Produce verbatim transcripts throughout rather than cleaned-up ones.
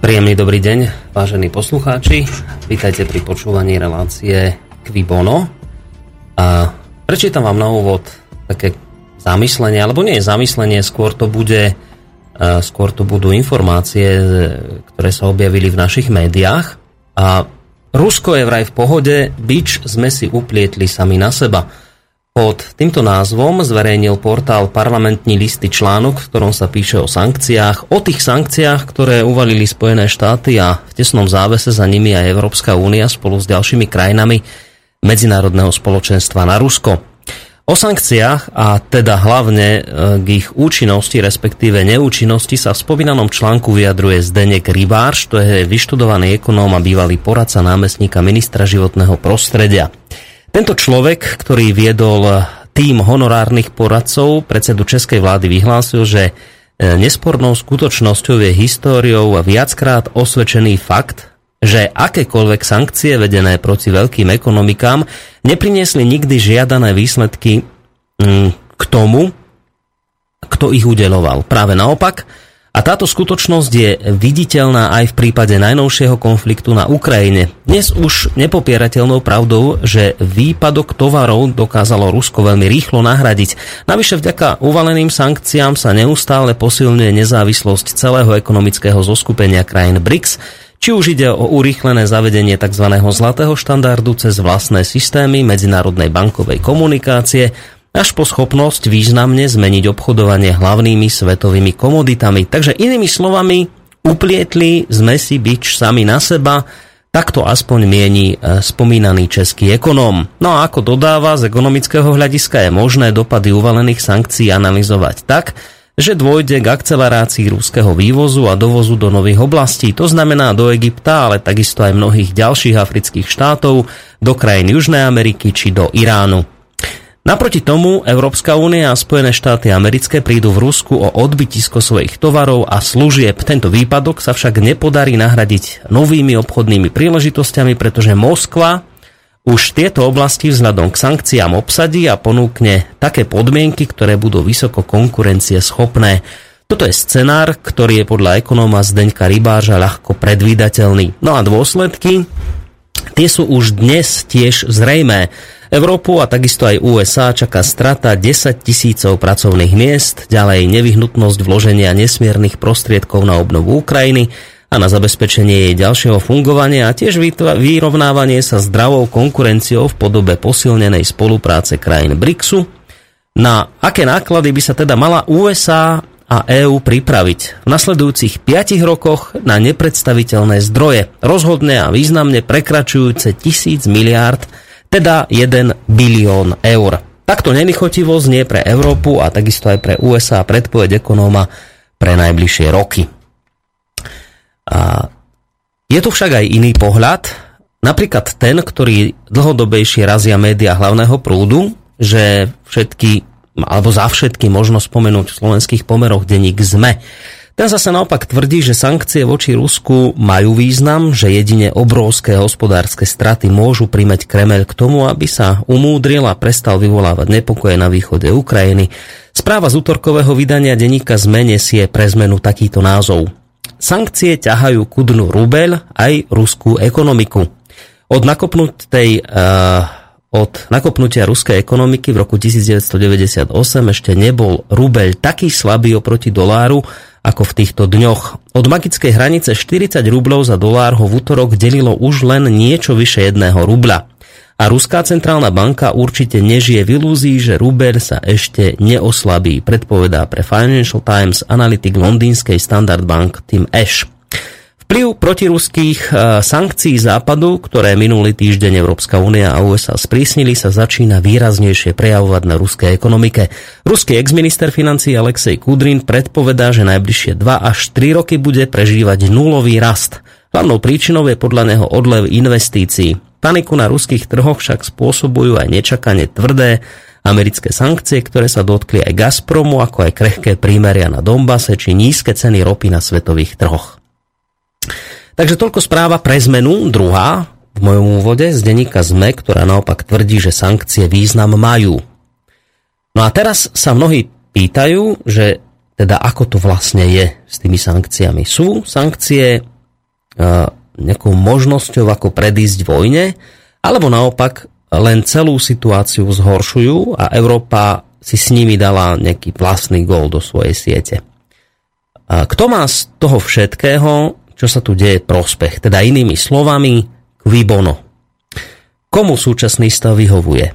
Príjemný dobrý deň, vážení poslucháči. Vítajte pri počúvaní relácie Qui Bono. A prečítam vám na úvod také zamyslenie, alebo nie je zamyslenie, skôr to bude, skôr to budú informácie, ktoré sa objavili v našich médiách. A Rusko je vraj v pohode, bič sme si uplietli sami na seba. Pod týmto názvom zverejnil portál Parlamentní listy článok, v ktorom sa píše o sankciách, o tých sankciách, ktoré uvalili Spojené štáty a v tesnom závese za nimi aj Európska únia spolu s ďalšími krajinami medzinárodného spoločenstva na Rusko. O sankciách a teda hlavne k ich účinnosti, respektíve neúčinnosti sa v spomínanom článku vyjadruje Zdeněk Rybář, to je vyštudovaný ekonóm a bývalý poradca námestníka ministra životného prostredia. Tento človek, ktorý viedol tím honorárnych poradcov predsedu českej vlády, vyhlásil, že nespornou skutočnosťou je históriou viackrát osvedčený fakt, že akékoľvek sankcie vedené proti veľkým ekonomikám nepriniesli nikdy žiadané výsledky k tomu, kto ich udeľoval. Práve naopak. A táto skutočnosť je viditeľná aj v prípade najnovšieho konfliktu na Ukrajine. Dnes už nepopierateľnou pravdou, že výpadok tovarov dokázalo Rusko veľmi rýchlo nahradiť. Navyše vďaka uvaleným sankciám sa neustále posilňuje nezávislosť celého ekonomického zoskupenia krajín BRICS, či už ide o urýchlené zavedenie tzv. Zlatého štandardu cez vlastné systémy medzinárodnej bankovej komunikácie, až po schopnosť významne zmeniť obchodovanie hlavnými svetovými komoditami. Takže inými slovami, uplietli sme si bič sami na seba, takto aspoň mieni spomínaný český ekonóm. No a ako dodáva, z ekonomického hľadiska je možné dopady uvalených sankcií analyzovať tak, že dôjde k akcelerácii ruského vývozu a dovozu do nových oblastí. To znamená do Egypta, ale takisto aj mnohých ďalších afrických štátov, do krajín Južnej Ameriky či do Iránu. Naproti tomu Európska únia a Spojené štáty americké prídu v Rusku o odbytisko svojich tovarov a služieb. Tento výpadok sa však nepodarí nahradiť novými obchodnými príležitosťami, pretože Moskva už tieto oblasti vzhľadom k sankciám obsadí a ponúkne také podmienky, ktoré budú vysoko konkurencieschopné. Toto je scenár, ktorý je podľa ekonóma Zdeňka Rybářa ľahko predvídateľný. No a dôsledky, tie sú už dnes tiež zrejmé. Európu a takisto aj ú es á čaká strata desať tisícov pracovných miest, ďalej nevyhnutnosť vloženia nesmiernych prostriedkov na obnovu Ukrajiny a na zabezpečenie jej ďalšieho fungovania a tiež vyrovnávanie sa zdravou konkurenciou v podobe posilnenej spolupráce krajín BRICSu. Na aké náklady by sa teda mala ú es á a EÚ pripraviť v nasledujúcich piatich rokoch na nepredstaviteľné zdroje, rozhodne a významne prekračujúce tisíc miliárd, teda jeden bilión eur. Takto nelichotivo znie pre Európu a takisto aj pre ú es á predpoveď ekonóma pre najbližšie roky. A je tu však aj iný pohľad, napríklad ten, ktorý dlhodobejšie razia médiá hlavného prúdu, že všetky, alebo za všetky možno spomenúť v slovenských pomeroch denník es em e. Ten zase naopak tvrdí, že sankcie voči Rusku majú význam, že jedine obrovské hospodárske straty môžu primäť Kremeľ k tomu, aby sa umúdril a prestal vyvolávať nepokoje na východe Ukrajiny. Správa z útorkového vydania denníka es em e nesie pre zmenu takýto názov. Sankcie ťahajú ku dnu rubeľ aj ruskú ekonomiku. Od nakopnutej... Uh, Od nakopnutia ruskej ekonomiky v roku devätnásťstodeväťdesiatosem ešte nebol rubeľ taký slabý oproti doláru ako v týchto dňoch. Od magickej hranice štyridsať rublov za dolár ho v útorok delilo už len niečo vyše jedného rubľa. A ruská centrálna banka určite nežije v ilúzii, že rubeľ sa ešte neoslabí, predpovedá pre Financial Times analytik londýnskej Standard Bank Tim Ash. Vplyv protiruských sankcií západu, ktoré minulý týždeň Európska únia a ú es á sprísnili, sa začína výraznejšie prejavovať na ruskej ekonomike. Ruský exminister financií Alexej Kudrin predpovedá, že najbližšie dva až tri roky bude prežívať nulový rast. Hlavnou príčinou je podľa neho odlev investícií. Paniku na ruských trhoch však spôsobujú aj nečakane tvrdé americké sankcie, ktoré sa dotkli aj Gazpromu, ako aj krehké prímeria na Donbase či nízke ceny ropy na svetových trhoch. Takže toľko správa pre zmenu, druhá v mojom úvode z denníka es em e, ktorá naopak tvrdí, že sankcie význam majú. No a teraz sa mnohí pýtajú, že teda ako to vlastne je s tými sankciami. Sú sankcie nejakou možnosťou, ako predísť vojne, alebo naopak len celú situáciu zhoršujú a Európa si s nimi dala nejaký vlastný gól do svojej siete. Kto má z toho všetkého, čo sa tu deje, prospech? Teda inými slovami, cui bono. Komu súčasný stav vyhovuje?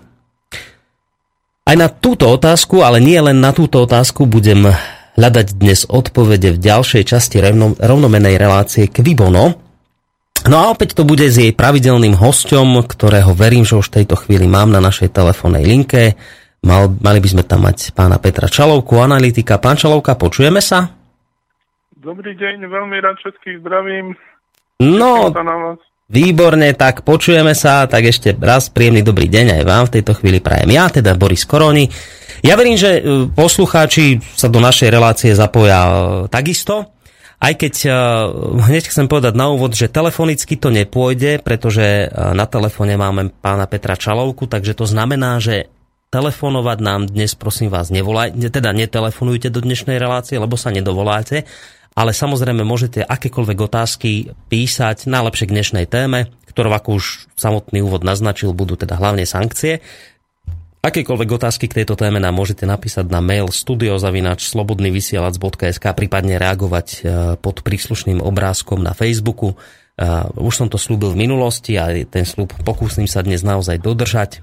Aj na túto otázku, ale nie len na túto otázku, budem hľadať dnes odpovede v ďalšej časti rovno, rovnomennej relácie Cui bono. No a opäť to bude s jej pravidelným hosťom, ktorého verím, že už v tejto chvíli mám na našej telefónnej linke. Mal, mali by sme tam mať pána Petra Čalovku, analytika. Pán Čalovka, počujeme sa? Dobrý deň, veľmi rád všetkých zdravím. No, výborne, tak počujeme sa, tak ešte raz príjemný dobrý deň aj vám v tejto chvíli prajem ja, teda Boris Koroni. Ja verím, že poslucháči sa do našej relácie zapoja takisto. Aj keď hneď chcem povedať na úvod, že telefonicky to nepôjde, pretože na telefóne máme pána Petra Čalovku, takže to znamená, že telefonovať nám dnes, prosím vás, nevolajte, teda netelefonujte do dnešnej relácie, lebo sa nedovoláte, ale samozrejme môžete akékoľvek otázky písať najlepšie k dnešnej téme, ktorou, ako už samotný úvod naznačil, budú teda hlavne sankcie. Akékoľvek otázky k tejto téme nám môžete napísať na mail studio zavináč slobodný vysielač bodka es ká, prípadne reagovať pod príslušným obrázkom na Facebooku. Už som to slúbil v minulosti a ten sľub pokúsim sa dnes naozaj dodržať,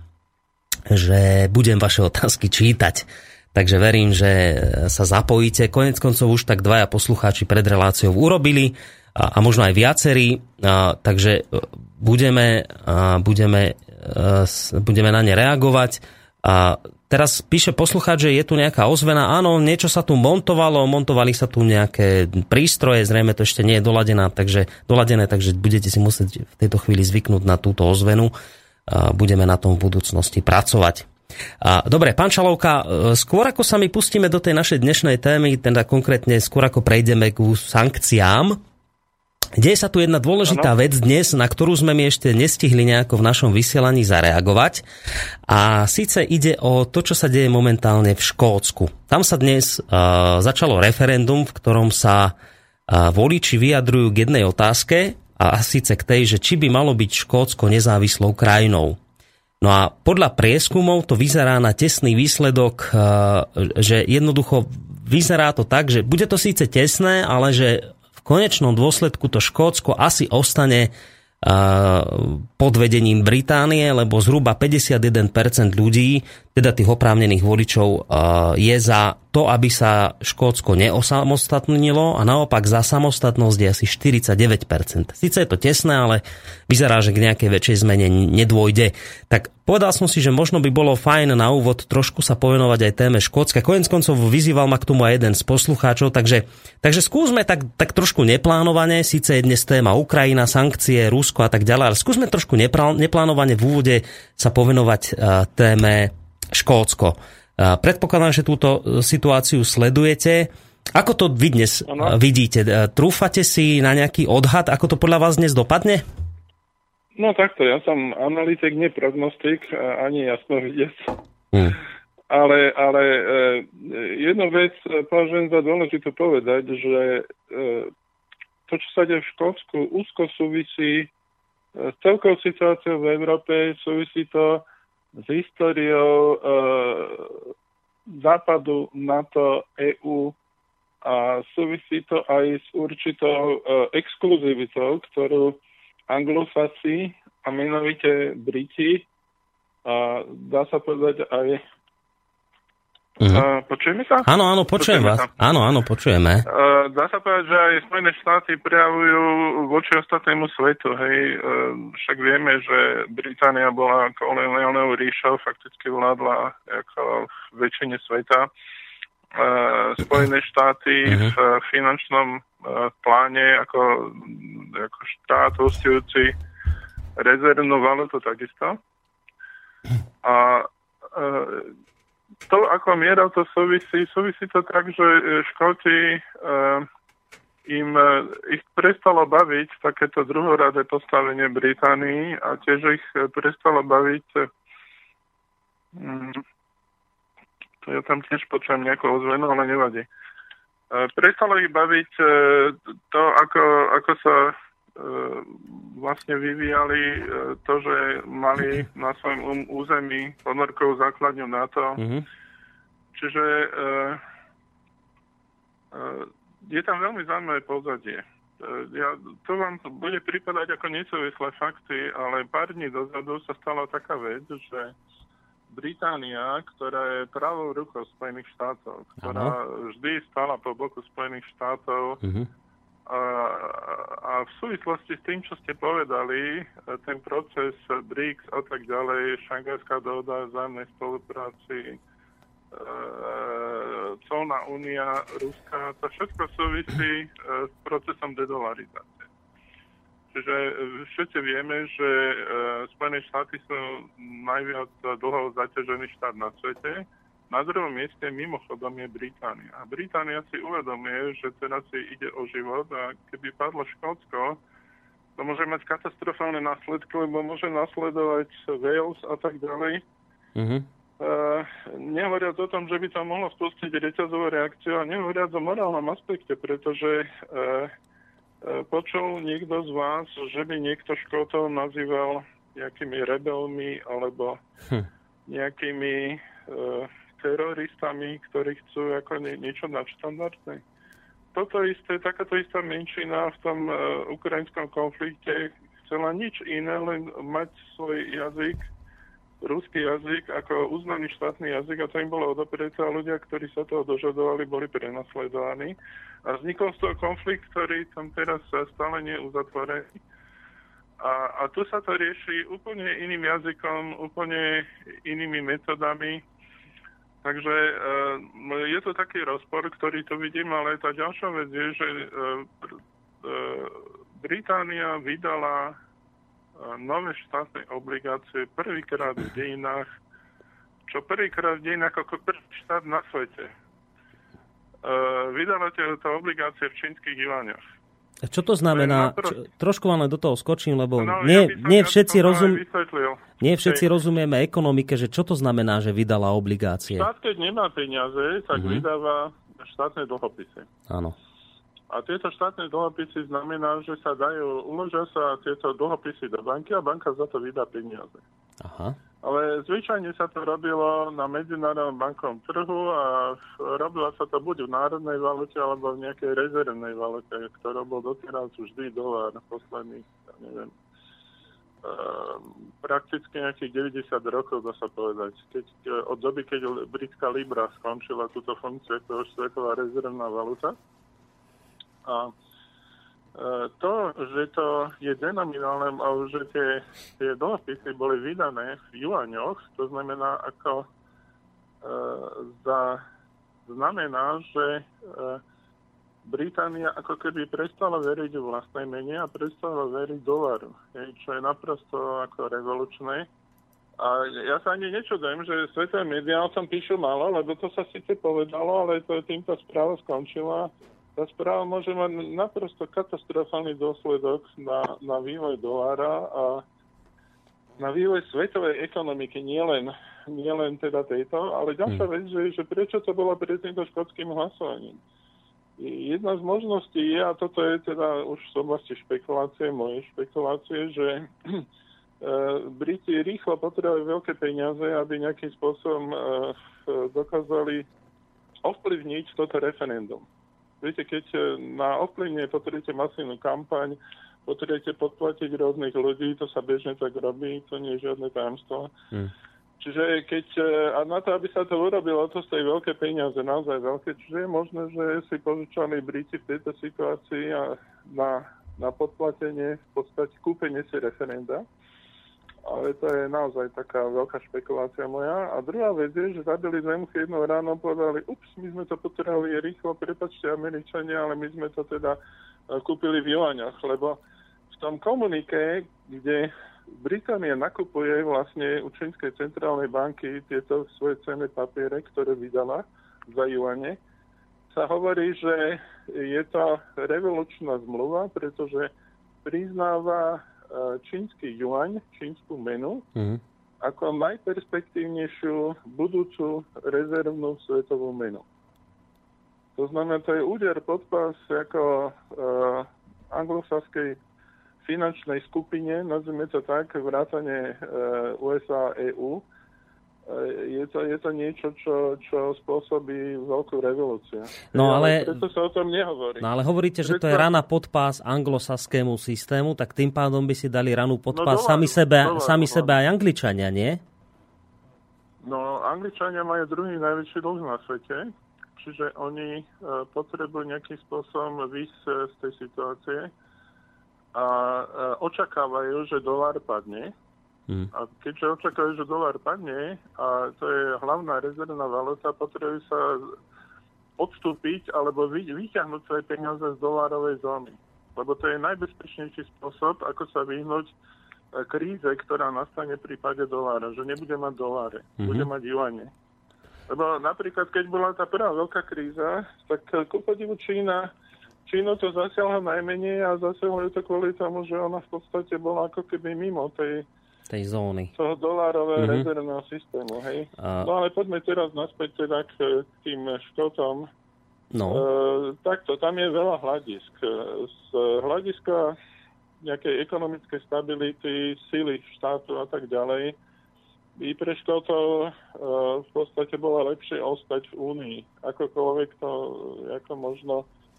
že budem vaše otázky čítať. Takže verím, že sa zapojíte. Konec koncov už tak dvaja poslucháči pred reláciou urobili a, a možno aj viacerí. A, takže budeme, a budeme, a, budeme na ne reagovať. A teraz píše poslucháč, že je tu nejaká ozvena. Áno, niečo sa tu montovalo, montovali sa tu nejaké prístroje, zrejme to ešte nie je doladené, takže, doladené, takže budete si musieť v tejto chvíli zvyknúť na túto ozvenu. A budeme na tom v budúcnosti pracovať. A, dobre, pán Čalovka, skôr ako sa my pustíme do tej našej dnešnej témy, teda konkrétne skôr ako prejdeme k sankciám, deje sa tu jedna dôležitá ano. vec dnes, na ktorú sme my ešte nestihli nejako v našom vysielaní zareagovať. A síce ide o to, čo sa deje momentálne v Škótsku. Tam sa dnes uh, začalo referendum, v ktorom sa uh, voliči vyjadrujú k jednej otázke, a síce k tej, že či by malo byť Škótsko nezávislou krajinou. No a podľa prieskumov to vyzerá na tesný výsledok, že jednoducho vyzerá to tak, že bude to síce tesné, ale že v konečnom dôsledku to Škótsko asi ostane pod vedením Británie, lebo zhruba päťdesiatjeden percent ľudí, teda tých oprávnených voličov, je za to, aby sa Škótsko neosamostatnilo a naopak za samostatnosť je asi štyridsaťdeväť percent. Sice je to tesné, ale vyzerá, že k nejakej väčšej zmene nedôjde. Tak povedal som si, že možno by bolo fajn na úvod trošku sa povenovať aj téme Škótska. Koniec koncov vyzýval ma k tomu aj jeden z poslucháčov, takže, takže skúsme tak, tak trošku neplánovane, síce je dnes téma Ukrajina, sankcie, Rusko a tak ďalej, ale skúsme trošku neplánovane v úvode sa povenovať téme Škótsko. Predpokladám, že túto situáciu sledujete. Ako to vy dnes ano. vidíte? Trúfate si na nejaký odhad, ako to podľa vás dnes dopadne? No takto, ja som analytik, nie prognostik, ani jasnovidec. Hmm. Ale, ale jednu vec považujem za dôležité povedať, že to, čo sa deje v Škótsku, úzko súvisí s celkou situáciou v Európe, súvisí to s históriou e, západu, NATO, é ú a súvisí to aj s určitou e, exkluzivitou, ktorú anglosasi a menovite Briti a dá sa povedať aj Mhm. Uh, počujeme sa? Áno, áno, počujem počujeme vás. Sa. Áno, áno, počujeme. Uh, dá sa povedať, že aj Spojené štáty prejavujú voči ostatnému svetu, hej. Uh, však vieme, že Británia bola koloniálnou ríšou, fakticky vládla ako v väčšine sveta. Uh, Spojené štáty uh-huh. v finančnom uh, pláne ako, ako štát hostujúci rezervnú valutu takisto. A uh, to, ako miera to súvisí, súvisí to tak, že Škóti uh, im uh, ich prestalo baviť takéto druhoradé postavenie Británii a tiež ich prestalo baviť um, to ja tam tiež počujem nejakú ozvenu, ale nevadí. Uh, prestalo ich baviť uh, to, ako, ako sa vlastne vyvíjali to, že mali na svojom území ponorkovú základňu NATO. Mm-hmm. Čiže je tam veľmi zaujímavé pozadie. Ja, to vám bude pripadať ako nesúvislé fakty, ale pár dní dozadu sa stala taká vec, že Británia, ktorá je pravou rukou Spojených štátov, ktorá Aha. vždy stála po boku Spojených štátov, uh-huh. a, a v súvislosti s tým, čo ste povedali, ten proces BRICS a tak ďalej, Šanghajská dohoda, vzájomnej spolupráci, colná únia, Ruska, to všetko súvisí s procesom dedolarizácie. Čiže všetci vieme, že Spojené štáty sú najviac dlho zaťažený štát na svete. Na druhom mieste mimochodom je Británia. A Británia si uvedomuje, že teraz si ide o život a keby padlo Škótsko, to môže mať katastrofálne následky, lebo môže nasledovať Wales a tak ďalej. Mm-hmm. Uh, nehovoriac o tom, že by to mohlo spustiť reťazovú reakciu a nehovoriac o morálnom aspekte, pretože uh, uh, počul niekto z vás, že by niekto Škótov nazýval nejakými rebelmi alebo hm. nejakými uh, teroristami, ktorí chcú ako nie, niečo nadštandardné. Toto isté, takáto istá menšina v tom uh, ukrajinskom konflikte chcela nič iné, len mať svoj jazyk, ruský jazyk ako uznaný štátny jazyk a to im bolo odopreté a ľudia, ktorí sa toho dožadovali, boli prenasledovaní. A vznikol z toho konflikt, ktorý tam teraz stále nie je uzatvorený. A, a tu sa to rieši úplne iným jazykom, úplne inými metodami. Takže e, je to taký rozpor, ktorý tu vidím, ale tá ďalšia vec je, že e, e, Británia vydala nové štátne obligácie prvýkrát v dejinách, čo prvýkrát v dejinách ako prvý štát na svete. Uh, vydala tieto obligácie v čínskych juaňoch. Čo to znamená? Čo, trošku vám len do toho skočím, lebo no, nie, ja nie všetci, rozum, nie všetci rozumieme ekonomike, že čo to znamená, že vydala obligácie? Štát, keď nemá peniaze, tak uh-huh. vydáva štátne dlhopisy. Áno. A tieto štátne dlhopisy znamená, že sa dajú, uložia sa tieto dlhopisy do banky a banka za to vydá peniaze. Aha. Ale zvyčajne sa to robilo na medzinárodnom bankovom trhu a robilo sa to buď v národnej valute alebo v nejakej rezervnej valute, ktorá bol doteraz vždy dolár posledných, ja neviem, prakticky nejakých deväťdesiat rokov, dá sa povedať. Keď, od doby, keď britská libra skončila túto funkciu, to už svetová rezervná valuta. A to, že to je denominálne a že tie, tie dlhopisy boli vydané v juaňoch, to znamená, ako e, za, znamená, že e, Británia ako keby prestala veriť v vlastnej mene a prestala veriť dolaru, čo je naprosto ako revolučné. A ja sa ani nečudujem, že svetové médiá o tom píšu málo, lebo to sa síce povedalo, ale to týmto správa skončila. Tá správa môže mať naprosto katastrofálny dôsledok na, na vývoj dolára a na vývoj svetovej ekonomiky, nielen nie len teda tejto, ale ďalšia hmm. vec, že, že prečo to bolo pred týmto škótskym hlasovaním. Jedna z možností je, a toto je teda už z oblasti špekulácie, moje špekulácie, že Briti rýchlo potrebujú veľké peniaze, aby nejakým spôsobom dokázali ovplyvniť toto referendum. Viete, keď na ovplyvnenie potrebujete masívnu kampaň, potrebujete podplatiť rôznych ľudí, to sa bežne tak robí, to nie je žiadne tajomstvo. Hmm. Čiže keď, a na to, aby sa to urobilo, to stojí veľké peniaze, naozaj veľké, čiže je možné, že si požičali Briti v tejto situácii a na, na podplatenie, v podstate kúpenie si referenda. Ale to je naozaj taká veľká špekulácia moja. A druhá vec je, že zabili Zemku jednou ráno, povedali, ups, my sme to potrebovali rýchlo, prepáčte Američania, ale my sme to teda kúpili v juaňoch, lebo v tom komunike, kde Británia nakupuje vlastne u čínskej centrálnej banky tieto svoje cenné papiere, ktoré vydala za juane, sa hovorí, že je to revolučná zmluva, pretože priznáva čínsky juaň, čínsku menu, mm. ako najperspektívnejšiu budúcu rezervnú svetovú menu. To znamená, to je úder pod pás ako uh, anglosaskej finančnej skupine, nazvime to tak, vrátane ú es á a é ú, je to, je to niečo, čo, čo spôsobí veľkú revolúciu. No ale, preto sa o tom nehovorí. No ale hovoríte, že to je rana pod pás anglosaskému systému, tak tým pádom by si dali ranu pod pás no, sami sebe, dolar, sami dolar. sebe aj Angličania, nie? No, Angličania majú druhý najväčší dlh na svete, čiže oni uh, potrebujú nejakým spôsobom výjsť z tej situácie a uh, očakávajú, že dolár padne. Hmm. A keďže očakávajú, že dolár padne a to je hlavná rezervná valuta, potrebujú sa odstúpiť alebo vy, vyťahnuť svoje peniaze z dolárovej zóny. Lebo to je najbezpečnejší spôsob, ako sa vyhnúť kríze, ktorá nastane v prípade dolára, že nebude mať doláre, hmm. bude mať juane. Lebo napríklad, keď bola tá prvá veľká kríza, tak ku podivu Čína Čínu to zasiahla najmenej a zasiahlo to kvôli tomu, že ona v podstate bola ako keby mimo tej, tej zóny. Toho dolárového mm-hmm. rezervného systému. Hej? A... No ale poďme teraz naspäť teda k tým Škótom. No. E, takto, tam je veľa hľadisk. Z hľadiska nejakej ekonomickej stability, síly štátu a tak ďalej, by pre Škótov e, v podstate bolo lepšie ostať v Únii. Akokoľvek to ako možno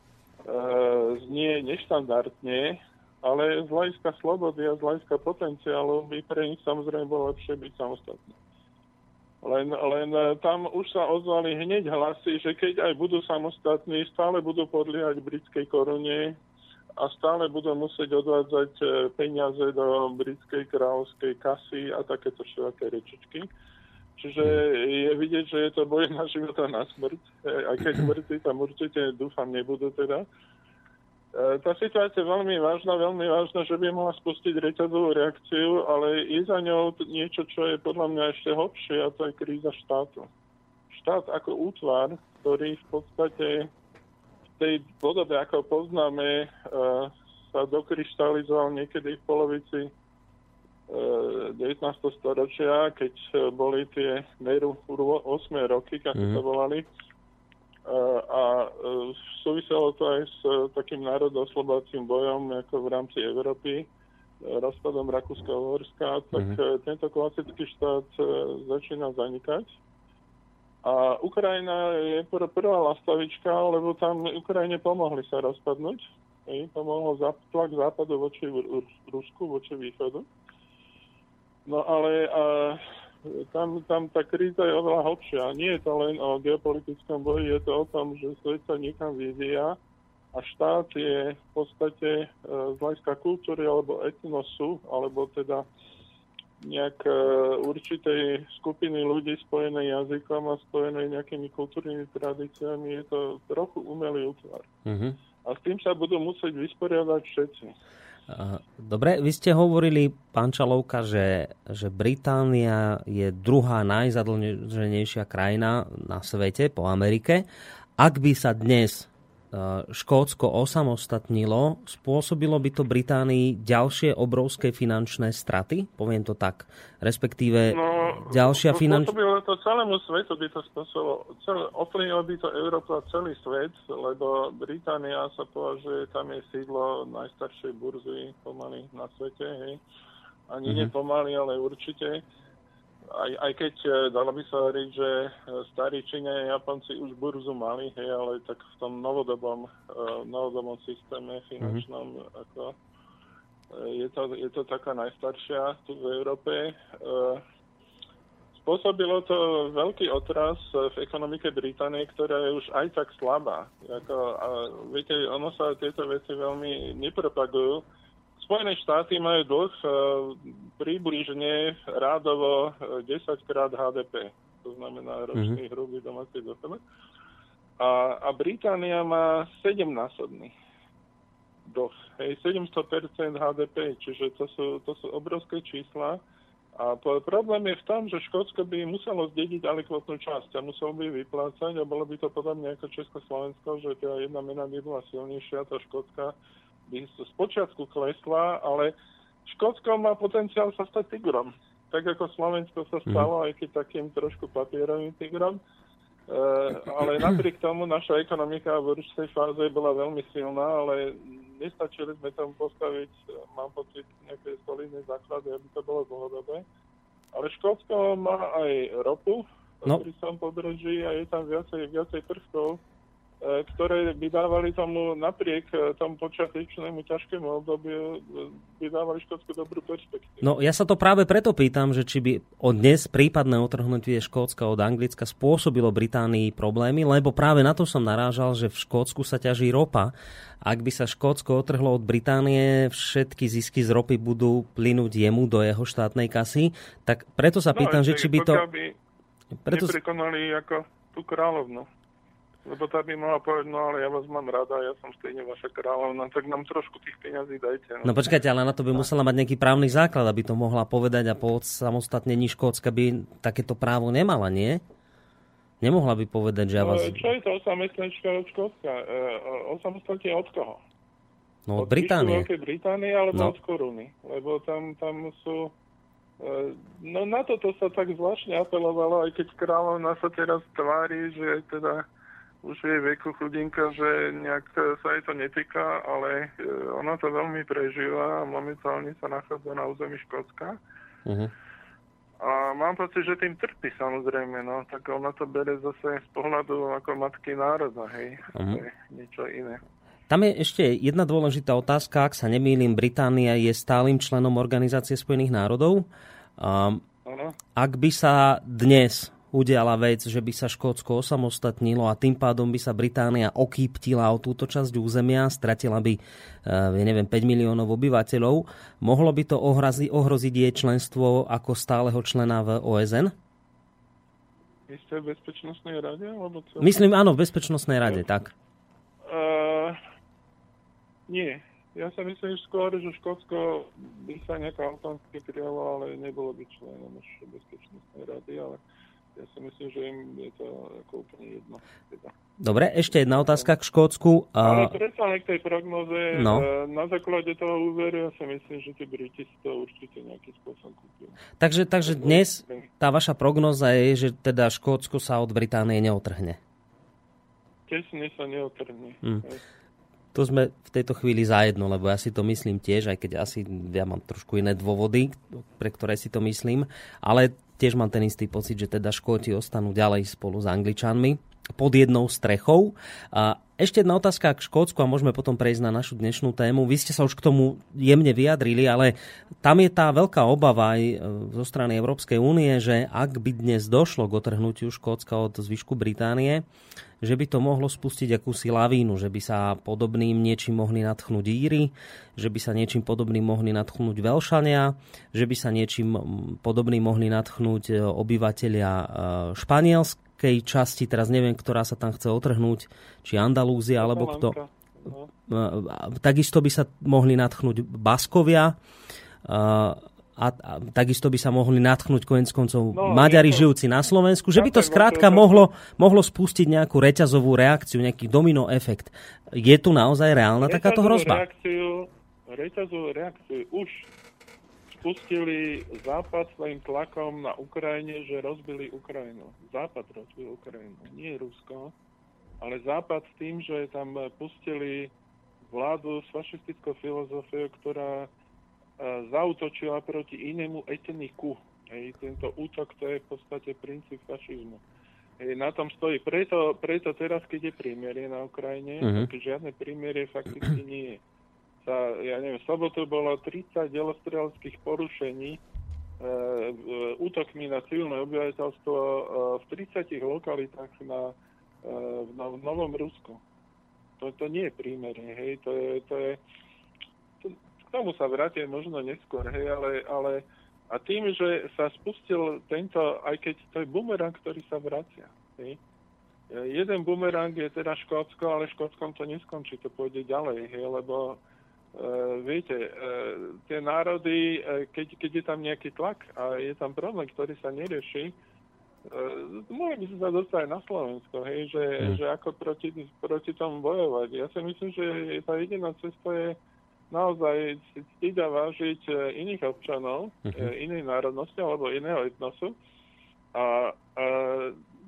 znie neštandardne, ale z hľadiska slobody a z hľadiska potenciálu by pre nich samozrejme bolo lepšie byť samostatné. Len, len tam už sa ozvali hneď hlasy, že keď aj budú samostatní, stále budú podliehať britskej korune a stále budú musieť odvádzať peniaze do britskej kráľovskej kasy a takéto všetké rečičky. Čiže je vidieť, že je to boj na život a na smrť. Aj keď mŕtvi tam určite, dúfam, nebudú teda. Tá situácia je veľmi vážna, veľmi vážna, že by mohla spustiť reťazovú reakciu, ale je za ňou niečo, čo je podľa mňa ešte hlbšie, a to je kríza štátu. Štát ako útvar, ktorý v podstate v tej podobe, ako poznáme, sa dokryštalizoval niekedy v polovici devätnásteho storočia, keď boli tie Nehru osem roky, ako mm. sa volali. A súviselo to aj s takým národoslobodacím bojom ako v rámci Európy, rozpadom Rakúska-Uhorska, tak mm. tento klasický štát začína zanikať. A Ukrajina je prvá lastavička, lebo tam Ukrajine pomohli sa rozpadnúť. Pomohol tlak západu voči Rusku, voči východu. No ale a, tam, tam tá kríza je oveľa hlbšia. Nie je to len o geopolitickom boji, je to o tom, že svet sa niekam vyvíja a štát je v podstate z hľadiska kultúry alebo etnosu, alebo teda nejak určitej skupiny ľudí spojené jazykom a spojené nejakými kultúrnymi tradíciami, je to trochu umelý útvar. Mm-hmm. A s tým sa budú musieť vysporiadať všetci. Dobre, vy ste hovorili, pán Čalovka, že, že Británia je druhá najzadlženejšia krajina na svete po Amerike. Ak by sa dnes Škótsko osamostatnilo, spôsobilo by to Británii ďalšie obrovské finančné straty? Poviem to tak. Respektíve no, ďalšia no, finančná... Spôsobilo to celému svetu, by to spôsobilo. Ovplyvnilo by to Európu a celý svet, lebo Británia sa považuje, tam je sídlo najstaršej burzy pomaly na svete. Hej. Ani mm-hmm. nepomaly, ale určite. Aj, aj keď dalo by sa hovoriť, že starí Číňania a Japonci už burzu mali, hej, ale tak v tom novodobom, uh, novodobom systéme finančnom mm-hmm. ako, uh, je, to, je to taká najstaršia tu v Európe. Uh, spôsobilo to veľký otras v ekonomike Británie, ktorá je už aj tak slabá. Ako, a viete, ono sa tieto veci veľmi nepropagujú. Spojené štáty majú dlh e, približne rádovo desaťkrát há dé pé, to znamená ročný mm-hmm. hrubý domáci dôchodok. A, a Británia má sedemnásobný dlh, hej, sedemsto percent há dé pé, čiže to sú, to sú obrovské čísla. A po, problém je v tom, že Škótsko by muselo zdediť alikvotnú časť a muselo by vyplácať a bolo by to podobne ako Československo, že tá jedna mena by bola silnejšia, tá škótska by z počiatku klesla, ale Škótsko má potenciál sa stať tigrom. Tak ako Slovensko sa stalo, mm. aj keď takým trošku papierovým tigrom. ale napriek tomu naša ekonomika v určitej fáze bola veľmi silná, ale nestačili sme tam postaviť, mám pocit, nejaké solidné základy, aby to bolo dlhodobé. Ale Škótsko má aj ropu, no. ktorý som pobreží a je tam viacej, viacej prvkov, ktoré by dávali tomu napriek tomu počiatočnému ťažkému obdobiu, by dávali Škótsku dobrú perspektívu. No ja sa to práve preto pýtam, že či by od dnes prípadné otrhnutie Škótska od Anglicka spôsobilo Británii problémy, lebo práve na to som narážal, že v Škótsku sa ťaží ropa. Ak by sa Škótsko otrhlo od Británie, všetky zisky z ropy budú plynúť jemu do jeho štátnej kasy, tak preto sa pýtam, no, že či by to... by preto... neprekonali ako tú kráľovnu. Lebo tá by mohla povedať, no ale ja vás mám rada, ja som stejne vaša kráľovna, tak nám trošku tých peňazí dajte. No, no počkajte, ale na to by musela mať nejaký právny základ, aby to mohla povedať a po samostatnení Škótska by takéto právo nemala, nie? Nemohla by povedať, že ja vás... No, čo je to osamostatnenie od Škótska? E, osamostatnenie od koho? No od, od Británie. Od Veľkej Británie alebo no. od koruny? Lebo tam, tam sú... E, no na toto sa tak zvláštne apelovalo, aj keď kráľovna sa teraz tvári, že teda už je veku chudinka, že nejak sa jej to netýka, ale ona to veľmi prežíva a momentálne sa nachádza na území Škótska. Uh-huh. A mám pocit, že tým trpí samozrejme, no, tak ona to bere zase z pohľadu ako matky národa, hej, uh-huh. To je niečo iné. Tam je ešte jedna dôležitá otázka, ak sa nemýlim, Británia je stálym členom Organizácie spojených národov. Um, uh-huh. Ak by sa dnes udiala vec, že by sa Škótsko osamostatnilo a tým pádom by sa Británia okýptila o túto časť územia, stratila by, ja neviem, päť miliónov obyvateľov. Mohlo by to ohroziť, ohroziť jej členstvo ako stáleho člena v ó es en? Vy ste v Bezpečnostnej rade? Alebo co? Myslím, áno, v Bezpečnostnej rade, tak. Uh, nie. Ja sa myslím, že skôr, že Škótsko by sa nejaká automaticky prijalo, ale nebolo by členom už Bezpečnostnej rady, ale ja si myslím, že im je to ako úplne jedno. Teda. Dobre, ešte jedna otázka k Škótsku. Ale predsa k tej prognoze, no. Na základe toho úveru ja si myslím, že tí Briti si to určite nejakým spôsobom kúpili. Takže, takže dnes tá vaša prognoza je, že teda Škótsko sa od Británie neotrhne. Tesne sa neotrhne. Hmm. To sme v tejto chvíli zajedno, lebo ja si to myslím tiež, aj keď asi ja mám trošku iné dôvody, pre ktoré si to myslím, ale tiež mám ten istý pocit, že teda Škóti ostanú ďalej spolu s Angličanmi pod jednou strechou. A ešte jedna otázka k Škótsku a môžeme potom prejsť na našu dnešnú tému. Vy ste sa už k tomu jemne vyjadrili, ale tam je tá veľká obava aj zo strany Európskej únie, že ak by dnes došlo k otrhnutiu Škótska od zvyšku Británie, že by to mohlo spustiť akúsi lavínu, že by sa podobným niečím mohli nadchnúť Íri, že by sa niečím podobným mohli nadchnúť Velšania, že by sa niečím podobným mohli nadchnúť obyvatelia španielskej časti, teraz neviem, ktorá sa tam chce otrhnúť, či Andalúzia, alebo kto. Takisto by sa mohli nadchnúť Baskovia, a, a takisto by sa mohli nadchnúť koniec koncov no, Maďari to, žijúci na Slovensku, že by to skrátka mohlo, mohlo spustiť nejakú reťazovú reakciu, nejaký domino efekt. Je tu naozaj reálna takáto hrozba? Reakciu, reťazovú reakciu už spustili Západ svojím tlakom na Ukrajine, že rozbili Ukrajinu. Západ rozbil Ukrajinu, nie Rusko, ale Západ s tým, že tam pustili vládu s fašistickou filozofiou, ktorá zaútočila proti inému etniku. Hej, tento útok, to je v podstate princíp fašizmu. Hej, na tom stojí. Preto, preto teraz, keď je prímerie na Ukrajine, uh-huh. tak žiadne prímerie fakticky nie je. Sa, ja neviem, v sobotu bolo tridsať delostrelských porušení e, útokmi na civilné obyvateľstvo e, v tridsiatich lokalitách na, e, v, no, v Novom Rusku. To, to nie je prímerie. Hej, to je... To je K tomu sa vrátim možno neskôr, hej, ale, ale a tým, že sa spustil tento, aj keď to je bumerang, ktorý sa vracia, hej. Jeden bumerang je teda Škótsko, ale Škótskom to neskončí, to pôjde ďalej, hej, lebo e, viete, e, tie národy, e, keď, keď je tam nejaký tlak a je tam problém, ktorý sa nerieši, e, mohli by sa dostať na Slovensko, hej, že, mm. že ako proti, proti tomu bojovať. Ja si myslím, že tá jediná cesta je naozaj si ctiť a vážiť iných občanov, uh-huh. inej národnosti alebo iného etnosu a, a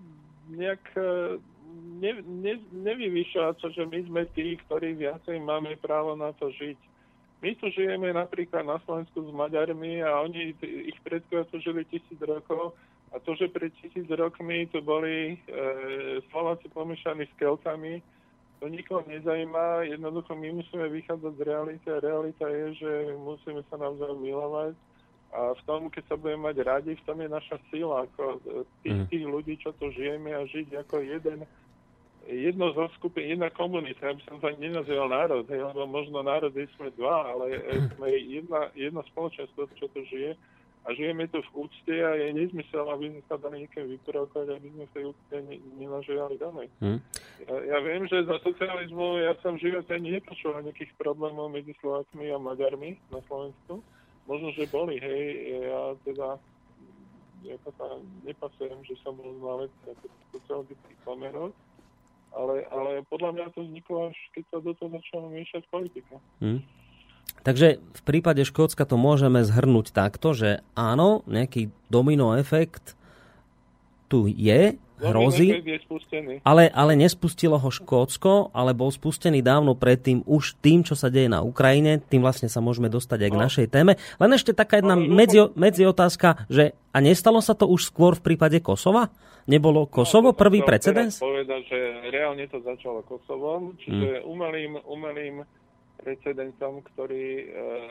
nejak ne, ne, nevyvyšovať sa, že my sme tí, ktorí viacej máme právo na to žiť. My tu žijeme napríklad na Slovensku s Maďarmi a oni, ich predkovia tu žili tisíc rokov a to, že pred tisíc rokmi tu boli e, Slováci pomiešaní s Keltami, to nikoho nezajíma. Jednoducho my musíme vychádzať z reality a realita je, že musíme sa navzájom milovať. A v tom, keď sa budeme mať radi, v tom je naša sila, ako tých, tých ľudí, čo tu žijeme a žiť ako jeden, jedno zo skupín, jedna komunita. Ja by som to ani nenazýval národ, hej, lebo možno národy sme dva, ale sme jedna, jedna spoločenstvo, čo tu žije. A žijeme tu v úcte a je nezmysel, aby sme sa dali niekým vyprokovať, aby sme v tej úcte nenažívali ďalej. Hmm. Ja, ja viem, že za socializmu ja som v živote ani nepočul nejakých problémov medzi Slovákmi a Maďarmi na Slovensku. Možno, že boli, hej, ja teda ja sa nepasujem, že som bol znalec sociologických pomerov, ale, ale podľa mňa to vzniklo až keď sa do toho začala miešať politika. Hmm. Takže v prípade Škótska to môžeme zhrnúť takto, že áno, nejaký domino efekt tu je, hrozí, ale, ale nespustilo ho Škótsko, ale bol spustený dávno predtým už tým, čo sa deje na Ukrajine. Tým vlastne sa môžeme dostať aj k našej téme. Len ešte taká jedna medzi, medzi otázka, že a nestalo sa to už skôr v prípade Kosova? Nebolo Kosovo no, prvý precedens? Povedať, že reálne to začalo Kosovom, čiže hmm. umelým, umelým precedentom, ktorý e,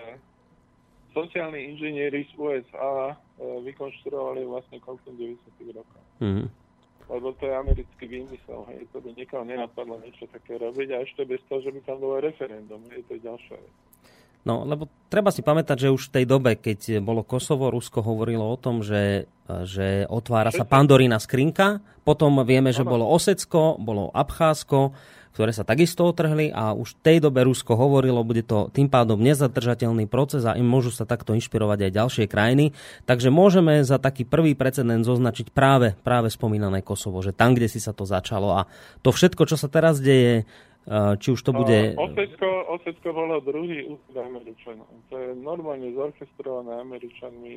sociálni inžinieri z ú es á e, vykonštruovali vlastne koncom deväťdesiatych rokov. Hmm. Lebo to je americký výmysel, hej, to by nikoho nenapadlo niečo také robiť a ešte bez toho, že by tam bolo referendum, hej, to je ďalšia vec. No, lebo treba si pamätať, že už v tej dobe, keď bolo Kosovo, Rusko hovorilo o tom, že, že otvára sa Pandorína skrinka, potom vieme, že bolo Osecko, bolo Abcházsko, ktoré sa takisto otrhli a už v tej dobe Rusko hovorilo, bude to tým pádom nezadržateľný proces a im môžu sa takto inšpirovať aj ďalšie krajiny. Takže môžeme za taký prvý precedens označiť práve, práve spomínané Kosovo, že tam, kde si sa to začalo a to všetko, čo sa teraz deje, či už to bude... Osecko, Osecko bolo druhý úsud Američanov. To je normálne zorchestrované Američanmi.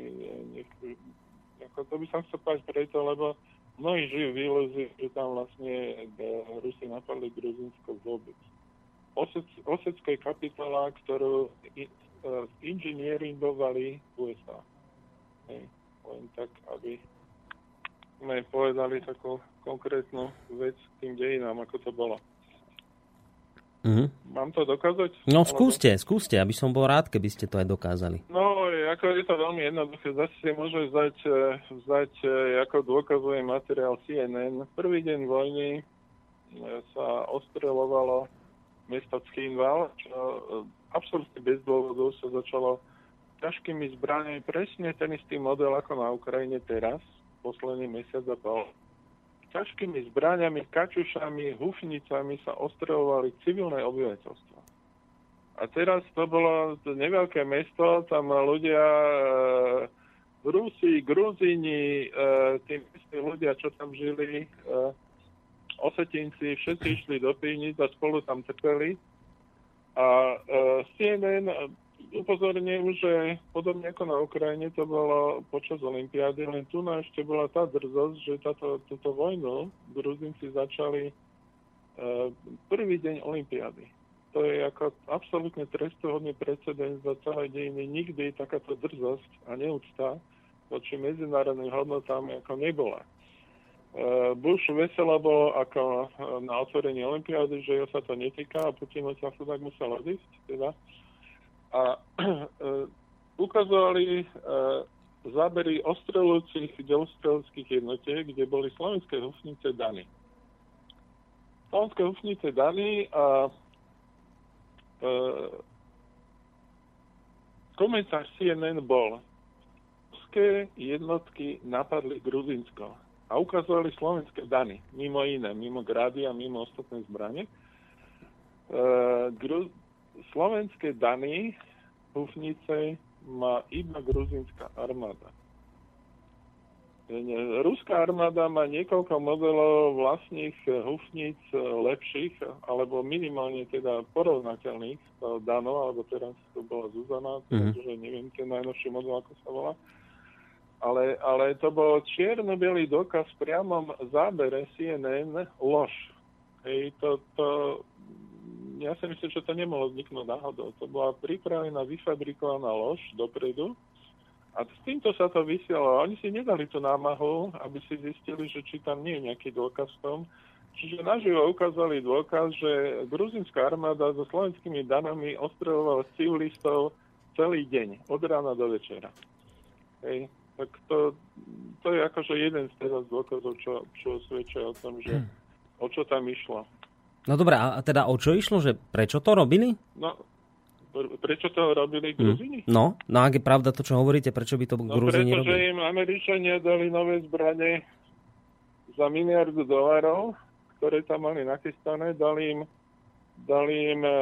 Ako to by som chcel povedať preto, lebo mnohí žijú v ilúzii, že tam vlastne Rusi napadli Gruzinsko vôbec. Osec, Osecko je kapitola, ktorú inžinieringovali ú es á. Hej. Len tak, aby sme povedali takú konkrétnu vec tým dejinám, ako to bolo. Mm-hmm. Mám to dokázať? No skúste, skúste, aby som bol rád, keby ste to aj dokázali. No, ako je to veľmi jednoduché. Zase si môžeme vzdať, vzdať ako dôkazuje materiál C N N. Prvý deň vojny sa ostreľovalo mesto Cchinval, čo absolútne bez dôvodov sa začalo ťažkými zbraniami. Presne ten istý model ako na Ukrajine teraz, posledný mesiac a pol. Ťažkými zbraňami, kačušami, hufnicami sa ostreľovali civilné obyvateľstvo. A teraz to bolo to neveľké mesto, tam ľudia, e, Rusi, Gruzíni, e, tí istí ľudia, čo tam žili, e, Osetinci, všetci išli do pivníc a spolu tam trpeli. A e, C N N upozornil, že podobne ako na Ukrajine to bolo počas olympiády, len tu na ešte bola tá drzosť, že táto, túto vojnu Gruzinci začali e, prvý deň olympiády. To je ako absolútne trestuhodný precedens za celé dejiny. Nikdy takáto drzosť a neúcta voči medzinárodným hodnotám ako nebola. E, Bush veselo bol ako na otvorení olympiády, že ho sa to netýka a Putin sa tak musel odísť, teda. A e, ukazovali e, zábery ostreľujúcich delostrelských jednotiek, kde boli slovenské hufnice Dany. Slovenské hufnice Dany a e, komentár C N N bol: ruské jednotky napadli Gruzinsko a ukazovali slovenské Dany, mimo iné, mimo grady a mimo ostatné zbrane. E, Gru- Slovenské Dany, hufnice, má iba gruzínska armáda. Ruská armáda má niekoľko modelov vlastných hufníc lepších, alebo minimálne teda porovnateľných s Danou, alebo teraz to bola Zuzana, mm-hmm. takže neviem ten najnovší model, ako sa volá. Ale, ale to bol čierno-bielý dokaz v priamom zábere C N N lož. Hej, to, to, ja si myslím, že to nemohlo vzniknúť náhodou. To bola pripravená, vyfabrikovaná lož dopredu a s týmto sa to vysielalo. Oni si nedali tú námahu, aby si zistili, že či tam nie je nejaký dôkaz v tom. Čiže naživo ukázali dôkaz, že gruzínska armáda so slovenskými danami ostreľovala civilistov celý deň, od rána do večera. Hej. Tak to, to je akože jeden z teraz dôkazov, čo, čo svedčia o tom, že hm. o čo tam išlo. No dobré, a teda o čo išlo? Že prečo to robili? No, prečo to robili Gruzíni? Hm. No, no ak je pravda to, čo hovoríte, prečo by to no, Gruzíni robili? No pretože im Američania dali nové zbrane za miliardu dolarov, ktoré tam mali nachystané, dali im dali im e,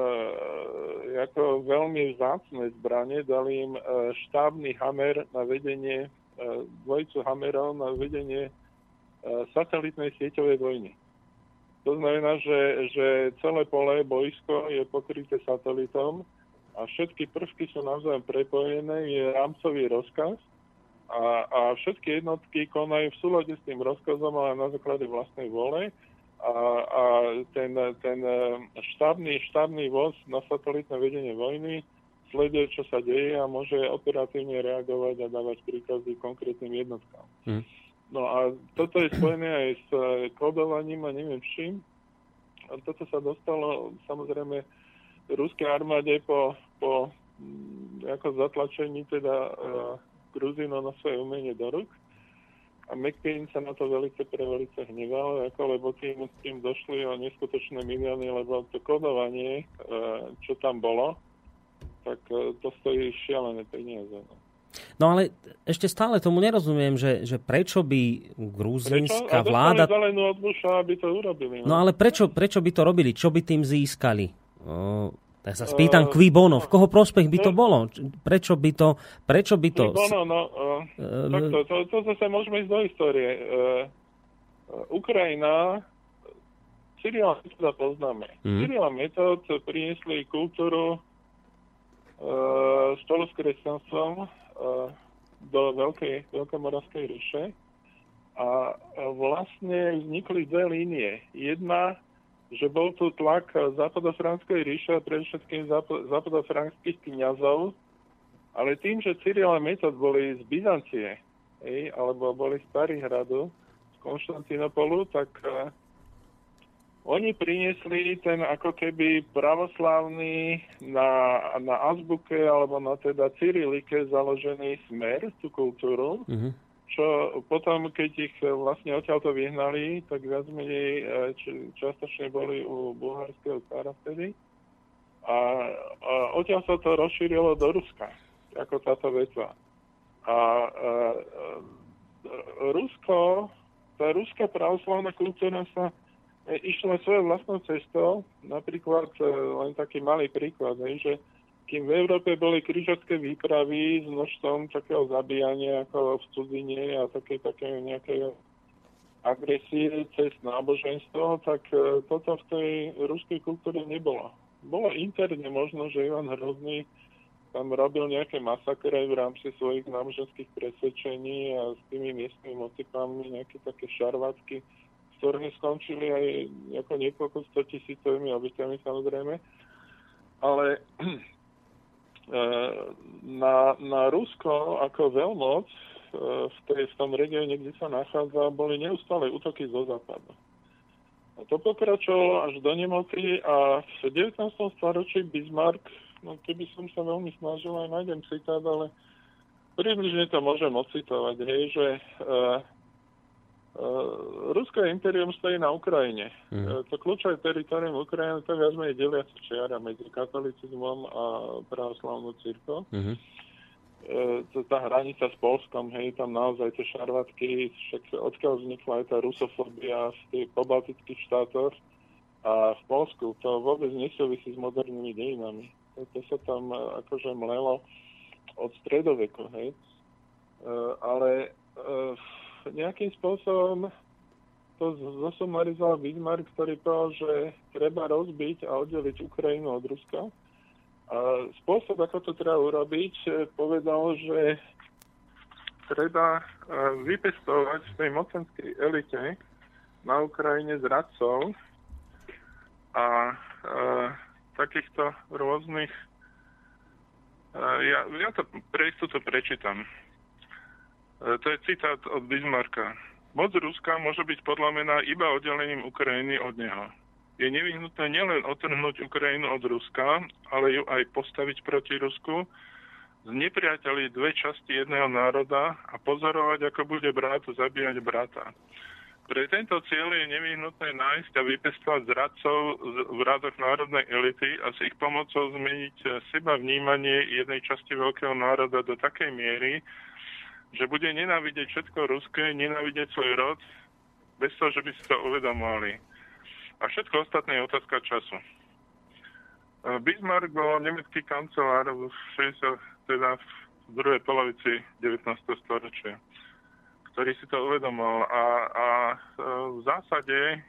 ako veľmi vzácne zbrane, dali im e, štábny hamer na vedenie, e, dvojicu hamerov na vedenie e, satelitnej sieťovej vojny. To znamená, že, že celé pole, boisko je pokryté satelitom a všetky prvky sú navzájom prepojené, je rámcový rozkaz a, a všetky jednotky konajú v súlade s tým rozkazom, ale na základe vlastnej vole. A, a ten, ten štábny, štábny voz na satelitné vedenie vojny sleduje, čo sa deje a môže operatívne reagovať a dávať príkazy konkrétnym jednotkám. Hmm. No a toto je spojené aj s kodovaním a neviem čím. A toto sa dostalo samozrejme ruskej armáde po, po ako zatlačení teda uh, Gruzínov na svoje umenie do rúk. A McCain sa na to velice pre velice hneval, ako, lebo tým, tým došli o neskutočné milióny, lebo to kodovanie, čo tam bolo, tak to stojí šialené peniaze. No, no ale ešte stále tomu nerozumiem, že, že prečo by gruzínska prečo? vláda... A zelenú od Busha, aby to urobili. No, no ale prečo, prečo by to robili? Čo by tým získali? O... Tak sa spýtam, uh, qui bono, v koho prospech by to bolo? Prečo by to... Prečo by to... Qui bono, no, uh, uh, takto, to, to zase môžeme ísť do histórie. Uh, uh, Ukrajina, Cyrila Metoda poznáme. Mm. Cyrila Metod priniesli kultúru uh, spolu s kresťanstvom uh, do Veľkej, Veľkomoravskej ríše a uh, vlastne vznikli dve línie. Jedna, že bol tu tlak západofranskej ríše, predovšetkým západofranských kňazov, ale tým, že Cyril a Metod boli z Byzancie, ej, alebo boli z Starihradu, z Konštantinopolu, tak uh, oni priniesli ten ako keby pravoslavný na, na azbuke alebo na teda cyrilike založený smer, tú kultúru, mm-hmm. čo potom, keď ich vlastne odtiaľto vyhnali, tak viac menej častočne boli u bulharského cára vtedy. A, a odtiaľ sa to rozšírilo do Ruska, ako táto vecva. A, a, a Rusko, tá ruská pravoslavná kultúra sa išla svojou vlastnou cestou, napríklad len taký malý príklad, že kým v Európe boli križacké výpravy s množstvom takého zabíjania ako v cudzine a také, také nejaké agresie cez náboženstvo, tak toto v tej ruskej kultúre nebolo. Bolo interne možno, že Ivan Hrozný tam robil nejaké masakre v rámci svojich náboženských presvedčení a s tými miestnymi mocipami nejaké také šarvátky, s ktorými skončili aj ako niekoľko stotisícovými obyťami samozrejme. Ale Na, na Rusko ako veľmoc v, tej, v tom regióne, kde sa nachádza, boli neustále útoky zo západu. A to pokračovalo až do nemoty a v devätnástom storočí Bismarck, no keby som sa veľmi snažil, aj nájdem citát, ale približne to môžem ocitovať, hej, že uh, Uh, Ruské impérium stojí na Ukrajine. Mm. Uh, to kľúčové teritorium Ukrajiny, to viac menej deliaca čiara medzi katolicizmom a pravoslavnou cirkvou. Mm-hmm. Uh, to, tá hranica s Polskom, hej, tam naozaj tie šarvátky, však odkiaľ vznikla aj tá rusofóbia v tých pobaltických štátoch a v Polsku, to vôbec nesúvisí s modernými dejinami. To, to sa tam uh, akože mlelo od stredoveku, hej. Uh, ale uh, nejakým spôsobom to zosumarizoval Bismarck, ktorý povedal, že treba rozbiť a oddeliť Ukrajinu od Ruska. A spôsob, ako to treba urobiť, povedal, že treba vypestovať v tej mocenskej elite na Ukrajine zradcov a e, takýchto rôznych e, ja, ja to pre istotu prečítam. E, to je citát od Bismarcka. Moc Ruska môže byť podlomená iba oddelením Ukrajiny od neho. Je nevyhnutné nielen odtrhnúť Ukrajinu od Ruska, ale ju aj postaviť proti Rusku, znepriateliť dve časti jedného národa a pozorovať, ako bude brat zabíjať brata. Pre tento cieľ je nevyhnutné nájsť a vypestovať zradcov v radoch národnej elity a s ich pomocou zmeniť seba vnímanie jednej časti veľkého národa do takej miery, že bude nenávidieť všetko ruské, nenávidieť svoj rod, bez toho, že by si to uvedomovali. A všetko ostatné je otázka času. Bismarck bol nemecký kancelár v šesťdesiatom teda v druhej polovici devätnásteho storočia, ktorý si to uvedomol. A, a v zásade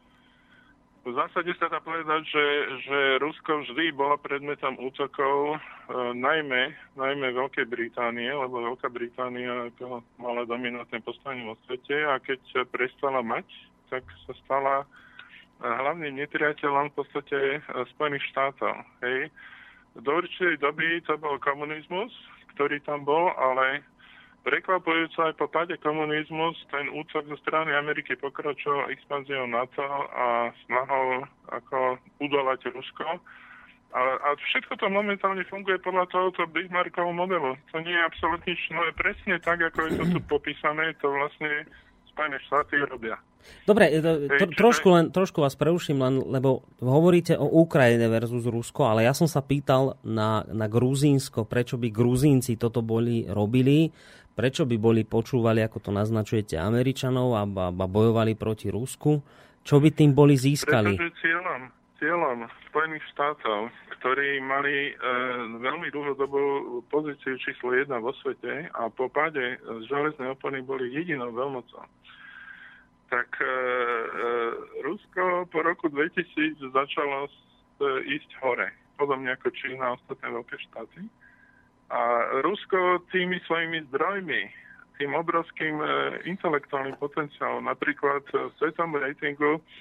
v zásade sa dá povedať, že, že Rusko vždy bolo predmetom útokov e, najmä, najmä Veľkej Británie, lebo Veľká Británia ako mala dominantné postavenie vo svete a keď prestala mať, tak sa stala hlavným nepriateľom v podstate Spojených štátov. Hej. Do určitej doby to bol komunizmus, ktorý tam bol, ale prekvapujúco aj po páde komunizmus ten útok zo strany Ameriky pokračoval expanziou NATO a snahou ako udolať Rusko. A, a všetko to momentálne funguje podľa tohoto Bismarckovho modelu. To nie je absolútne nič nové, presne tak, ako je to tu popísané, to vlastne Spojené štáty robia. Dobre, to, trošku, len, trošku vás preruším, len, lebo hovoríte o Ukrajine versus Rusko, ale ja som sa pýtal na, na Gruzínsko, prečo by Gruzínci toto boli robili, prečo by boli počúvali, ako to naznačujete, Američanov a, a bojovali proti Rusku, čo by tým boli získali? Pretože cieľom, cieľom Spojených štátov, ktorí mali e, veľmi dlhodobú pozíciu číslo jedna vo svete a po páde železnej opony boli jedinou veľmocou, tak e, e, Rusko po roku dvetisíc začalo e, ísť hore, podobne ako Čína a ostatné veľké štáty. A Rusko tými svojimi zdrojmi, tým obrovským e, intelektuálnym potenciálom, napríklad v svetovom ratingu, e,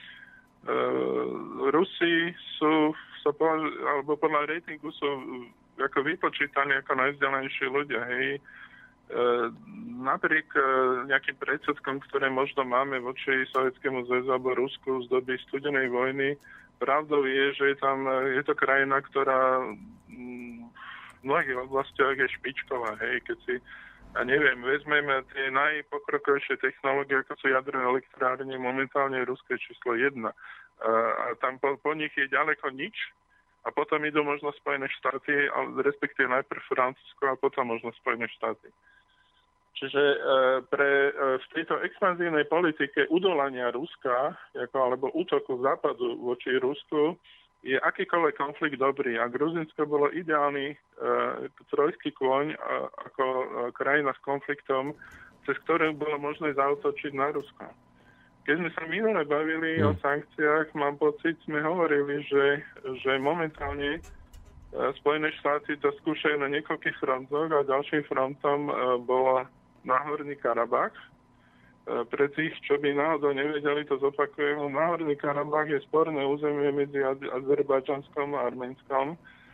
Rusi sú, sú povedal, alebo podľa ratingu sú ako vypočítaní ako najvzdelanejší ľudia, hej. E, napriek e, nejakým predsudkom, ktoré možno máme voči Sovietskému zväzu alebo Rusku z doby studenej vojny, pravdou je, že je tam, je to krajina, ktorá m, v mnohých oblastiach je špičková. Hej, keď si, ja neviem, vezmeme tie najpokrokovejšie technológie, ako sú jadrové elektrárne, momentálne ruské číslo jedna. A, a tam po, po nich je ďaleko nič. A potom idú možno Spojené štáty, respektíve najprv Francúzsko a potom možno Spojené štáty. Čiže e, pre, e, v tejto expanzívnej politike udolania Ruska, ako, alebo útoku západu voči Rusku, je akýkoľvek konflikt dobrý. A Gruzínsko bolo ideálny e, trojský kôň a, ako e, krajina s konfliktom, cez ktorú bolo možné zaútočiť na Rusko. Keď sme sa minule bavili mm. o sankciách, mám pocit, sme hovorili, že, že momentálne Spojené štáty to skúšajú na niekoľkých frontoch a ďalším frontom e, bolo Náhorný Karabach. E, pre tých, čo by náhodou nevedeli, to zopakujem, Náhorný Karabach je sporné územie medzi Azerbajdžanskom a Arménskom, e,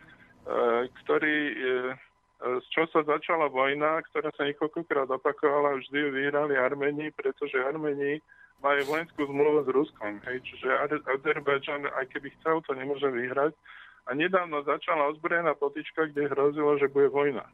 ktorý, e, z čo sa začala vojna, ktorá sa niekoľkokrát opakovala, vždy ju vyhrali Arméni, pretože Arméni majú vojenskú zmluvu s Ruskom. Hej, čiže Azerbajdžan, aj keby chcel, to nemôže vyhrať. A nedávno začala ozbrojená potyčka, kde hrozilo, že bude vojna.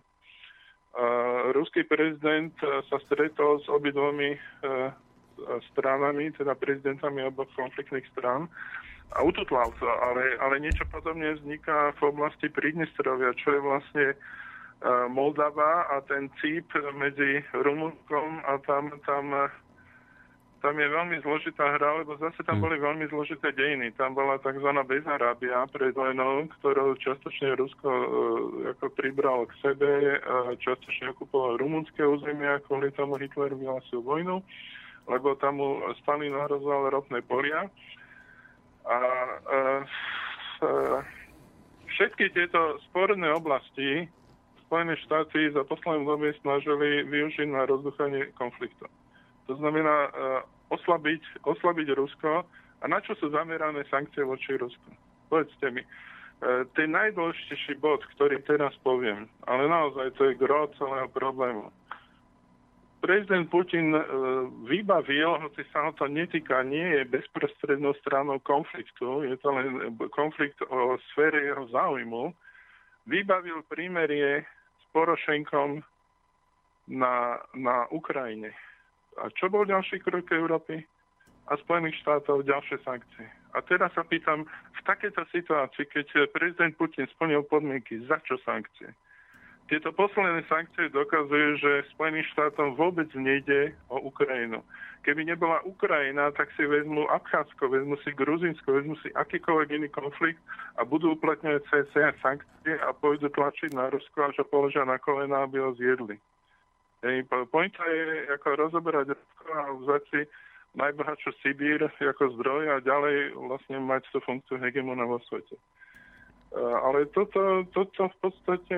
Uh, ruský prezident uh, sa stretol s obidvomi uh, stranami, teda prezidentami oboch konfliktných strán a ututlal to, ale, ale niečo podobne vzniká v oblasti Pridnestrovia, čo je vlastne uh, Moldava a ten cíp medzi Rumunskom a tam, tam uh, Tam je veľmi zložitá hra, lebo zase tam boli veľmi zložité dejiny. Tam bola tzv. Bezarábia pred vojnou, ktorú častočne Rusko uh, ako pribralo k sebe, uh, častočne okupovalo rumunské územia, kvôli tomu Hitler vyhlásil vojnu, lebo tam mu Stalin ohrozoval ropné polia. A uh, uh, všetky tieto sporné oblasti v Spojené štáty za posledné dobe snažili využiť na rozduchanie konfliktu. To znamená uh, oslabiť, oslabiť Rusko. A na čo sú zamerané sankcie voči Rusku? Povedzte mi. Uh, ten najdôležitejší bod, ktorý teraz poviem, ale naozaj to je gro celého problému. Prezident Putin uh, vybavil, hoci sa ho to netýka, nie je bezprostrednou stranou konfliktu, je to len konflikt o sfére jeho záujmu, vybavil prímerie s Porošenkom na, na Ukrajine. A čo bol ďalší krok Európy a Spojených štátov? Ďalšie sankcie. A teraz sa pýtam, v takejto situácii, keď prezident Putin splnil podmienky, za čo sankcie? Tieto posledné sankcie dokazujú, že Spojeným štátom vôbec nejde o Ukrajinu. Keby nebola Ukrajina, tak si vezmu Abcházsko, vezmu si Gruzínsko, vezmu si akýkoľvek iný konflikt a budú uplatňovať cé es é sankcie a pôjdu tlačiť na Rusko, až ho položia na kolená, aby ho zjedli. Hej, pointa je ako rozoberať Rusko a vzať si najbohatšiu Sibír ako zdroj a ďalej vlastne mať tú funkciu hegemona vo svete. Ale toto, toto v podstate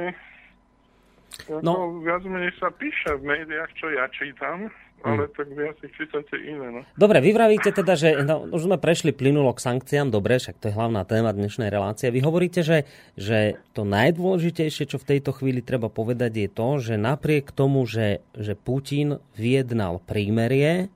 no, viac menej sa píše v médiách, čo ja čítam, ale tak viac ich čítate iné. No. Dobre, vy vravíte teda, že no, už sme prešli plynulo k sankciám, dobre, však to je hlavná téma dnešnej relácie. Vy hovoríte, že, že to najdôležitejšie, čo v tejto chvíli treba povedať, je to, že napriek tomu, že, že Putin vyjednal prímerie,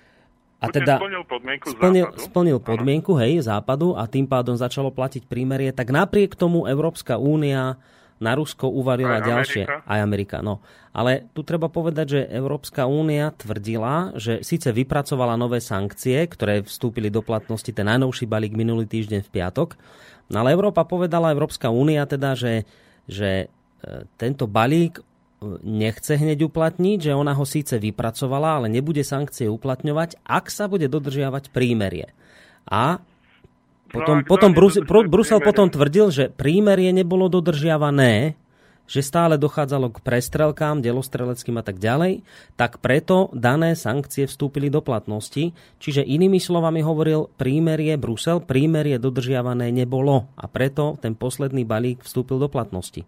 a Putin teda splnil podmienku splnil, západu. splnil podmienku, hej, západu a tým pádom začalo platiť prímerie, tak napriek tomu Európska únia na Rusko uvalila aj ďalšie. Amerika. Aj Amerika, no. Ale tu treba povedať, že Európska únia tvrdila, že síce vypracovala nové sankcie, ktoré vstúpili do platnosti, ten najnovší balík minulý týždeň v piatok, no ale Európa povedala, Európska únia teda, že, že tento balík nechce hneď uplatniť, že ona ho síce vypracovala, ale nebude sankcie uplatňovať, ak sa bude dodržiavať prímerie. A Potom, no, potom Brusel, Brusel potom tvrdil, že prímerie nebolo dodržiavané, že stále dochádzalo k prestrelkám, delostreleckým a tak ďalej, tak preto dané sankcie vstúpili do platnosti. Čiže inými slovami hovoril, prímerie Brusel, prímerie dodržiavané nebolo a preto ten posledný balík vstúpil do platnosti.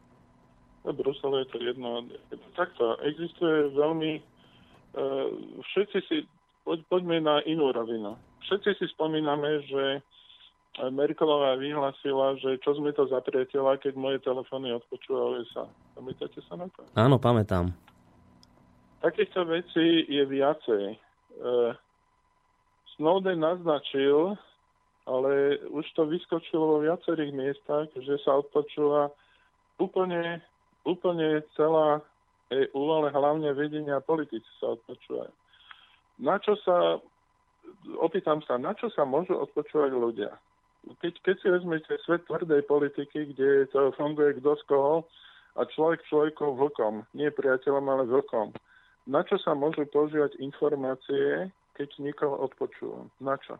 No, Brusel je to jedno. Takto, existuje veľmi... Uh, všetci si... Poď, poďme na inú rovinu. Všetci si spomíname, že Merkelová vyhlásila, že čo sme to za priateľa, keď moje telefóny odpočúva ú es á. Pamätáte sa na to? Áno, pamätám. Takýchto vecí je viacej. Uh, Snowden naznačil, ale už to vyskočilo vo viacerých miestach, že sa odpočúva úplne, úplne celá é ú, ale hlavne vedenia politici sa odpočúvajú. Na čo sa, opýtam sa, na čo sa môžu odpočúvať ľudia? Keď, keď si vezmete svet tvrdej politiky, kde to funguje kto z koho a človek človekov vlkom, nie priateľom, ale vlkom. Na čo sa môžu používať informácie, keď nikoho odpočúvam? Na čo?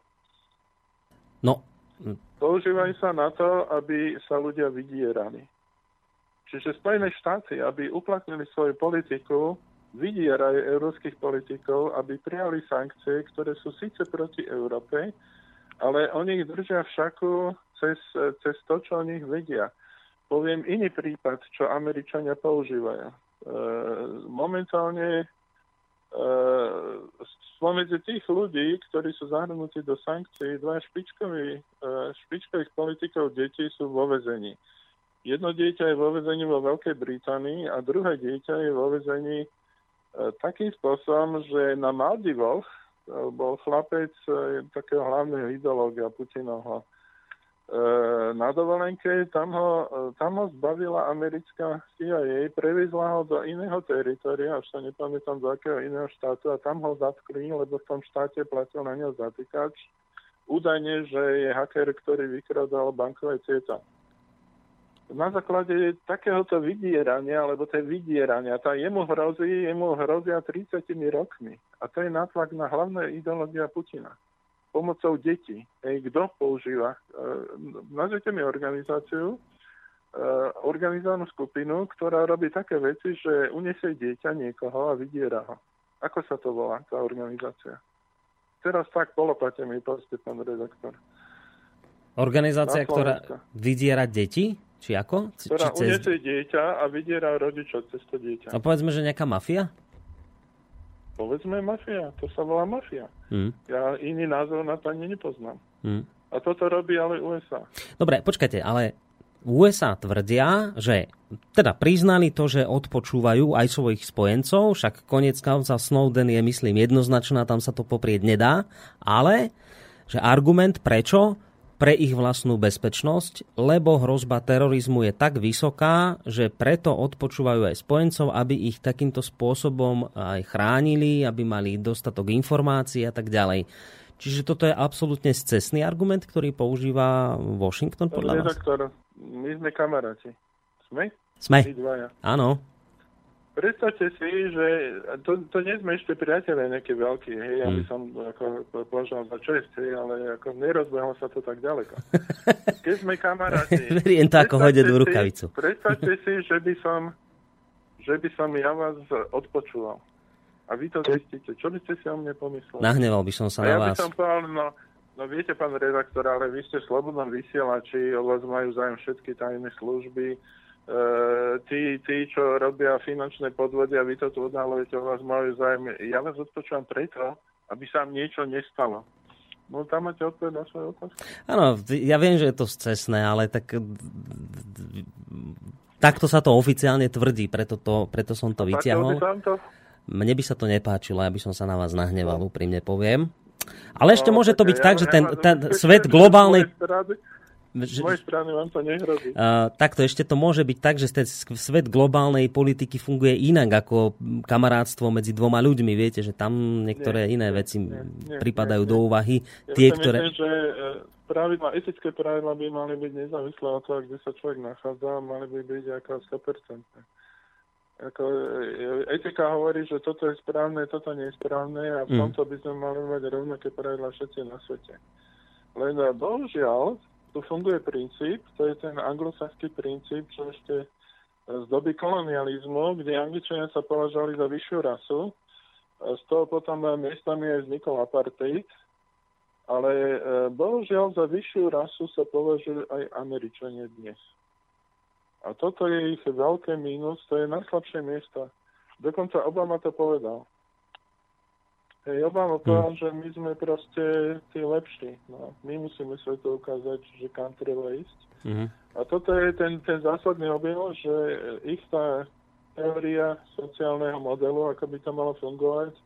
No. Používajú sa na to, aby sa ľudia vydierali. Čiže Spojené štáty, aby uplatnili svoju politiku, vydierajú európskych politikov, aby prijali sankcie, ktoré sú síce proti Európe, ale oni ich držia v šaku cez, cez to, čo o nich vedia. Poviem iný prípad, čo Američania používajú. E, momentálne e, spomedzi tých ľudí, ktorí sú zahrnutí do sankcií, dva špičkoví, e, špičkových politikov detí sú vo väzení. Jedno dieťa je vo väzení vo Veľkej Británii a druhé dieťa je vo väzení e, takým spôsobom, že na Maldivoch bol chlapec e, takého hlavného ideológia Putinovho. E, na dovolenke tam ho, tam ho zbavila americká C I A, previezla ho do iného teritoria, až sa nepamätám do akého iného štátu, a tam ho zatkli, lebo v tom štáte platil na ňo zatýkač. Údajne, že je hacker, ktorý vykradal bankové tieto. Na základe takéhoto vydierania, alebo tej vydierania, tá jemu hrozí, jemu hrozia tridsiatimi rokmi. A to je nátlak na hlavné ideológia Putina. Pomocou detí. Ej, kto používa? E, nazvite mi organizáciu, e, organizovanú skupinu, ktorá robí také veci, že uniesie dieťa niekoho a vydiera ho. Ako sa to volá, tá organizácia? Teraz tak polopate mi, povedzte, pán redaktor. Organizácia, ktorá vydiera deti? Či ako? Či, ktorá či cez... uniesie dieťa a vydiera rodičov cez to dieťa. A povedzme, že nejaká mafia? Povedzme mafia, to sa volá mafia. Hmm. Ja iný názov na to ani nepoznám. Hmm. A toto robí ale ú es á. Dobre, počkajte, ale ú es á tvrdia, že teda priznali to, že odpočúvajú aj svojich spojencov, však koniec kauza Snowden je, myslím, jednoznačná, tam sa to poprieť nedá, ale že argument prečo? Pre ich vlastnú bezpečnosť, lebo hrozba terorizmu je tak vysoká, že preto odpočúvajú aj spojencov, aby ich takýmto spôsobom aj chránili, aby mali dostatok informácií a tak ďalej. Čiže toto je absolútne scestný argument, ktorý používa Washington podľa vás? Redaktor, my sme kamaráti. Sme? Sme. Áno. Predstavte si, že to, to nie sme ešte priateľe nejaké veľký, hej, hmm. aby som ako považoval za čest, hej, ale ako nerozbehlo sa to tak ďaleko. Keď sme kamaráti... Veriem to ako hodenú rukavicu. Predstavte si, že by som že by som ja vás odpočúval. A vy to zistíte. Čo by ste si o mne pomysleli? Nahneval by som sa a na ja vás. Ja by som povedal, no, no viete, pán redaktor, ale vy ste v slobodnom vysielači, o vás majú zájem všetky tajné služby, Uh, tí, tí, čo robia finančné podvody a vy to tu odhalujete, o vás majú zájem. Ja vás odpočúvam preto, aby sa vám niečo nestalo. No tam máte odpoveď na svoje otázky. Áno, ja viem, že je to scestné, ale tak takto sa to oficiálne tvrdí, preto, to, preto som to vyťahol. To? Mne by sa to nepáčilo, aby som sa na vás nahneval, no. Úprimne poviem. Ale ešte no, môže to byť ja, tak, ja, že ten, ten ja, svet globálnej... Z mojej strany vám to nehrozí. Uh, takto ešte to môže byť tak, že ten svet globálnej politiky funguje inak ako kamarátstvo medzi dvoma ľuďmi. Viete, že tam niektoré nie, iné nie, veci nie, nie, pripadajú nie, do úvahy. Ja Tie, si ktoré... myslím, že pravidla, etické pravidla by mali byť nezávislé od toho, kde sa človek nachádza, mali by byť ako sto percent. Ako, etika hovorí, že toto je správne, toto nie je správne a v tomto by sme mali mať rovnaké pravidla všetci na svete. Len bohužiaľ, tu funguje princíp, to je ten anglosaský princíp, čo ešte z doby kolonializmu, kde Angličania sa považovali za vyššiu rasu. Z toho potom miestami aj vznikol apartheid, ale bohužiaľ za vyššiu rasu sa považujú aj Američania dnes. A toto je ich veľké mínus, to je najslabšie miesto. Dokonca Obama to povedal. Hej, Obama povedal, hmm. že my sme proste tí lepší. No, my musíme svetu ukázať, že kam treba ísť. Hmm. A toto je ten, ten zásadný objav, že ich tá teória sociálneho modelu, ako by to malo fungovať,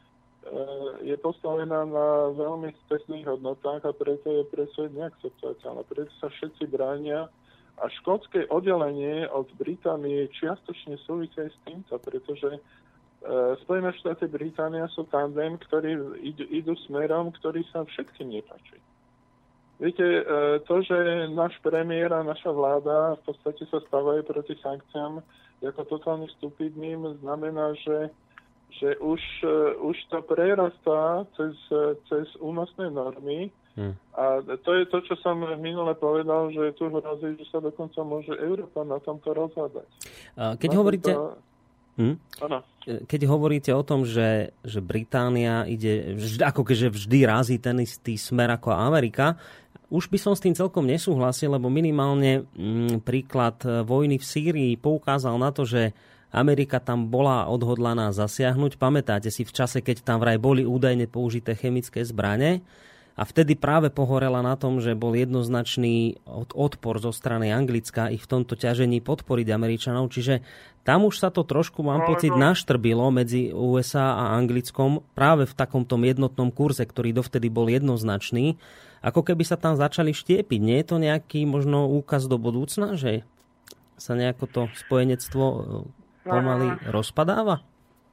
je postavená na veľmi stresných hodnotách a preto je pre svet neakceptovateľná. Preto sa všetci bránia a škótske oddelenie od Británie čiastočne súvisí s týmto, pretože Spojené štáty Británia sú tandem, ktorí idú, idú smerom, ktorý sa všetkým nepáči. Viete, to, že náš premiér a naša vláda v podstate sa stávajú proti sankciám ako totálne stupidným, znamená, že, že už, už to prerastá cez, cez únosné normy. Hmm. A to je to, čo som minule povedal, že tu hrozí, že sa dokonca môže Európa na tomto rozhádať. Keď no, hovoríte... To... Hm? Keď hovoríte o tom, že, že Británia ide vždy, ako keďže vždy razí ten istý smer ako Amerika, už by som s tým celkom nesúhlasil, lebo minimálne m, príklad vojny v Sýrii poukázal na to, že Amerika tam bola odhodlaná zasiahnuť. Pamätáte si v čase, keď tam vraj boli údajne použité chemické zbrane? A vtedy práve pohorela na tom, že bol jednoznačný odpor zo strany Anglicka ich v tomto ťažení podporiť Američanov. Čiže tam už sa to trošku, mám pocit, naštrbilo medzi ú es á a Anglickom práve v takomto jednotnom kurze, ktorý dovtedy bol jednoznačný. Ako keby sa tam začali štiepiť. Nie je to nejaký možno úkaz do budúcna, že sa nejako to spojenectvo pomaly rozpadáva?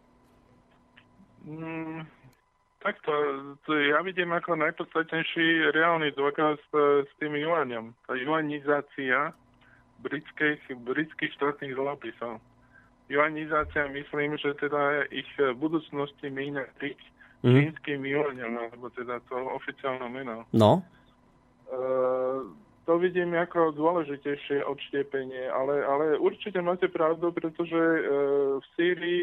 Mm. Takto, to ja vidím ako najpodstatnejší reálny dôkaz s tým juaňom. Tá juanizácia britských, britských štátnych dlhopisov. Juanizácia, myslím, že teda ich v budúcnosti míňa tých mm. čínskym juaňom, alebo teda to oficiálne meno. No. Uh, to vidím ako dôležitejšie odštiepenie, ale, ale určite máte pravdu, pretože uh, v Sýrii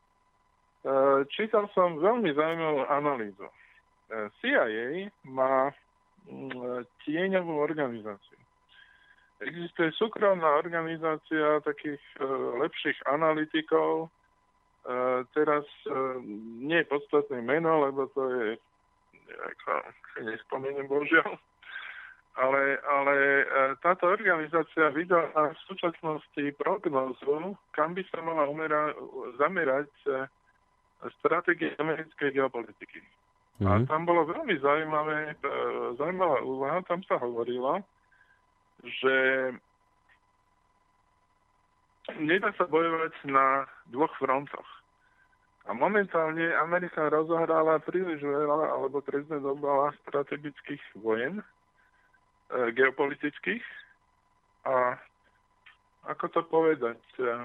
čítal som veľmi zaujímavú analýzu. C I A má tieňovú organizáciu. Existuje súkromná organizácia takých uh, lepších analytikov. Uh, teraz uh, nie je podstatné meno, lebo to je, ako si nespomeniem, bohužiaľ. Ale, ale táto organizácia vydala v súčasnosti prognózu, kam by sa mala umera, zamerať stratégie americkej geopolitiky. Mm-hmm. A tam bolo veľmi zaujímavé, zaujímavá úvaha, tam sa hovorilo, že nedá sa bojovať na dvoch frontoch. A momentálne Amerika rozohrala príliš veľa, alebo prezident obala strategických vojen, geopolitických, a ako to povedať,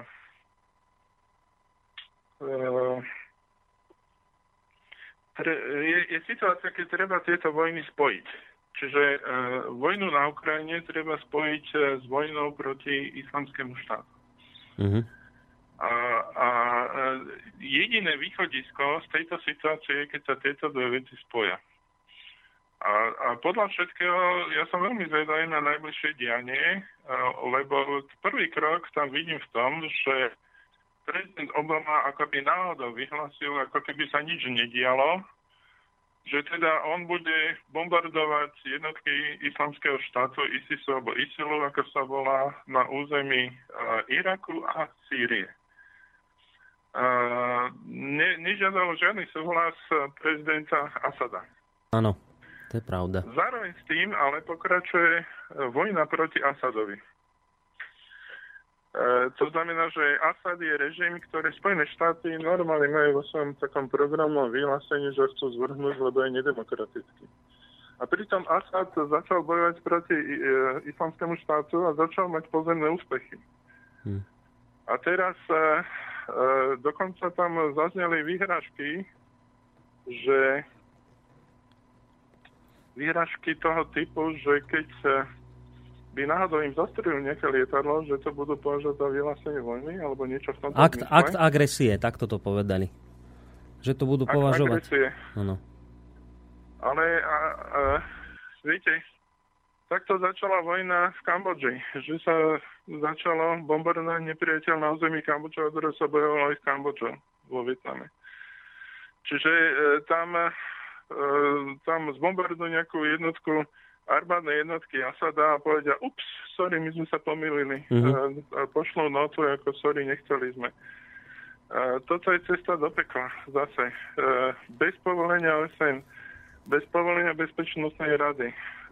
je, je situácia, keď treba tieto vojny spojiť. Čiže vojnu na Ukrajine treba spojiť s vojnou proti islamskému štátu. Mm-hmm. A, a jediné východisko z tejto situácie je, keď sa tieto dve veci spoja. A, a podľa všetkého, ja som veľmi zvedavý na najbližšie dianie, lebo prvý krok tam vidím v tom, že prezident Obama akoby náhodou vyhlasil, ako keby sa nič nedialo, že teda on bude bombardovať jednotky islamského štátu, ISISu alebo ISILu, ako sa volá, na území Iraku a Sýrie. Ne, nežiadalo žiadny súhlas prezidenta Asada. Áno. To je pravda. Zároveň s tým ale pokračuje vojna proti Asadovi. E, to znamená, že Asad je režim, ktorý Spojené štáty normálne majú vo svojom takom programovom vyhlásení, že chcú zvrhnúť, lebo je nedemokratický. A pritom Asad začal bojovať proti e, islamskému štátu a začal mať pozemné úspechy. Hm. A teraz e, e, dokonca tam zazneli výhražky, že výhražky toho typu, že keď by náhodou im zostrelili nejaké lietadlo, že to budú považovať za vyhlásenie vojny, alebo niečo v tomto akt, akt agresie, takto to povedali. Že to budú akt považovať. Agresie. Áno. Ale a, a, viete, takto začala vojna v Kambodži, že sa začalo bombardovať nepriateľ na území Kambodže, a ktoré sa bojovalo aj s Kambodžou vo Vietname. Čiže e, tam tam zbombardujú nejakú jednotku, armádne jednotky Asada a povedia, ups, sorry, my sme sa pomýlili. Mm-hmm. A pošlú notu, ako sorry, nechceli sme. A toto je cesta do pekla zase. Bez povolenia O S N, bez povolenia Bezpečnostnej rady.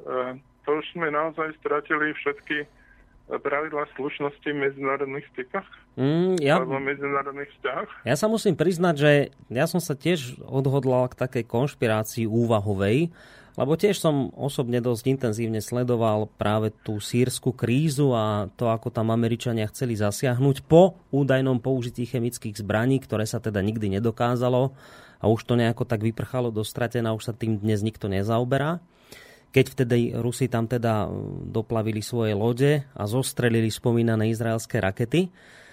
To už sme naozaj stratili všetky pravidlá slušnosti v medzinárodných stykoch? Mm, ja, alebo medzinárodných vzťahoch? Ja sa musím priznať, že ja som sa tiež odhodlal k takej konšpirácii úvahovej, lebo tiež som osobne dosť intenzívne sledoval práve tú sýrsku krízu a to, ako tam Američania chceli zasiahnuť po údajnom použití chemických zbraní, ktoré sa teda nikdy nedokázalo a už to nejako tak vyprchalo do stratená, už sa tým dnes nikto nezaoberá. Keď vtedy Rusi tam teda doplavili svoje lode a zostrelili spomínané izraelské rakety.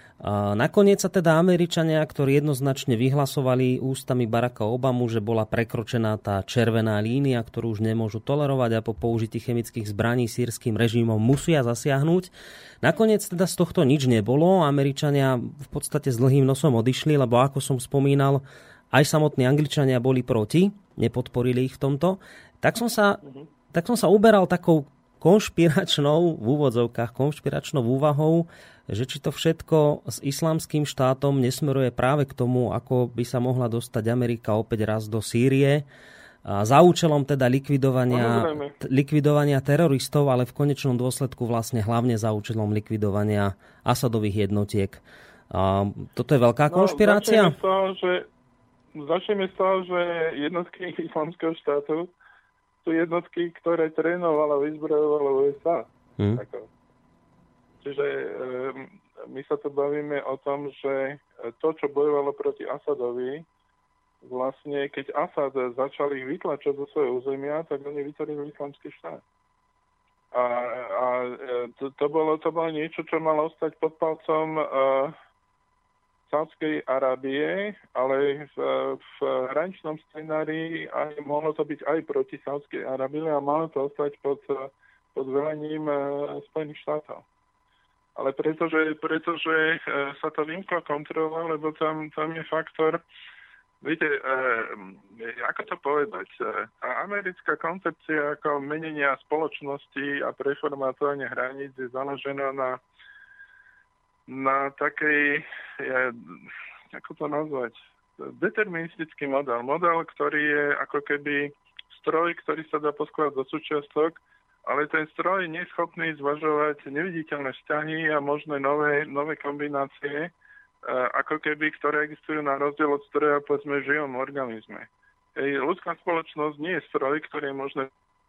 A nakoniec sa teda Američania, ktorí jednoznačne vyhlasovali ústami Baracka Obamu, že bola prekročená tá červená línia, ktorú už nemôžu tolerovať a po použití chemických zbraní sýrskym režimom musia zasiahnuť. Nakoniec teda z tohto nič nebolo. Američania v podstate s dlhým nosom odišli, lebo ako som spomínal, aj samotní Angličania boli proti, nepodporili ich v tomto. Tak som sa... tak som sa uberal takou konšpiračnou, v úvodzovkách konšpiračnou úvahou, že či to všetko s islamským štátom nesmeruje práve k tomu, ako by sa mohla dostať Amerika opäť raz do Sýrie, a za účelom teda likvidovania, t- likvidovania teroristov, ale v konečnom dôsledku vlastne hlavne za účelom likvidovania Asadových jednotiek. A toto je veľká konšpirácia? No, začneme z toho, že, začneme z toho, že jednotky islamského štátu sú jednotky, ktoré trénovalo a vyzbrojovalo U S A. Hmm. Čiže e, my sa tu bavíme o tom, že to, čo bojovalo proti Asadovi, vlastne keď Asad začal ich vytlačať zo svojho územia, tak oni vytvorili islamský štát. A, a to, to, bolo, to bolo niečo, čo malo ostať pod palcom e, Saudskej Arábie, ale v, v hraničnom scenárii aj mohlo to byť aj proti Saudskej Arábii a malo to ostať pod, pod velením Spojených štátov. Ale pretože, pretože sa to vymklo kontrola, lebo tam, tam je faktor, viete, ako to povedať, tá americká koncepcia ako menenia spoločnosti a preformátovanie hraníc je založená na, na takej, ako to nazvať, deterministický model. Model, ktorý je ako keby stroj, ktorý sa dá poskladať do súčiastok, ale ten stroj nie je schopný zvažovať neviditeľné vzťahy a možné nové, nové kombinácie, ako keby, ktoré existujú na rozdiel od stroja, povedzme, v živom organizme. Ej, ľudská spoločnosť nie je stroj, ktorý je možné...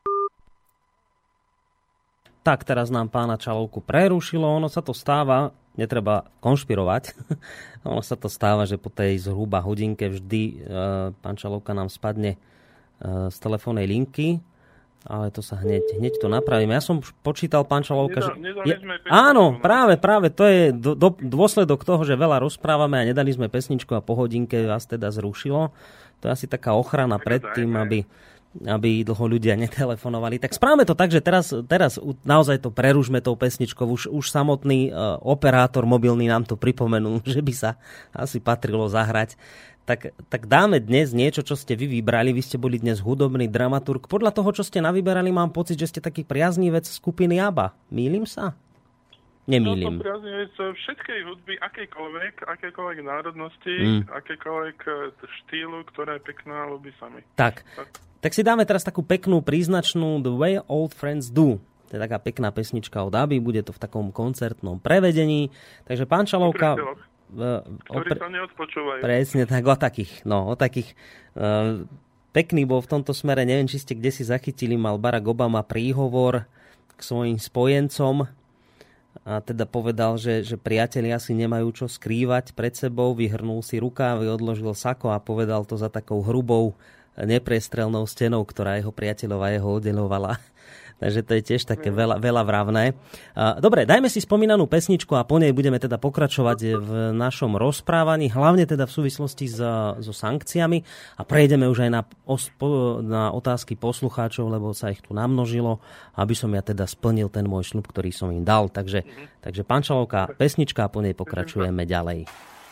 Tak, teraz nám pána Čalovku prerušilo, ono sa to stáva, netreba konšpirovať, ono sa to stáva, že po tej zhruba hodinke vždy e, pán Čalovka nám spadne z telefónnej linky, ale to sa hneď, hneď to napravíme. Ja som počítal, pán Čalovka, že... Je, áno, práve, práve, to je do, do, dôsledok toho, že veľa rozprávame a nedali sme pesničku a po hodinke vás teda zrušilo. To je asi taká ochrana pred tým, aby, aby dlho ľudia netelefonovali. Tak správame to tak, že teraz, teraz naozaj to prerušme tou pesničkou. Už, už samotný uh, operátor mobilný nám to pripomenul, že by sa asi patrilo zahrať. Tak, tak dáme dnes niečo, čo ste vy vybrali. Vy ste boli dnes hudobný dramaturg. Podľa toho, čo ste navyberali, mám pocit, že ste taký priaznivec skupiny ABBA. Mýlim sa? Nemýlim. No, priaznivec všetkej hudby, akejkoľvek, akejkoľvek národnosti, mm. akejkoľvek štýlu, ktorá je pekná, ľubí sa mi. Tak. tak. Tak si dáme teraz takú peknú, príznačnú The Way Old Friends Do. To je taká pekná pesnička od ABBY. Bude to v takom koncertnom prevedení. Takže pán Čalovka... Ktorí sa neodpočúvajú. Presne tak, o takých. No, o takých. Uh, pekný bol v tomto smere, neviem, či ste kde si zachytili, mal Barack Obama príhovor k svojim spojencom a teda povedal, že, že priatelia si nemajú čo skrývať pred sebou, vyhrnul si rukávy, odložil sako a povedal to za takou hrubou, nepriestrelnou stenou, ktorá jeho priateľov a jeho oddeľovala. Takže to je tiež také veľa, veľa vravné. Dobre, dajme si spomínanú pesničku a po nej budeme teda pokračovať v našom rozprávaní, hlavne teda v súvislosti s, so sankciami a prejdeme už aj na, na otázky poslucháčov, lebo sa ich tu namnožilo, aby som ja teda splnil ten môj sľub, ktorý som im dal. Takže, mm-hmm. takže pán Čalovka, pesnička a po nej pokračujeme ďalej.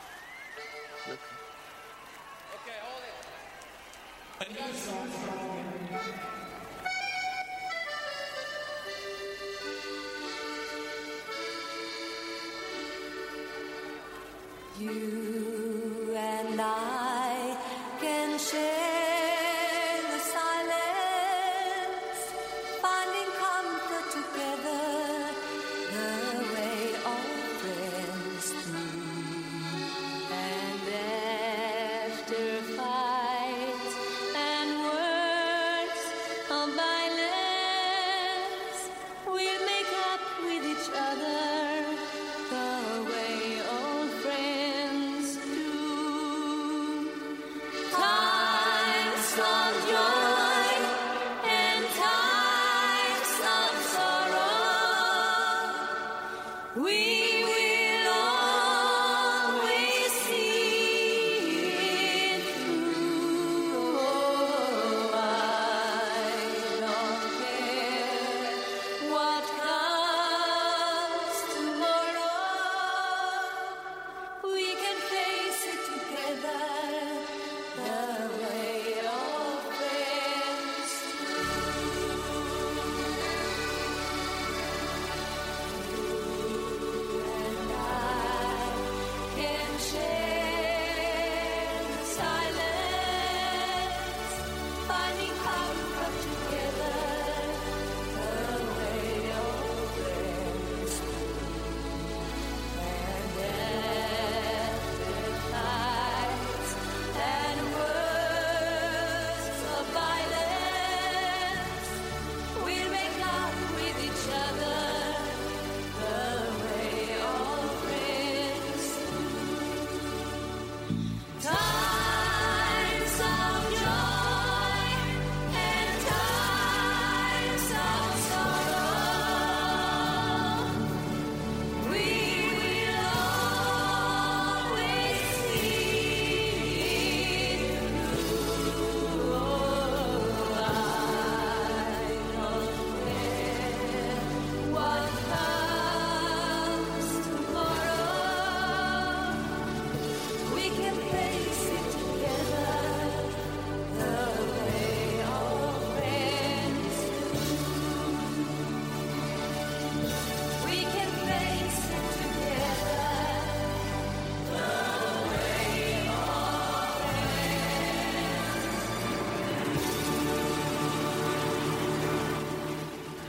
You and I can share the silence, finding comfort together the way all friends do. And after fights and words of violence, we'll make up with each other the way old friends do. Times of joy and times of sorrow, we will always see it through. Oh, I don't care what comes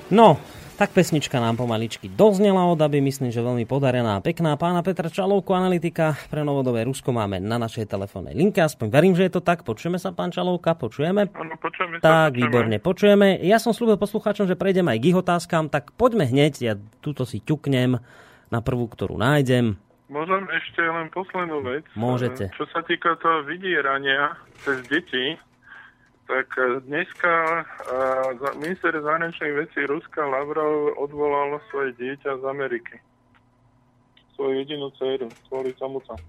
No, tak pesnička nám pomaličky doznela od Aby, myslím, že veľmi podarená a pekná. Pána Petra Čalovku, analytika pre novodobé Rusko, máme na našej telefónnej linke. Aspoň verím, že je to tak. Počujeme sa, pán Čalovka? Počujeme? Áno, počujeme Tak, sa. Počujeme. výborne, počujeme. Ja som slúbil poslucháčom, že prejdem aj k ich otázkam, tak poďme hneď. Ja túto si ťuknem na prvú, ktorú nájdem. Môžem ešte len poslednú vec. Môžete. Čo sa týka toho vydierania cez deti, tak dneska uh, minister zahraničných vecí Ruska Lavrov odvolal svoje dieťa z Ameriky. Svoju jedinú dceru, kvôli tomuto.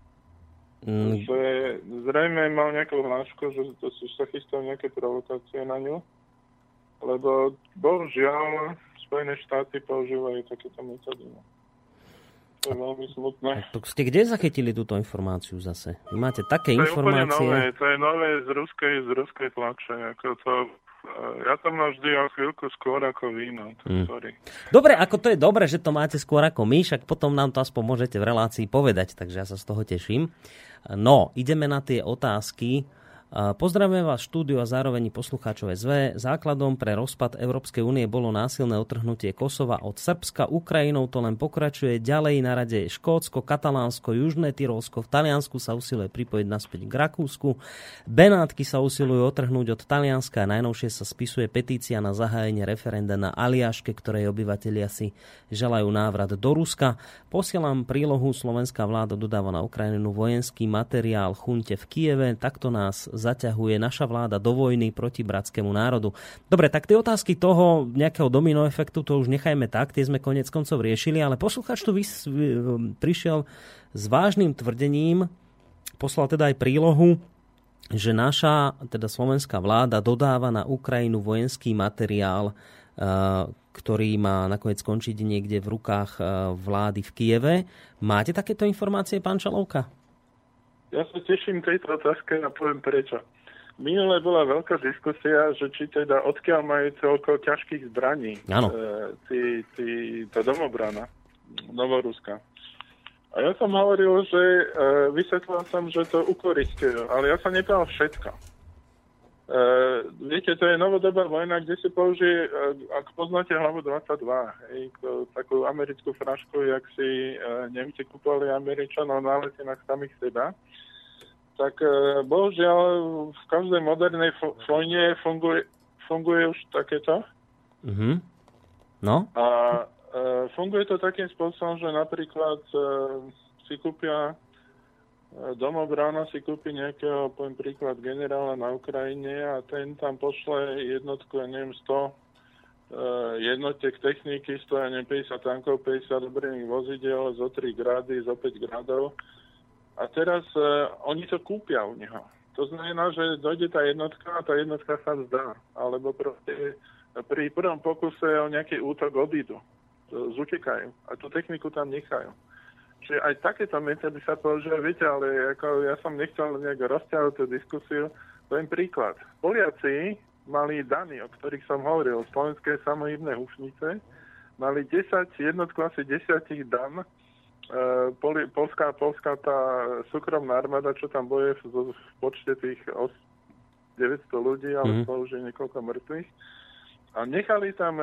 Mm. Že zrejme mal nejakú hlášku, že to sú sa chystajú nejaké provokácie na ňu, lebo bohužiaľ Spojené štáty používajú takéto metódy. To je veľmi smutné. To ste kde zachytili túto informáciu zase? Vy máte také to informácie... Je nové, to je nové z ruskej, z ruskej tlače. Ako to, ja to mám vždy o chvíľku skôr ako víno. Hmm. Sorry. Dobre, ako to je dobre, že to máte skôr ako my, však potom nám to aspoň môžete v relácii povedať, takže ja sa z toho teším. No, ideme na tie otázky. Pozdravujem vás štúdiu a zároveň poslucháčov es vé. Základom pre rozpad Európskej únie bolo násilné otrhnutie Kosova od Srbska. Ukrajinou to len pokračuje. Ďalej na rade je Škótsko, Katalánsko, Južné Tyrolsko. V Taliansku sa usiluje pripojiť naspäť k Rakúsku. Benátky sa usilujú otrhnúť od Talianska a najnovšie sa spisuje petícia na zahájenie referenda na Aliaške, ktorej obyvatelia si želajú návrat do Ruska. Posielam prílohu. Slovenská vláda dodáva na Ukrajinu vojenský materiál chunte v Kieve. Takto nás zaťahuje naša vláda do vojny proti bratskému národu. Dobre, tak tie otázky toho nejakého domino efektu, to už nechajme tak, tie sme konec koncov riešili, ale poslucháč tu vys- prišiel s vážnym tvrdením, poslal teda aj prílohu, že naša, teda slovenská vláda dodáva na Ukrajinu vojenský materiál, ktorý má nakoniec skončiť niekde v rukách vlády v Kieve. Máte takéto informácie, pán Čalovka? Ja sa teším tejto otázke a poviem prečo. Minule bola veľká diskusia, že či teda odkiaľ majú toľko ťažkých zbraní Áno. e, tí, tí, tá domobrana Novoruska. A ja som hovoril, že e, vysvetlil som, že to ukoristujú, ale ja som nepovedal všetko. E, viete, to je novodobá vojna, kde si použije, e, ak poznáte hlavu dvadsaťdva, hej, to, takú americkú frašku, jak si e, Nemci kúpali Američanov na letinách samých seba, tak e, bohužiaľ v každej modernej fo- vojne funguje, funguje už takéto. Mhm. No? A e, funguje to takým spôsobom, že napríklad e, si kúpia domobrána si kúpi nejakého, poviem príklad, generála na Ukrajine a ten tam pošle jednotku, ja neviem, sto uh, jednotiek techniky, sto, ja neviem, päťdesiat tankov, päťdesiat obrných vozidel, zo tri grady, zo päť gradov. A teraz uh, oni to kúpia u neho. To znamená, že dojde tá jednotka a tá jednotka sa vzdá. Alebo proste pri prvom pokuse o nejaký útok obídu. Zutekajú. A tú techniku tam nechajú. Čiže aj takéto metódy sa používajú, viete, ale ako ja som nechcel nejak rozťahovať tú diskusiu. Poviem príklad. Poliaci mali Dany, o ktorých som hovoril, slovenské samohybné húfnice, mali desať, jednotku asi desiatich Dan, e, poli, polská, polská tá súkromná armáda, čo tam boje v, v počte tých deväťsto ľudí, ale mm. to už je niekoľko mŕtvych. A nechali tam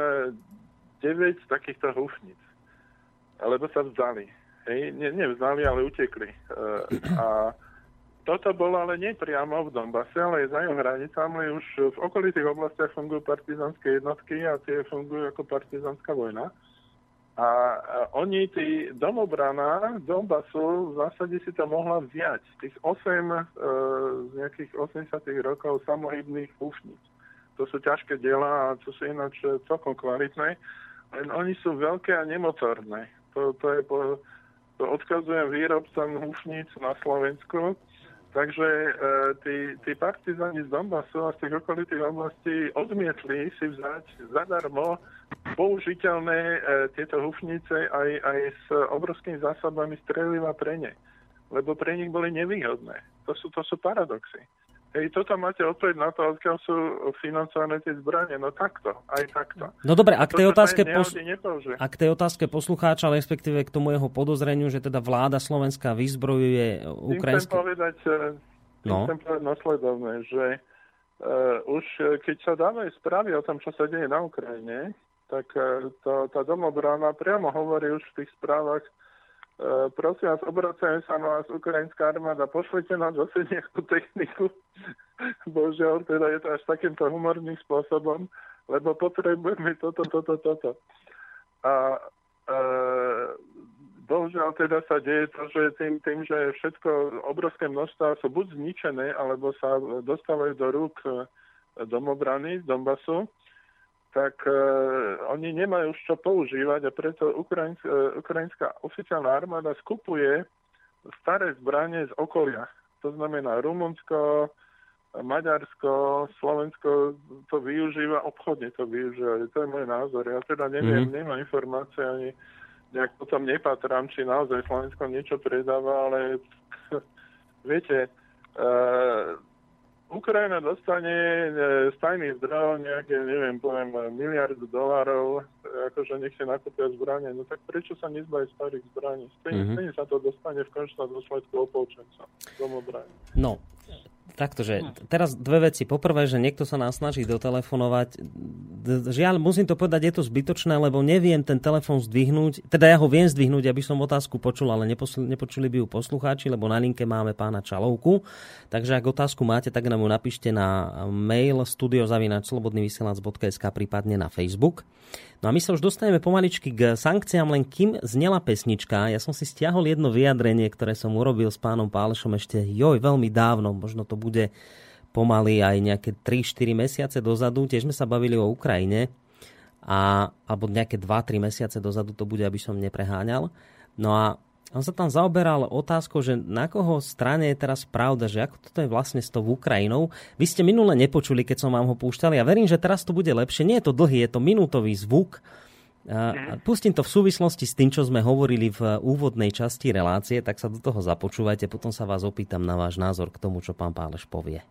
deväť takýchto húfnic, lebo sa vzdali. Hej, ne, nevzdali, ale utekli. E, a toto bolo ale nie priamo v Donbase, ale je za jeho hranicami. Už v okolitých oblastiach fungujú partizánske jednotky a tie fungujú ako partizánska vojna. A, a oni, tí domobrana Donbasu, v zásade si to mohla vziať. Tých osem e, z nejakých osemdesiatych rokov samohybných húfnic. To sú ťažké diela a to sú ináč celkom kvalitné. Len oni sú veľké a nemotorné. To, to je po... To odkazujem výrobcom húfnic na Slovensku. Takže e, tí, tí partizáni z Donbasu a z tých okolitých oblastí odmietli si vzdať zadarmo použiteľné e, tieto húfnice aj, aj s obrovskými zásobami streliva pre ne. Lebo pre nich boli nevýhodné. To sú, to sú paradoxy. Hej, toto máte odpoveď na to, odkiaľ sú financované tie zbranie. No takto, aj takto. No dobre, a k tej otázke, pos- a k tej otázke poslucháča, respektíve k tomu jeho podozreniu, že teda vláda Slovenska vyzbrojuje ukrajinské... Chcem povedať, no. chcem povedať nasledovné, že uh, už keď sa dávajú správy o tom, čo sa deje na Ukrajine, tak to, tá domobrana priamo hovorí už v tých správach, e, prosím vás, obracajem sa na vás, ukrajinská armáda, pošlite nám zase nejakú techniku. Bohužiaľ, teda je to až takýmto humorným spôsobom, lebo potrebujeme toto, toto, toto. A e, bohužiaľ teda sa deje to, že tým, tým, že všetko, obrovské množstva sú buď zničené, alebo sa dostávajú do rúk domobrany z Donbasu, tak e, oni nemajú už čo používať a preto Ukrajinsk, e, ukrajinská oficiálna armáda skupuje staré zbranie z okolia. To znamená Rumunsko, Maďarsko, Slovensko to využíva, obchodne to využíva. To je môj názor. Ja teda neviem, mm-hmm. nemám informácie ani nejak potom nepatrám, či naozaj Slovensko niečo predáva, ale viete, e, Ukrajina dostane z tajných zdrojov nejaké, neviem, poviem, miliardu dolárov, akože nech si nakúpia zbranie. No tak prečo sa nezbaviť starých zbraní? Stejne, mm-hmm. stejne sa to dostane v končnom dôsledku opolčencom domobraní. No, taktože teraz dve veci. Poprvé, že niekto sa nás snaží dotelefonovať. Žiaľ, musím to povedať, je to zbytočné, lebo neviem ten telefon zdvihnúť. Teda ja ho viem zdvihnúť, aby som otázku počul, ale neposl- nepočuli by ju poslucháči, lebo na linke máme pána Čalovku. Takže ak otázku máte, tak nám ju napíšte na mail studio zavináč slobodný vysielač bodka es ká, prípadne na Facebook. No a my sa už dostaneme pomaličky k sankciám, len kým znela pesnička. Ja som si stiahol jedno vyjadrenie, ktoré som urobil s pánom Pálešom ešte joj, veľmi dávno. Možno to bude pomaly aj nejaké tri štyri mesiace dozadu. Tiež sme sa bavili o Ukrajine. A, alebo nejaké dva tri mesiace dozadu to bude, aby som nepreháňal. No a on sa tam zaoberal otázkou, že na koho strane je teraz pravda, že ako toto je vlastne s tou Ukrajinou. Vy ste minule nepočuli, keď som vám ho púšťal. Ja verím, že teraz to bude lepšie. Nie je to dlhý, je to minútový zvuk. A pustím to v súvislosti s tým, čo sme hovorili v úvodnej časti relácie, tak sa do toho započúvajte. Potom sa vás opýtam na váš názor k tomu, čo pán Páleš povie.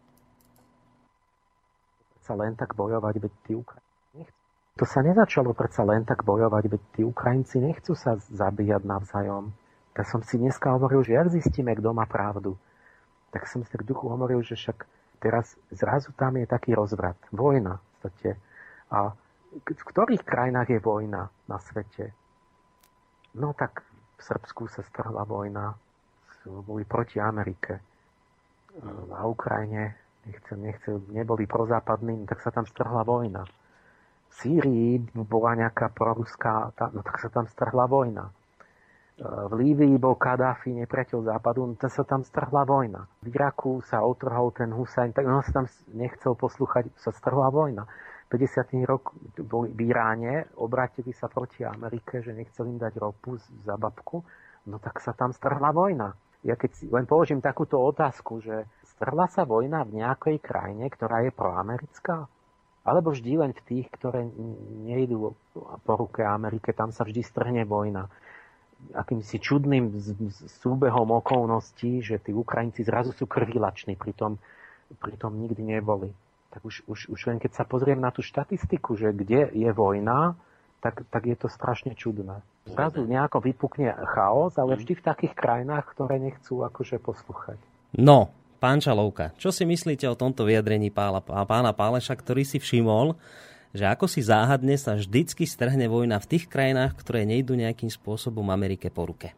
Sa len tak bojovať, veď tí Ukrajinci nechcú. To sa nezačalo predsa len tak bojovať, veď tí Ukrajinci nechcú sa zabíjať navzájom. Tak som si dneska hovoril, že jak zistíme, kto má pravdu. Tak som si tak v duchu hovoril, že však teraz zrazu tam je taký rozvrat. Vojna v podstate. A v ktorých krajinách je vojna na svete? No tak v Srbsku sa strhla vojna. Boli proti Amerike. Na Ukrajine nechce, nechce, neboli prozápadní, tak sa tam strhla vojna. V Sýrii bola nejaká proruská, no tak sa tam strhla vojna. V Líbii bol Kadáfi, nepriateľ západu, no to sa tam strhla vojna. V Iraku sa otrhol ten Husajn, tak on sa tam nechcel poslúchať, sa strhla vojna. V päťdesiatych rokoch boli v Iráne, obrátili sa proti Amerike, že nechceli im dať ropu za babku, no tak sa tam strhla vojna. Ja keď si len položím takúto otázku, že strhla sa vojna v nejakej krajine, ktorá je proamerická? Alebo vždy len v tých, ktoré nejdú po ruke Amerike, tam sa vždy strhne vojna. Akýmsi čudným súbehom okolností, že tí Ukrajinci zrazu sú krvilační, pritom, pritom nikdy neboli. Tak už, už, už len keď sa pozriem na tú štatistiku, že kde je vojna, tak, tak je to strašne čudné. Zrazu nejako vypukne chaos, ale vždy v takých krajinách, ktoré nechcú akože poslúchať. No, pán Čalovka, čo si myslíte o tomto vyjadrení pála, pána Páleša, ktorý si všimol, že ako si záhadne sa vždycky strhne vojna v tých krajinách, ktoré nejdú nejakým spôsobom Amerike po ruke?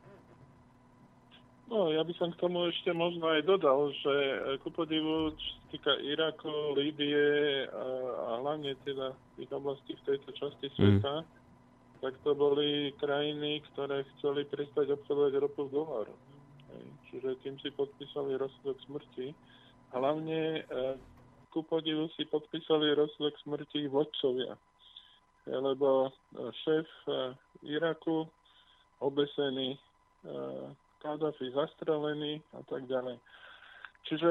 No, ja by som k tomu ešte možno aj dodal, že ku podivu, čo sa týka Iraku, Líbie a, a hlavne teda tých oblastí v tejto časti sveta, mm. tak to boli krajiny, ktoré chceli prestať obchodovať ropu v doláru. Čiže tým si podpísali rozsudok smrti. Hlavne ku podivu si podpísali rozsudok smrti vodcovia. Lebo šéf Iraku obesený, Kadáfi zastrelený a tak ďalej. Čiže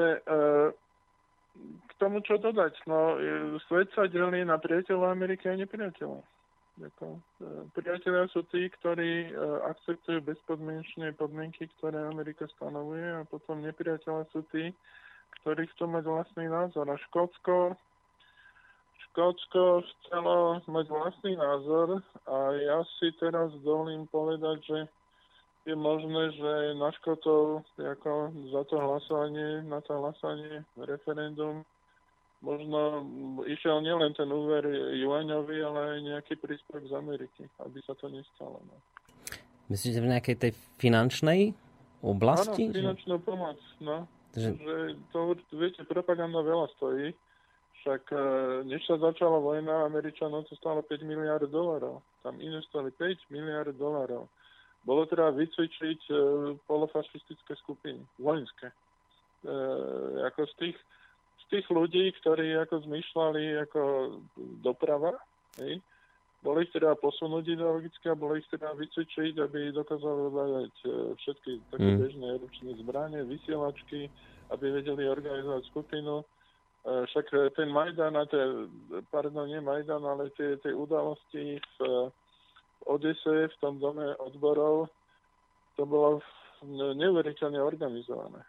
k tomu čo dodať? No, svet sa delí na priateľov Ameriky a nepriateľov. Priatelia sú tí, ktorí akceptujú bezpodmienečné podmienky, ktoré Amerika stanovuje, a potom nepriatelia sú tí, ktorí chcú mať vlastný názor. A Škótsko, Škótsko chcelo mať vlastný názor a ja si teraz dovolím povedať, že je možné, že na Škótov ako za to hlasovanie, na to hlasovanie referendum možno išiel nielen ten úver juaňový, ale aj nejaký príspevok z Ameriky, aby sa to nestalo. No. Myslíte v nejakej tej finančnej oblasti? Áno, finančnú že... pomoc, no. Že... že to, viete, propaganda veľa stojí. Však než sa začala vojna, Američanom to stálo päť miliárd dolárov. Tam investovali päť miliárd dolárov. Bolo treba vycvičiť e, polofašistické skupiny, vojenské. E, ako z tých, z tých ľudí, ktorí ako zmýšľali ako doprava, hej, bolo ich teda posunúť ideologicky a bolo ich teda vycvičiť, aby dokázali ovládať všetky také mm. bežné ručné zbrane, vysielačky, aby vedeli organizovať skupinu. Však ten Majdan, tie, pardon, nie Majdan, ale tie, tie udalosti v, v Odese, v tom dome odborov, to bolo neuveriteľne organizované.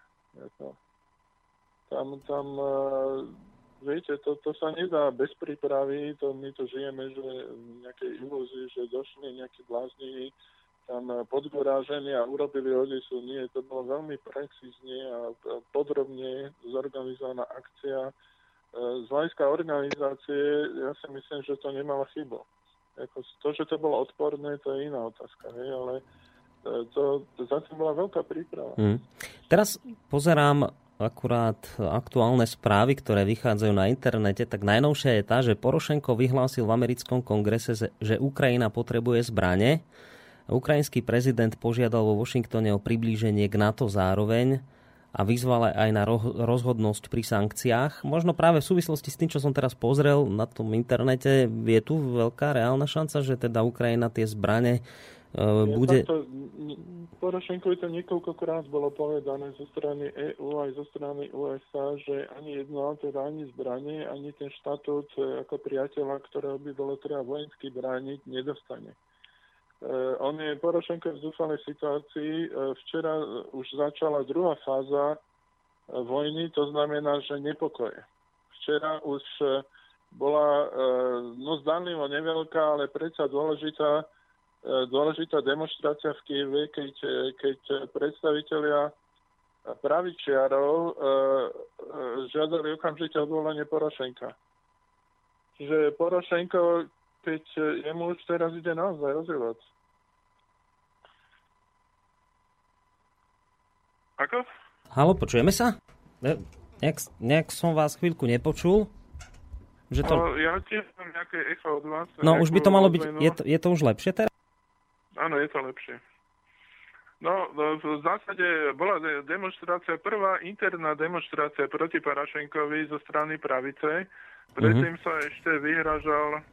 Tam, tam viete, to, to sa nedá bez prípravy, to my to žijeme, že v nejakej ilúzii, že došli nejakí blázni tam podgorážení a urobili Odesu. Nie, to bolo veľmi precízne a podrobne zorganizovaná akcia. Z hľadiska organizácie, ja si myslím, že to nemalo chybu. To, že to bolo odporné, to je iná otázka, hej, ale to, to zatiaľ bola veľká príprava. Hmm. Teraz pozerám akurát aktuálne správy, ktoré vychádzajú na internete, tak najnovšia je tá, že Porošenko vyhlásil v americkom kongrese, že Ukrajina potrebuje zbrane. Ukrajinský prezident požiadal vo Washingtone o priblíženie k NATO zároveň a vyzval aj na rozhodnosť pri sankciách. Možno práve v súvislosti s tým, čo som teraz pozrel na tom internete, je tu veľká reálna šanca, že teda Ukrajina tie zbrane uh, bude... To, Porošenkovi to niekoľkokrát bolo povedané zo strany é ú aj zo strany ú es á, že ani jedno, teda ani zbranie, ani ten štatút ako priateľa, ktorého by bolo treba vojensky brániť, nedostane. Uh, on je Porošenko v zúfalej situácii. Uh, včera už začala druhá fáza uh, vojny, to znamená, že nepokoje. Včera už uh, bola uh, no zdanlivo neveľká, ale predsa dôležitá, uh, dôležitá demonštrácia v Kyjeve, keď, keď predstavitelia pravičiarov uh, uh, žiadali okamžite odvolanie Porošenka. Čiže Porošenko, keď jemu už teraz ide naozaj rozhodovať. Ako? Haló, počujeme sa? Nejak, nejak som vás chvíľku nepočul. Že to... No, ja tiež mám nejaké echo od vás. No, už by to malo byť... Je to, je to už lepšie teraz? Áno, je to lepšie. No, v zásade bola demonštrácia, prvá interná demonštrácia proti Porošenkovi zo strany pravice. Predtým mm-hmm. sa ešte vyhražal,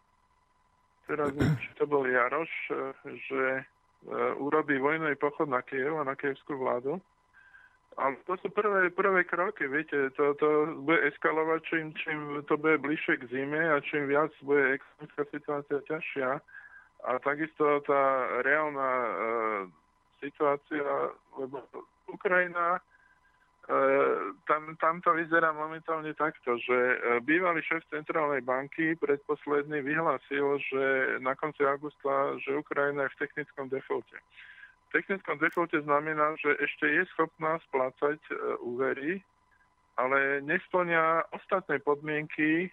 teraz či to bol Jaroš, že urobí vojnový pochod na Kyjev a na kyjevskú vládu. Ale to sú prvé, prvé kroky, viete, to, to bude eskalovať, čím, čím to bude bližšie k zime a čím viac bude ekonomická situácia ťažšia. A takisto tá reálna e, situácia, lebo Ukrajina, e, tam, tam to vyzerá momentálne takto, že e, bývalý šéf centrálnej banky predposledný vyhlásil, že na konci augusta, že Ukrajina je v technickom defaulte. V technickom defaulte znamená, že ešte je schopná splácať e, úvery, ale nesplňa ostatné podmienky, e,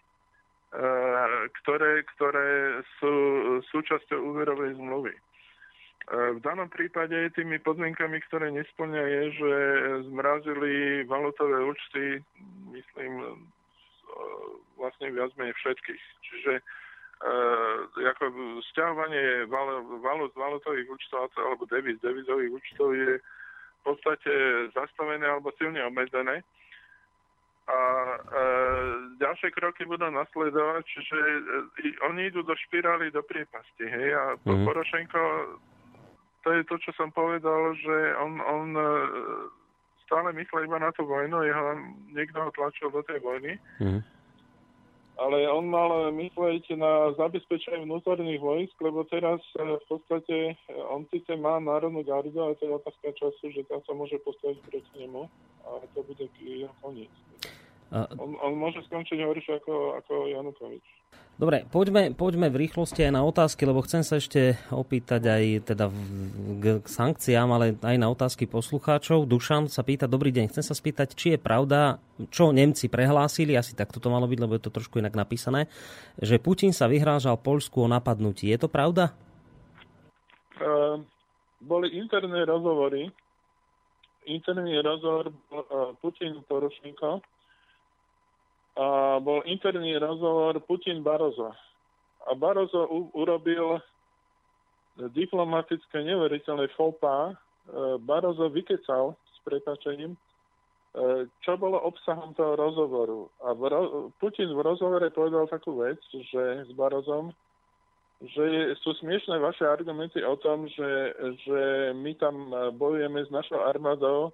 ktoré, ktoré sú súčasťou úverovej zmluvy. E, v danom prípade tými podmienkami, ktoré nesplňa, je, že zmrazili valutové účty, myslím, e, vlastne viac menej všetkých. Čiže Uh, ako sťahovanie valut, valut, valutových účtov alebo devíz, devizových účtov je v podstate zastavené alebo silne obmedzené. A uh, ďalšie kroky budú nasledovať, čiže uh, oni idú do špirály, do priepasti. Hej? A mm. Porošenko, to je to, čo som povedal, že on, on uh, stále myslí iba na tú vojnu, jeho niekto ho tlačil do tej vojny. Mm. Ale on mal myslieť na zabezpečenie vnútorných vojsk, lebo teraz v podstate on síce má národnú gardu, ale to je otázka času, že tam sa môže postaviť proti nemu a to bude jeho koniec. A... On, on môže skončiť horšie ako, ako Janukovič. Dobre, poďme, poďme v rýchlosti aj na otázky, lebo chcem sa ešte opýtať aj teda v, k, k sankciám, ale aj na otázky poslucháčov. Dušan sa pýta, dobrý deň, chcem sa spýtať, či je pravda, čo Nemci prehlásili, asi takto to malo byť, lebo je to trošku inak napísané, že Putin sa vyhrážal Poľsku o napadnutí. Je to pravda? Uh, boli interné rozhovory. Interný rozhovor uh, Putin Porošenko a bol interný rozhovor Putin-Barozo. A Barozo u- urobil diplomatické neuveriteľné faux pas. Barozo vykecal, s prepáčením, čo bolo obsahom toho rozhovoru. A v ro- Putin v rozhovore povedal takú vec, že s Barozom, že sú smiešné vaše argumenty o tom, že, že my tam bojujeme s našou armádou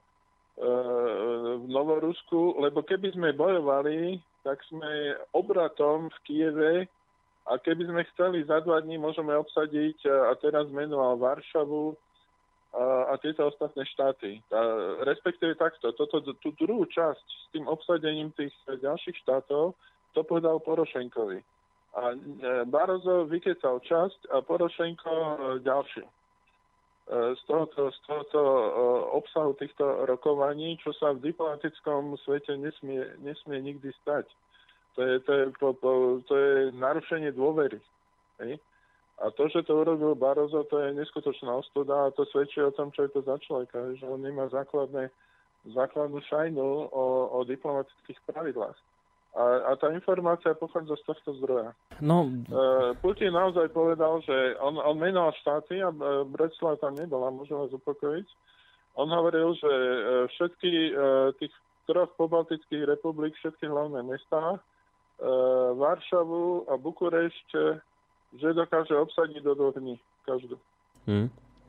v Novorusku, lebo keby sme bojovali, tak sme obratom v Kieve a keby sme chceli za dva dní, môžeme obsadiť, a teraz menoval Varšavu a, a tieto ostatné štáty. A, respektíve takto, toto, tú druhú časť s tým obsadením tých ďalších štátov, to povedal Porošenkovi. A Barozo vykecal časť a Porošenko ďalšiu. Z tohoto, z tohoto obsahu týchto rokovaní, čo sa v diplomatickom svete nesmie, nesmie nikdy stať. To je, to je, to, to, to je narušenie dôvery. Hej? A to, že to urobil Barozo, to je neskutočná ostuda a to svedčí o tom, čo je to za človeka, že on nemá základné, základnú šajnu o, o diplomatických pravidlách. A, a tá informácia pochádza z tohto zdroja. No. Uh, Putin naozaj povedal, že on, on menoval štáty a uh, Bratislava tam nebola, môžem vás upokojiť. On hovoril, že uh, všetky uh, tých troch pobaltických republik, všetky hlavné mestá, uh, Varšavu a Bukurešť, že dokáže obsadiť do dvoch dní každú. Hmm.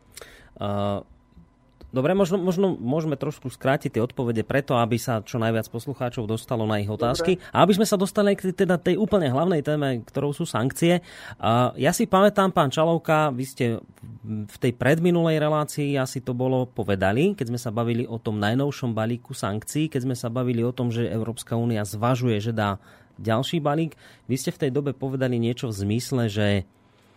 Uh... Dobre, možno, možno môžeme trošku skrátiť tie odpovede preto, aby sa čo najviac poslucháčov dostalo na ich otázky. Dobre. A aby sme sa dostali k teda tej úplne hlavnej téme, ktorou sú sankcie. Uh, ja si pamätám, pán Čalovka, vy ste v tej predminulej relácii asi to bolo povedali, keď sme sa bavili o tom najnovšom balíku sankcií, keď sme sa bavili o tom, že Európska únia zvažuje, že dá ďalší balík. Vy ste v tej dobe povedali niečo v zmysle, že,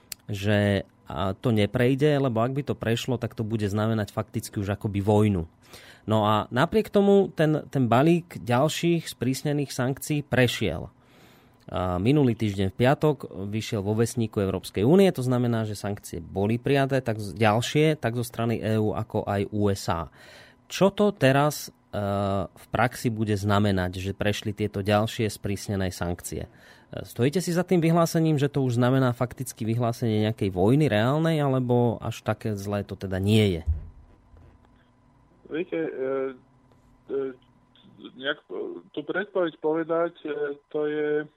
že a to neprejde, lebo ak by to prešlo, tak to bude znamenať fakticky už akoby vojnu. No a napriek tomu ten, ten balík ďalších sprísnených sankcií prešiel. A minulý týždeň v piatok vyšiel vo vesníku Európskej únie, to znamená, že sankcie boli prijaté, tak ďalšie, tak zo strany EÚ ako aj ú es á. Čo to teraz uh, v praxi bude znamenať, že prešli tieto ďalšie sprísnené sankcie? Stojíte si za tým vyhlásením, že to už znamená fakticky vyhlásenie nejakej vojny reálnej, alebo až také zlé to teda nie je? Viete, e, e, nejak, tú predpoveď povedať, e, to je, e,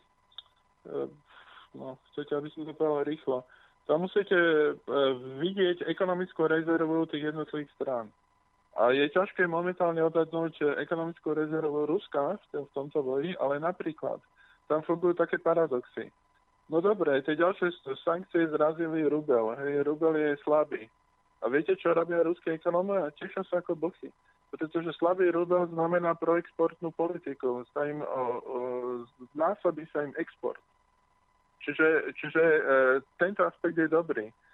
no, chcete, aby som to povedal rýchlo, tam musíte e, vidieť ekonomickú rezervu tých jednotlivých strán. A je ťažké momentálne odhadnúť ekonomickú rezervu Ruska v tomto boji, ale napríklad tam fungujú také paradoxy. No dobre, tie ďalšie sankcie zrazili rubel. Hej, rubel je slabý. A viete, čo robia ruské ekonómovia? Tešia sa ako bochy. Pretože slabý rubel znamená proexportnú politiku. Sa im, o, o, znásobí sa im export. Čiže, čiže e, tento aspekt je dobrý. E,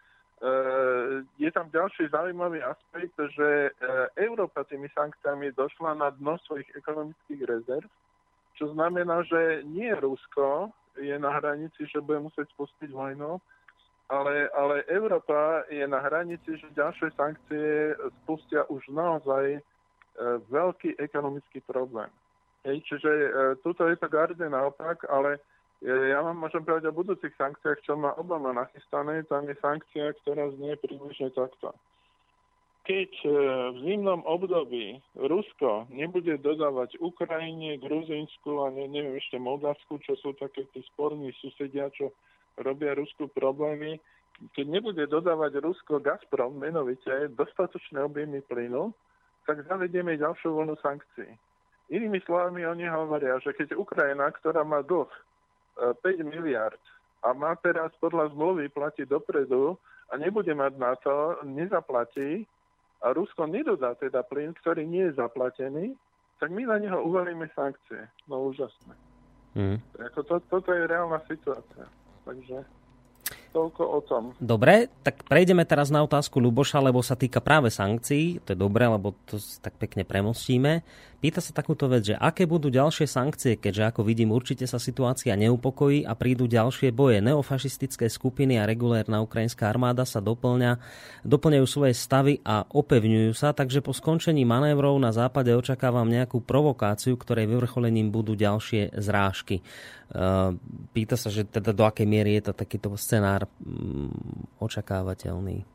je tam ďalší zaujímavý aspekt, že e, Európa tými sankciami došla na dno svojich ekonomických rezerv, čo znamená, že nie Rusko je na hranici, že bude musieť spustiť vojnu, ale, ale Európa je na hranici, že ďalšie sankcie spustia už naozaj e, veľký ekonomický problém. Hej, čiže e, tuto je to garde naopak, ale e, ja vám môžem povedať o budúcich sankciách, čo má Obama nachystané. Tam je sankcia, ktorá znie približne takto. Keď v zimnom období Rusko nebude dodávať Ukrajine, Gruzínsku a ne, neviem ešte Moldavsku, čo sú také tí sporní susedia, čo robia Rusku problémy, keď nebude dodávať Rusko Gazprom menovite dostatočné objemy plynu, tak zavedieme ďalšiu vlnu sankcií. Inými slovami oni hovoria, že keď Ukrajina, ktorá má dlh päť miliárd a má teraz podľa zmluvy platiť dopredu a nebude mať na to, nezaplatí, a Rusko nedodá teda plyn, ktorý nie je zaplatený, tak my na neho uvalíme sankcie. No úžasné. Mm. Ako to, toto je reálna situácia. Takže toľko o tom. Dobre, tak prejdeme teraz na otázku Ľuboša, lebo sa týka práve sankcií. To je dobré, lebo to tak pekne premostíme. Pýta sa takúto vec, že aké budú ďalšie sankcie, keďže ako vidím, určite sa situácia neupokojí a prídu ďalšie boje. Neofašistické skupiny a regulérna ukrajinská armáda sa doplňa, doplňajú svoje stavy a opevňujú sa, takže po skončení manévrov na západe očakávam nejakú provokáciu, ktorej vyvrcholením budú ďalšie zrážky. Pýta sa, že teda do akej miery je to takýto scenár očakávateľný.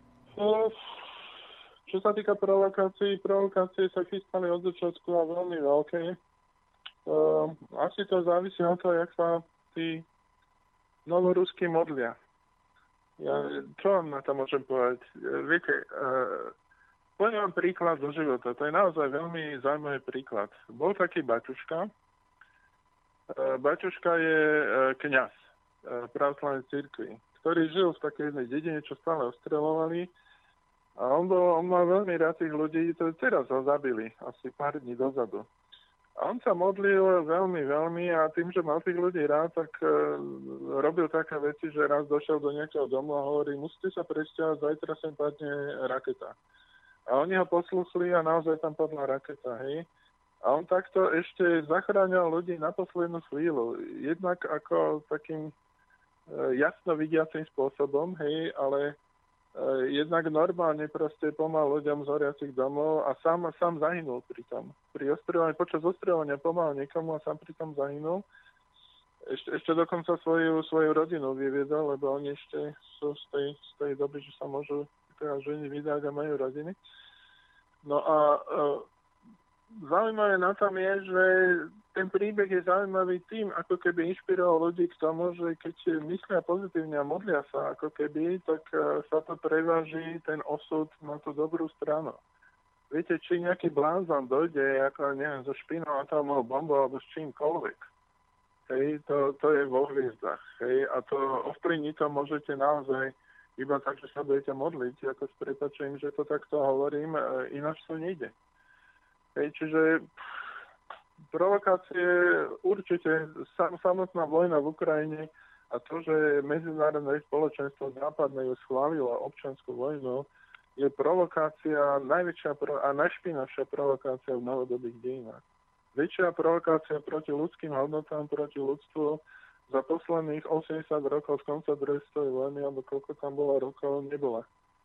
Čo sa týka provokácií, provokácie sa chystali od začiatku a veľmi veľké. Uh, asi to závisí od toho, jak sa tí novorusky modlia. Ja, čo vám na to môžem povedať? Viete, uh, poviem vám príklad zo života. To je naozaj veľmi zaujímavý príklad. Bol taký Baťuška. Uh, Baťuška je uh, kňaz uh, pravoslavnej cirkvi, ktorý žil v takej jednej dedine, čo stále ostreľovali. A on, bol, on mal veľmi rád tých ľudí, to teraz ho zabili, asi pár dní dozadu. A on sa modlil veľmi, veľmi a tým, že mal tých ľudí rád, tak e, robil také veci, že raz došiel do nejakého domu a hovorí, musíte sa presťahovať, zajtra sem padne raketa. A oni ho posluchli a naozaj tam padla raketa, hej. A on takto ešte zachránil ľudí na poslednú chvíľu. Jednak ako takým e, jasno vidiacím spôsobom, hej, ale jednak normálne proste pomal ľuďom z horiacich domov a sám, sám zahynul pri tom. Pri ostrieľovaní, počas ostrieľovania pomal niekomu a sám pri tom zahynul. Ešte, ešte dokonca svoju, svoju rodinu vyviedol, lebo oni ešte sú z tej, z tej doby, že sa môžu teda ženy vydať a majú rodiny. No a e, zaujímavé na tom je, že ten príbeh je zaujímavý tým, ako keby inšpiroval ľudí k tomu, že keď myslia pozitívne a modlia sa, ako keby, tak sa to preváži ten osud na tú dobrú stranu. Viete, či nejaký blázon dojde, ako neviem, so špinou atomovou bombou alebo s čímkoľvek. Hej, to, to je vo hviezdach. Hej, a to ovplyvniť to môžete naozaj iba tak, že sa budete modliť, ako s prepáčením, že to takto hovorím, ináč to nejde. Hej, čiže provokácie určite, samotná vojna v Ukrajine a to, že medzinárodné spoločenstvo západné ju schválilo občiansku vojnu, je provokácia, najväčšia a najšpinavšia provokácia v novodobých dejinách. Väčšia provokácia proti ľudským hodnotám, proti ľudstvu za posledných osemdesiat rokov z konca druhej svetovej vojny, alebo koľko tam bolo rokov, nebola.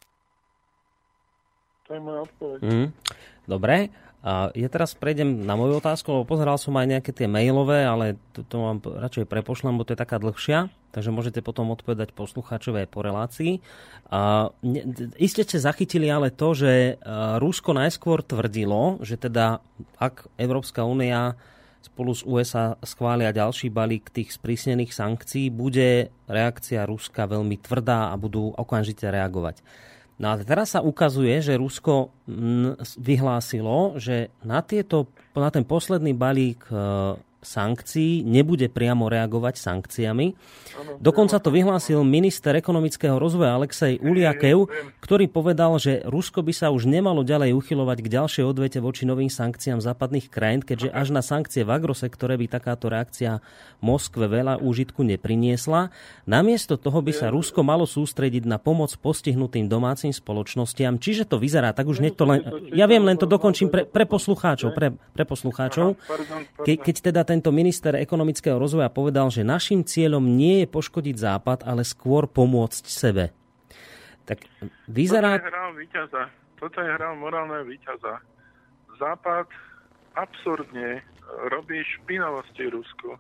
To je moja odpoveď. Mm, dobre. A ja teraz prejdem na moju otázku, lebo pozeral som aj nejaké tie mailové, ale to, to vám radšej prepošlem, bo to je taká dlhšia, takže môžete potom odpovedať poslucháčové po relácii. A, ne, iste ste zachytili ale to, že Rusko najskôr tvrdilo, že teda ak Európska únia spolu s ú es á schvália ďalší balík tých sprísnených sankcií, bude reakcia Ruska veľmi tvrdá a budú okamžite reagovať. No a teraz sa ukazuje, že Rusko vyhlásilo, že na, tieto, na ten posledný balík sankcií nebude priamo reagovať sankciami. Dokonca to vyhlásil minister ekonomického rozvoja Alexej Uliakev, ktorý povedal, že Rusko by sa už nemalo ďalej uchylovať k ďalšej odvete voči novým sankciám západných krajín, keďže až na sankcie v agrosektore by takáto reakcia Moskve veľa úžitku nepriniesla. Namiesto toho by sa Rusko malo sústrediť na pomoc postihnutým domácim spoločnostiam. Čiže to vyzerá tak už nie to len... Ja viem, len to dokončím pre, pre poslucháčov. Pre, pre poslucháčov. Ke, keď teda tento minister ekonomického rozvoja povedal, že našim cieľom nie je poškodiť Západ, ale skôr pomôcť sebe. Tak vyzerá... Toto je hra víťaza. Toto je hra morálneho víťaza. Západ absurdne robí špinavosti Rusku. E,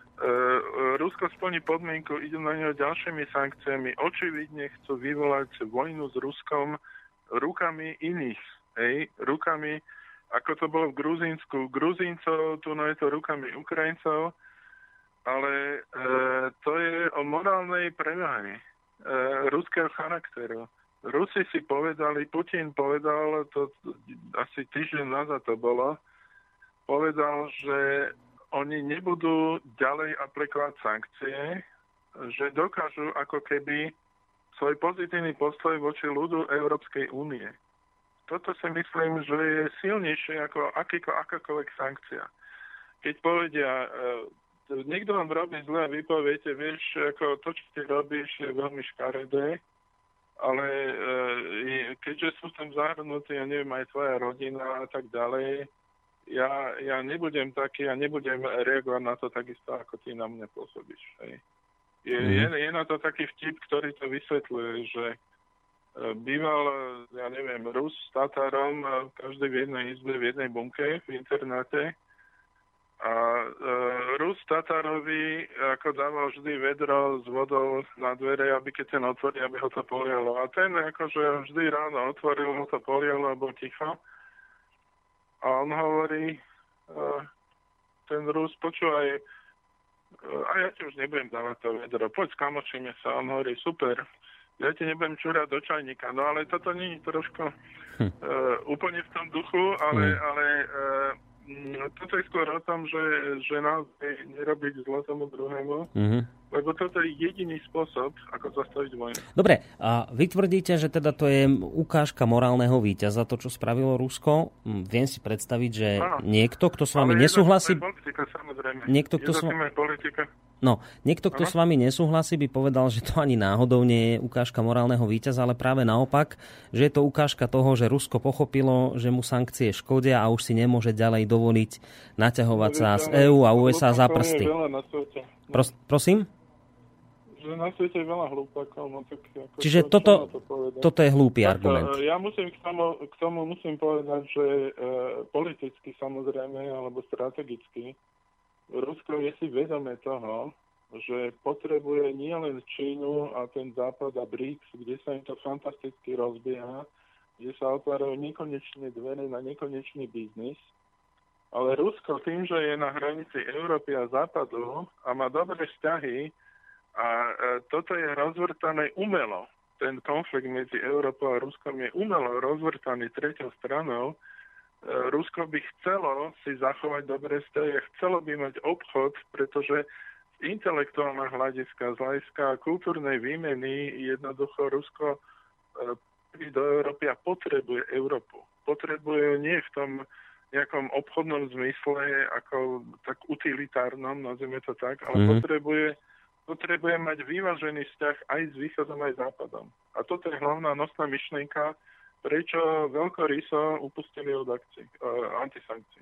Rusko splní podmienku, idú na neho ďalšími sankciami. Očividne chcú vyvolať vojnu s Ruskom rukami iných. Hej, rukami, ako to bolo v Gruzínsku, Gruzíncov, tu no je to rukami Ukrajincov, ale e, to je o morálnej prevahe e, ruského charakteru. Rusi si povedali, Putin povedal, to asi týždeň nazad to bolo, povedal, že oni nebudú ďalej aplikovať sankcie, že dokážu ako keby svoj pozitívny postoj voči ľudu Európskej únie. Toto si myslím, že je silnejšie ako akýko, akákoľvek sankcia. Keď povedia, niekto vám robí zle a vy poviete, vieš, ako to, čo ty robíš, je veľmi škaredé, ale e, keďže sú tam zahrnutí, ja neviem, aj tvoja rodina a tak ďalej, ja, ja nebudem taký, ja nebudem reagovať na to takisto, ako ty na mňa pôsobíš. Hej. Je, mm. je, je na to taký vtip, ktorý to vysvetľuje, že býval, ja neviem, Rus s Tatárom, každý v jednej izbe, v jednej bunke v internáte. A e, Rus Tatárovi ako dával vždy vedro s vodou na dvere, aby keď ten otvorí, aby ho to polialo. A ten akože vždy ráno otvoril, ho to polialo a bol ticho. A on hovorí, e, ten Rus, počúvaj, e, a ja ti už nebudem dávať to vedro, poď skamočíme sa. On hovorí, super, ja ti nebudem čúrať do čajníka. No ale toto nie je trošku hm. uh, úplne v tom duchu, ale, hm. ale uh, toto je skôr o tom, že, že naozaj nerobiť zlo tomu druhému, mm-hmm. lebo toto je jediný spôsob, ako zastaviť vojnu. Dobre, a vy tvrdíte, že teda to je ukážka morálneho víťaza, to, čo spravilo Rusko. Viem si predstaviť, že Áno. niekto, kto s vami ale nesúhlasí... politika, samozrejme. Niekto, kto s vami... No, niekto, kto Aha. s vami nesúhlasí, by povedal, že to ani náhodou nie je ukážka morálneho víťaza, ale práve naopak, že je to ukážka toho, že Rusko pochopilo, že mu sankcie škodia a už si nemôže ďalej dovoliť naťahovať no, sa z EÚ a ú es á za prsty. Pros, prosím? Že na svete je veľa hlúpakov. No, tak ako Čiže to, toto, to toto je hlúpy tak, argument. Ja musím k tomu, k tomu musím povedať, že e, politicky samozrejme, alebo strategicky, Rusko je si vedomé toho, že potrebuje nielen Čínu a ten západ a BRICS, kde sa im to fantasticky rozbieha, kde sa otvárajú nekonečné dvere na nekonečný biznis, ale Rusko tým, že je na hranici Európy a západu a má dobré vzťahy a toto je rozvrtané umelo, ten konflikt medzi Európou a Ruskom je umelo rozvrtaný treťou stranou, Rusko by chcelo si zachovať dobré vzťahy, chcelo by mať obchod, pretože z intelektuálneho hľadiska, z hľadiska kultúrnej výmeny jednoducho Rusko príde do Európy a potrebuje Európu. Potrebuje nie v tom nejakom obchodnom zmysle, ako tak utilitárnom, nazvime to tak, ale mm-hmm. potrebuje, potrebuje mať vyvážený vzťah aj s východom, aj s západom. A toto je hlavná nosná myšlienka, prečo veľkoryso upustili od akcií, uh, antisankcií.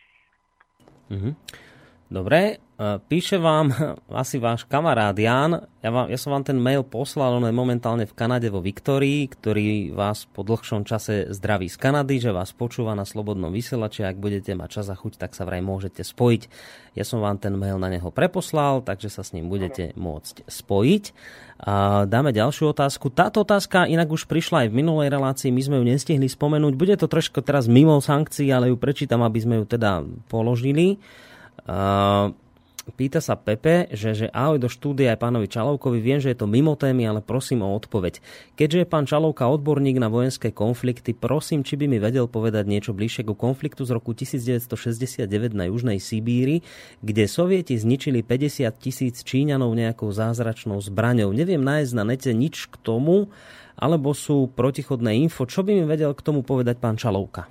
Mm-hmm. Dobre, píše vám asi váš kamarát Jan, ja, vám, ja som vám ten mail poslal, on je momentálne v Kanade vo Viktórii, ktorý vás po dlhšom čase zdraví z Kanady, že vás počúva na Slobodnom vysielači, ak budete mať čas a chuť, tak sa vraj môžete spojiť. Ja som vám ten mail na neho preposlal, takže sa s ním budete môcť spojiť. A dáme ďalšiu otázku. Táto otázka inak už prišla aj v minulej relácii, my sme ju nestihli spomenúť, bude to trošku teraz mimo sankcií, ale ju prečítam, aby sme ju teda položili. Uh, pýta sa Pepe, že, že ahoj do štúdia aj pánovi Čalovkovi, viem, že je to mimo témy, ale prosím o odpoveď. Keďže je pán Čalovka odborník na vojenské konflikty, prosím, či by mi vedel povedať niečo bližšie ku konfliktu z roku devätnásťstošesťdesiatdeväť na južnej Sibíri, kde Sovieti zničili päťdesiat tisíc Číňanov nejakou zázračnou zbraňou. Neviem nájsť na nete nič k tomu, alebo sú protichodné info. Čo by mi vedel k tomu povedať pán Čalovka?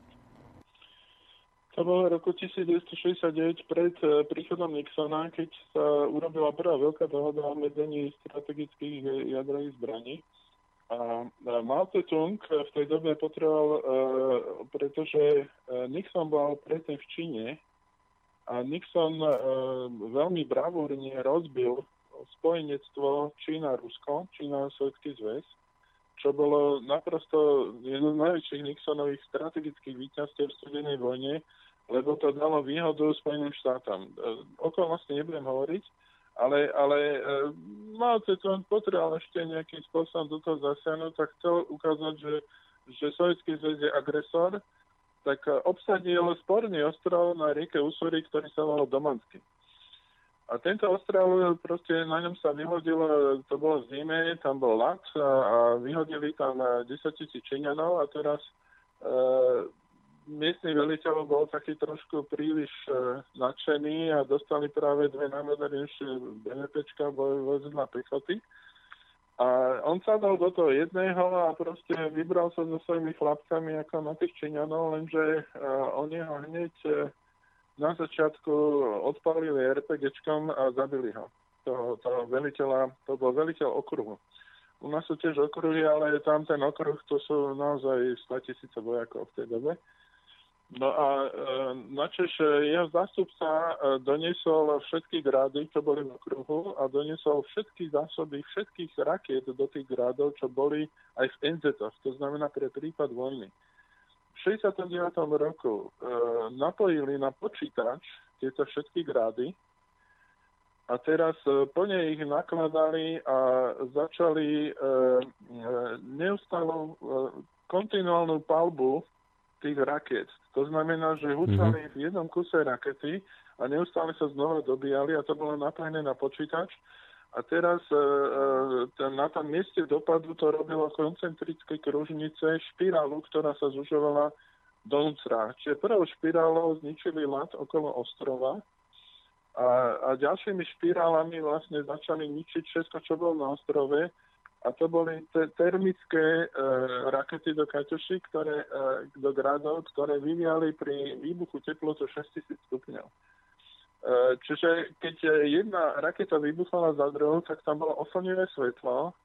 To bolo roku devätnásťstošesťdesiatdeväť pred príchodom Nixona, keď sa urobila prvá veľká dohoda o obmedzení strategických jadrových zbraní. A Mao Tse-tung v tej dobe potreboval, pretože Nixon bol predtým v Číne a Nixon veľmi bravúrne rozbil spojenectvo Čína-Rusko, Čína-Sovietský zväz, čo bolo naprosto jedno z najväčších Nixonových strategických víťazstiev v studenej vojne, lebo to dalo výhodu Spojeným štátom. Okolnosti nebudem hovoriť, ale, ale Mao Tse-tung potreboval ešte nejakým spôsobom do toho zasiahnuť, tak chcel ukázať, že, že Sovietský zväz je agresor, tak obsadil sporný ostrov na rieke Usuri, ktorý sa volal Domansky. A tento ostrov, proste na ňom sa vyhodilo, to bolo v zime, tam bol ľad a, a vyhodili tam desaťtisíc Číňanov a teraz e, miestny veliteľ bol taký trošku príliš e, nadšený a dostali práve dve najmodernejšie BMPčka, vozidlá pechoty. A on sadol do toho jedného a proste vybral sa so svojimi chlapcami ako na tých Číňanov, lenže e, oni ho hneď... E, na začiatku odpálili RPGčkom a zabili ho. To, to veliteľa, to bol veliteľ okruhu. U nás sú tiež okruhy, ale tam ten okruh, to sú naozaj stotisíce vojakov v tej dobe. No a e, načež jeho zástupca e, doniesol všetky grády, čo boli v okruhu a doniesol všetky zásoby, všetkých rakiet do tých grádov, čo boli aj v en zetoch, to znamená pre prípad vojny. V šesťdesiatom deviatom roku e, napojili na počítač tieto všetky grády a teraz e, po nej ich nakladali a začali e, e, neustálu e, kontinuálnu palbu tých rakiet. To znamená, že húcali v jednom kuse rakety a neustále sa znova dobíjali a to bolo napojené na počítač. A teraz e, ten, na tom mieste dopadu to robilo koncentrické kružnice špirálu, ktorá sa zužovala donútra. Čiže prvou špirálou zničili ľad okolo ostrova a, a ďalšími špirálami vlastne začali ničiť všetko, čo bolo na ostrove. A to boli te- termické e, rakety do Kaťuši, ktoré, e, do gradov, ktoré vyvíjali pri výbuchu teplotu šesťtisíc stupňov. E, čiže keď jedna raketa vybuchala za druhou, tak tam bolo oslnivé svetlo. E,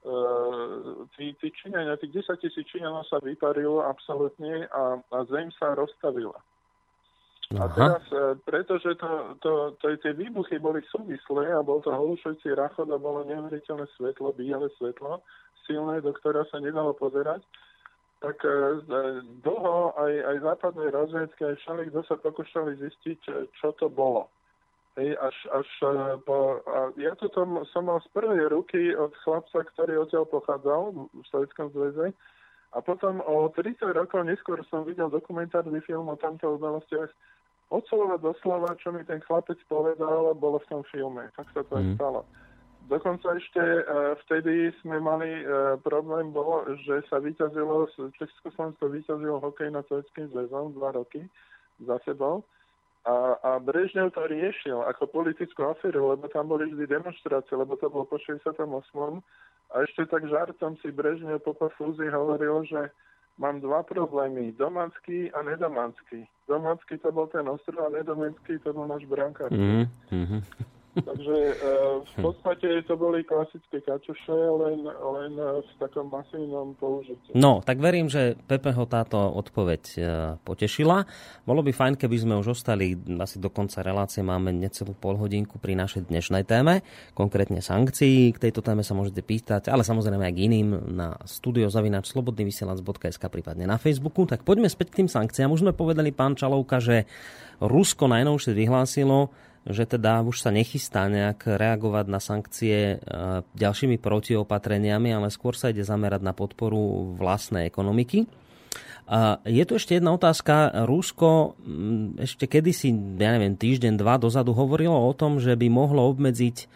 tí, tí Číňania, tých desaťtisíc Číňanov sa vyparilo absolútne a, a zem sa rozstavila. Aha. A teraz, pretože to, to, to, tie výbuchy boli súvislé a bol to holušujúci rachot a bolo neuveriteľné svetlo, biele svetlo, silné, do ktorého sa nedalo pozerať, tak dlho aj, aj západné rozvedky, aj všeli, kto sa pokúšali zistiť, čo to bolo. Hej, až, až po, a ja to tom, som mal z prvej ruky od chlapca, ktorý odtiaľ pochádzal v Sovietskom zväze. A potom o tridsať rokov neskôr som videl dokumentárny film o tamto udalostiach. Od slova do slova, čo mi ten chlapec povedal, bolo v tom filme. Tak sa to aj Mm. stalo. Dokonca ešte uh, vtedy sme mali uh, problém, bolo, že sa vyťazilo, Československo vyťazilo hokej nad Sovietským zväzom dva roky za sebou. A, a Brežnev to riešil ako politickú aféru, lebo tam boli vždy demonstrácie, lebo to bolo po šesťdesiatom ôsmom. A ešte tak žartom si Brežnev po fúzii hovoril, že mám dva problémy, domácky a nedomácky. Domácky to bol ten ostrov a nedomácky to bol náš brankár. Mm-hmm. Takže uh, v podstate to boli klasické kačuše, len, len v takom masívnom použití. No, tak verím, že Pepeho táto odpoveď e, potešila. Bolo by fajn, keby sme už ostali asi do konca relácie, máme necelú polhodinku pri našej dnešnej téme, konkrétne sankcií. K tejto téme sa môžete pýtať, ale samozrejme aj k iným na studio zavináč slobodný vysielač bodka es ká, prípadne na Facebooku. Tak poďme späť k tým sankciám. Už sme povedali, pán Čalovka, že Rusko najnovšie vyhlásilo, že teda už sa nechystá nejak reagovať na sankcie e, ďalšími protiopatreniami, ale skôr sa ide zamerať na podporu vlastnej ekonomiky. A je tu ešte jedna otázka. Rusko m, ešte kedysi, ja neviem, týždeň, dva dozadu hovorilo o tom, že by mohlo obmedziť e,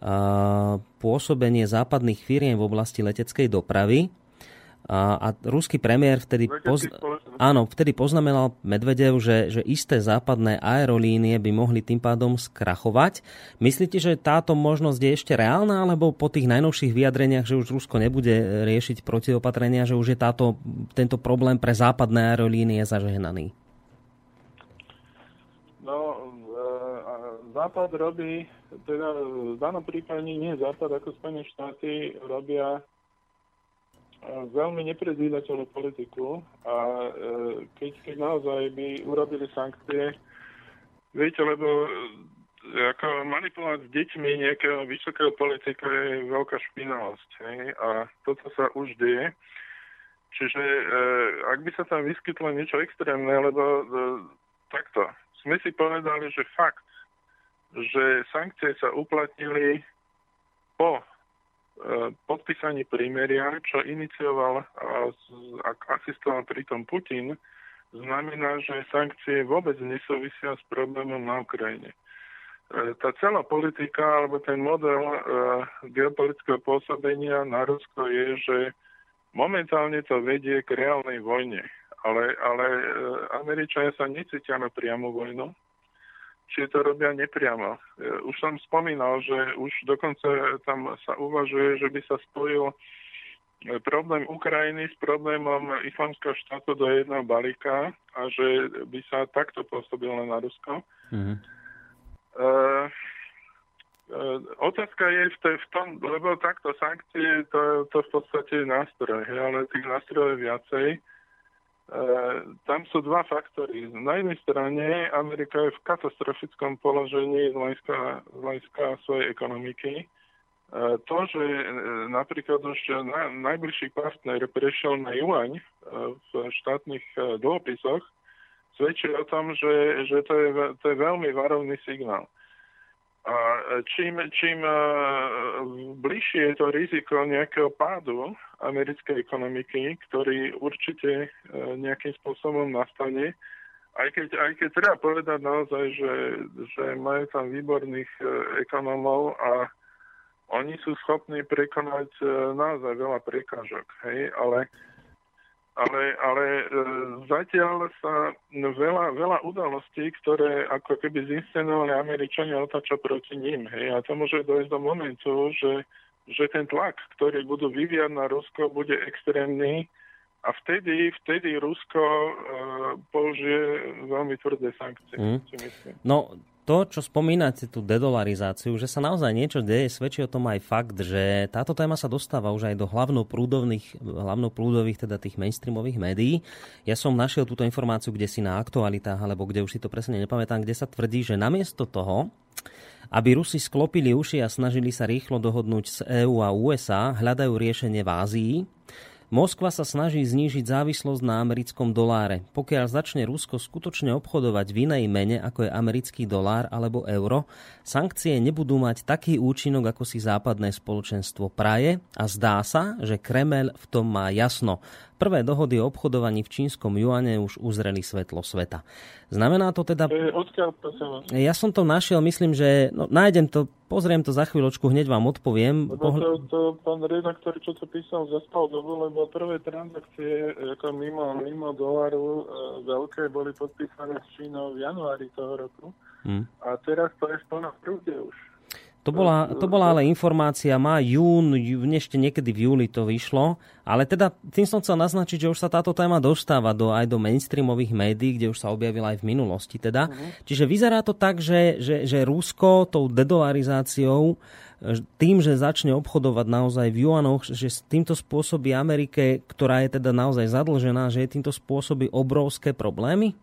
pôsobenie západných firiem v oblasti leteckej dopravy. A, a ruský premiér vtedy, poz... áno, vtedy poznamenal Medvedev, že, že isté západné aerolínie by mohli tým pádom skrachovať. Myslíte, že táto možnosť je ešte reálna, alebo po tých najnovších vyjadreniach, že už Rusko nebude riešiť protiopatrenia, že už je táto, tento problém pre západné aerolínie zažehnaný? No, Západ robí, teda v danom prípade nie Západ ako Spojené štáty robia veľmi nepredvídateľnú politiku a keď, keď naozaj by urobili sankcie, viete, lebo ako manipulovať s deťmi nejakého vysokého politika je veľká špinavosť. Hej? A toto sa už deje. Čiže ak by sa tam vyskytlo niečo extrémne, lebo takto, sme si povedali, že fakt, že sankcie sa uplatnili po podpísaní prímeria, čo inicioval a asistoval pritom Putin, znamená, že sankcie vôbec nesúvisia s problémom na Ukrajine. Tá celá politika, alebo ten model geopolitického pôsobenia na Rusko je, že momentálne to vedie k reálnej vojne. Ale, ale Američania sa necítia na priamu vojnu, či to robia nepriamo. Už som spomínal, že už dokonca tam sa uvažuje, že by sa spojil problém Ukrajiny s problémom Islamského štátu do jedného balíka a že by sa takto pôsobilo na Rusko. Mm-hmm. Uh, uh, otázka je v, te, v tom, lebo takto sankcie, to, to v podstate je nástroj, ale tých nástrojov je viacej. Uh, tam sú dva faktory. Na jednej strane Amerika je v katastrofickom položení z hľadiska, z hľadiska svojej ekonomiky. Uh, to, že uh, napríklad už na, najbližší partner prešiel na juaň uh, v štátnych uh, dlhopisoch, svedčí o tom, že, že to, je, to je veľmi varovný signál. A čím, čím bližšie je to riziko nejakého pádu americkej ekonomiky, ktorý určite nejakým spôsobom nastane, aj keď, aj keď treba povedať naozaj, že, že majú tam výborných ekonomov a oni sú schopní prekonať naozaj veľa prekážok, hej, ale Ale, ale e, zatiaľ sa veľa, veľa udalostí, ktoré ako keby zinscenovali Američania, otáča proti ním. Hej? A to môže dojsť do momentu, že, že ten tlak, ktorý budú vyvíjať na Rusko, bude extrémny a vtedy, vtedy Rusko e, použije veľmi tvrdé sankcie. Mm. No, to, čo spomínate, tú dedolarizáciu, že sa naozaj niečo deje, svedčí o tom aj fakt, že táto téma sa dostáva už aj do hlavnoprúdových, hlavnoprúdových, teda tých mainstreamových médií. Ja som našiel túto informáciu, kde si na Aktualitách, alebo kde už si to presne nepamätám, kde sa tvrdí, že namiesto toho, aby Rusi sklopili uši a snažili sa rýchlo dohodnúť s é ú a ú es á, hľadajú riešenie v Ázii. Moskva sa snaží znížiť závislosť na americkom doláre. Pokiaľ začne Rusko skutočne obchodovať v inej mene, ako je americký dolár alebo euro, sankcie nebudú mať taký účinok, ako si západné spoločenstvo praje a zdá sa, že Kremeľ v tom má jasno. Prvé dohody o obchodovaní v čínskom juane už uzreli svetlo sveta. Znamená to teda... Odkiaľ, ja som to našiel, myslím, že... No, nájdem to, pozriem to za chvíľočku, hneď vám odpoviem. Lebo to, to pán redaktor, čo to písal, zaspal dobu, lebo prvé transakcie ako mimo, mimo doláru e, veľké boli podpísané s Čínou v januári toho roku. Hmm. A teraz to je v plnom prúde už. To bola, to bola ale informácia, má jún, ešte niekedy v júli to vyšlo, ale teda tým som chcel naznačiť, že už sa táto téma dostáva do, aj do mainstreamových médií, kde už sa objavila aj v minulosti. Teda. Uh-huh. Čiže vyzerá to tak, že, že, že Rusko tou dedolarizáciou, tým, že začne obchodovať naozaj v juanoch, že týmto spôsobí Amerike, ktorá je teda naozaj zadlžená, že je týmto spôsobí obrovské problémy?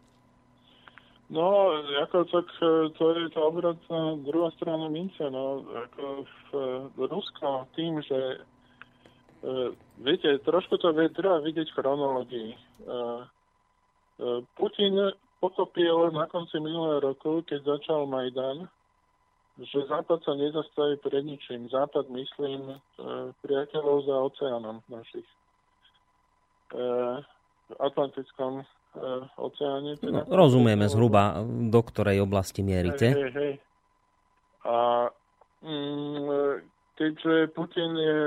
No, ako tak to je to obratná druhá strana mince, no, ako v, v Rusko tým, že e, viete, trošku to vie, treba vidieť chronológii. E, e, Putin pochopil na konci minulého roku, keď začal Majdan, že Západ sa nezastaví pred ničím. Západ, myslím, e, priateľov za oceánom našich. E, v Atlantickom oceáne. Teda. No, rozumieme zhruba, do ktorej oblasti mierite. Hej, hej. A mm, keďže Putin je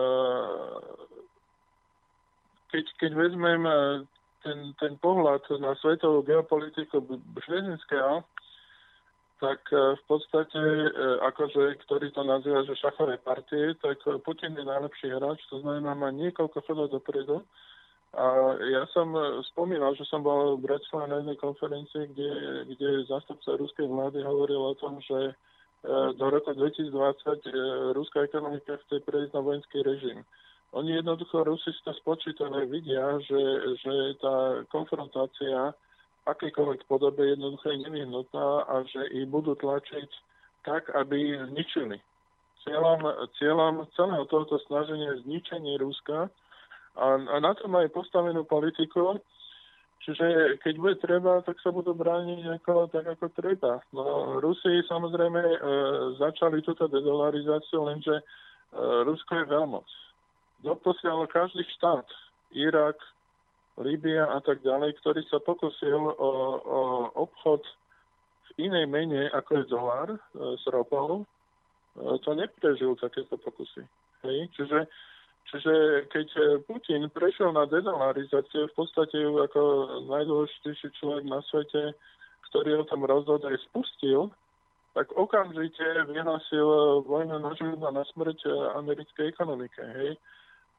keď, keď vezmem ten, ten pohľad na svetovú geopolitiku Brzezinského, tak v podstate, akože, ktorý to nazýva, že šachové partie, tak Putin je najlepší hráč, to znamená, má niekoľko chodov dopredu. A ja som spomínal, že som bol v Bratislave na jednej konferencii, kde, kde zástupca ruskej vlády hovoril o tom, že do roku dvetisícdvadsať ruská ekonomika chce prejsť na vojenský režim. Oni jednoducho, Rusi si to spočítali, vidia, že, že tá konfrontácia v akýkoľvek podobe jednoducho je nevyhnutná a že ich budú tlačiť tak, aby zničili. Cieľom, cieľom celého tohoto snaženia je zničenie Ruska. A, a na to majú postavenú politiku, čiže keď bude treba, tak sa budú brániť ako, tak ako treba. No, Rusi samozrejme e, začali túto dedolarizáciu, lenže e, Rusko je veľmoc. Doposiaľ každý štát, Irak, Líbia a tak ďalej, ktorý sa pokusil o, o obchod v inej mene ako je dolár e, s ropou, e, to neprežil takéto pokusy. Hej? Čiže Čiže keď Putin prešiel na dedolarizáciu, v podstate ako najdôležitejší človek na svete, ktorý o tom rozhodol aj spustil, tak okamžite vyhlásil vojnu na život a na smrť americkej ekonomike. Hej? A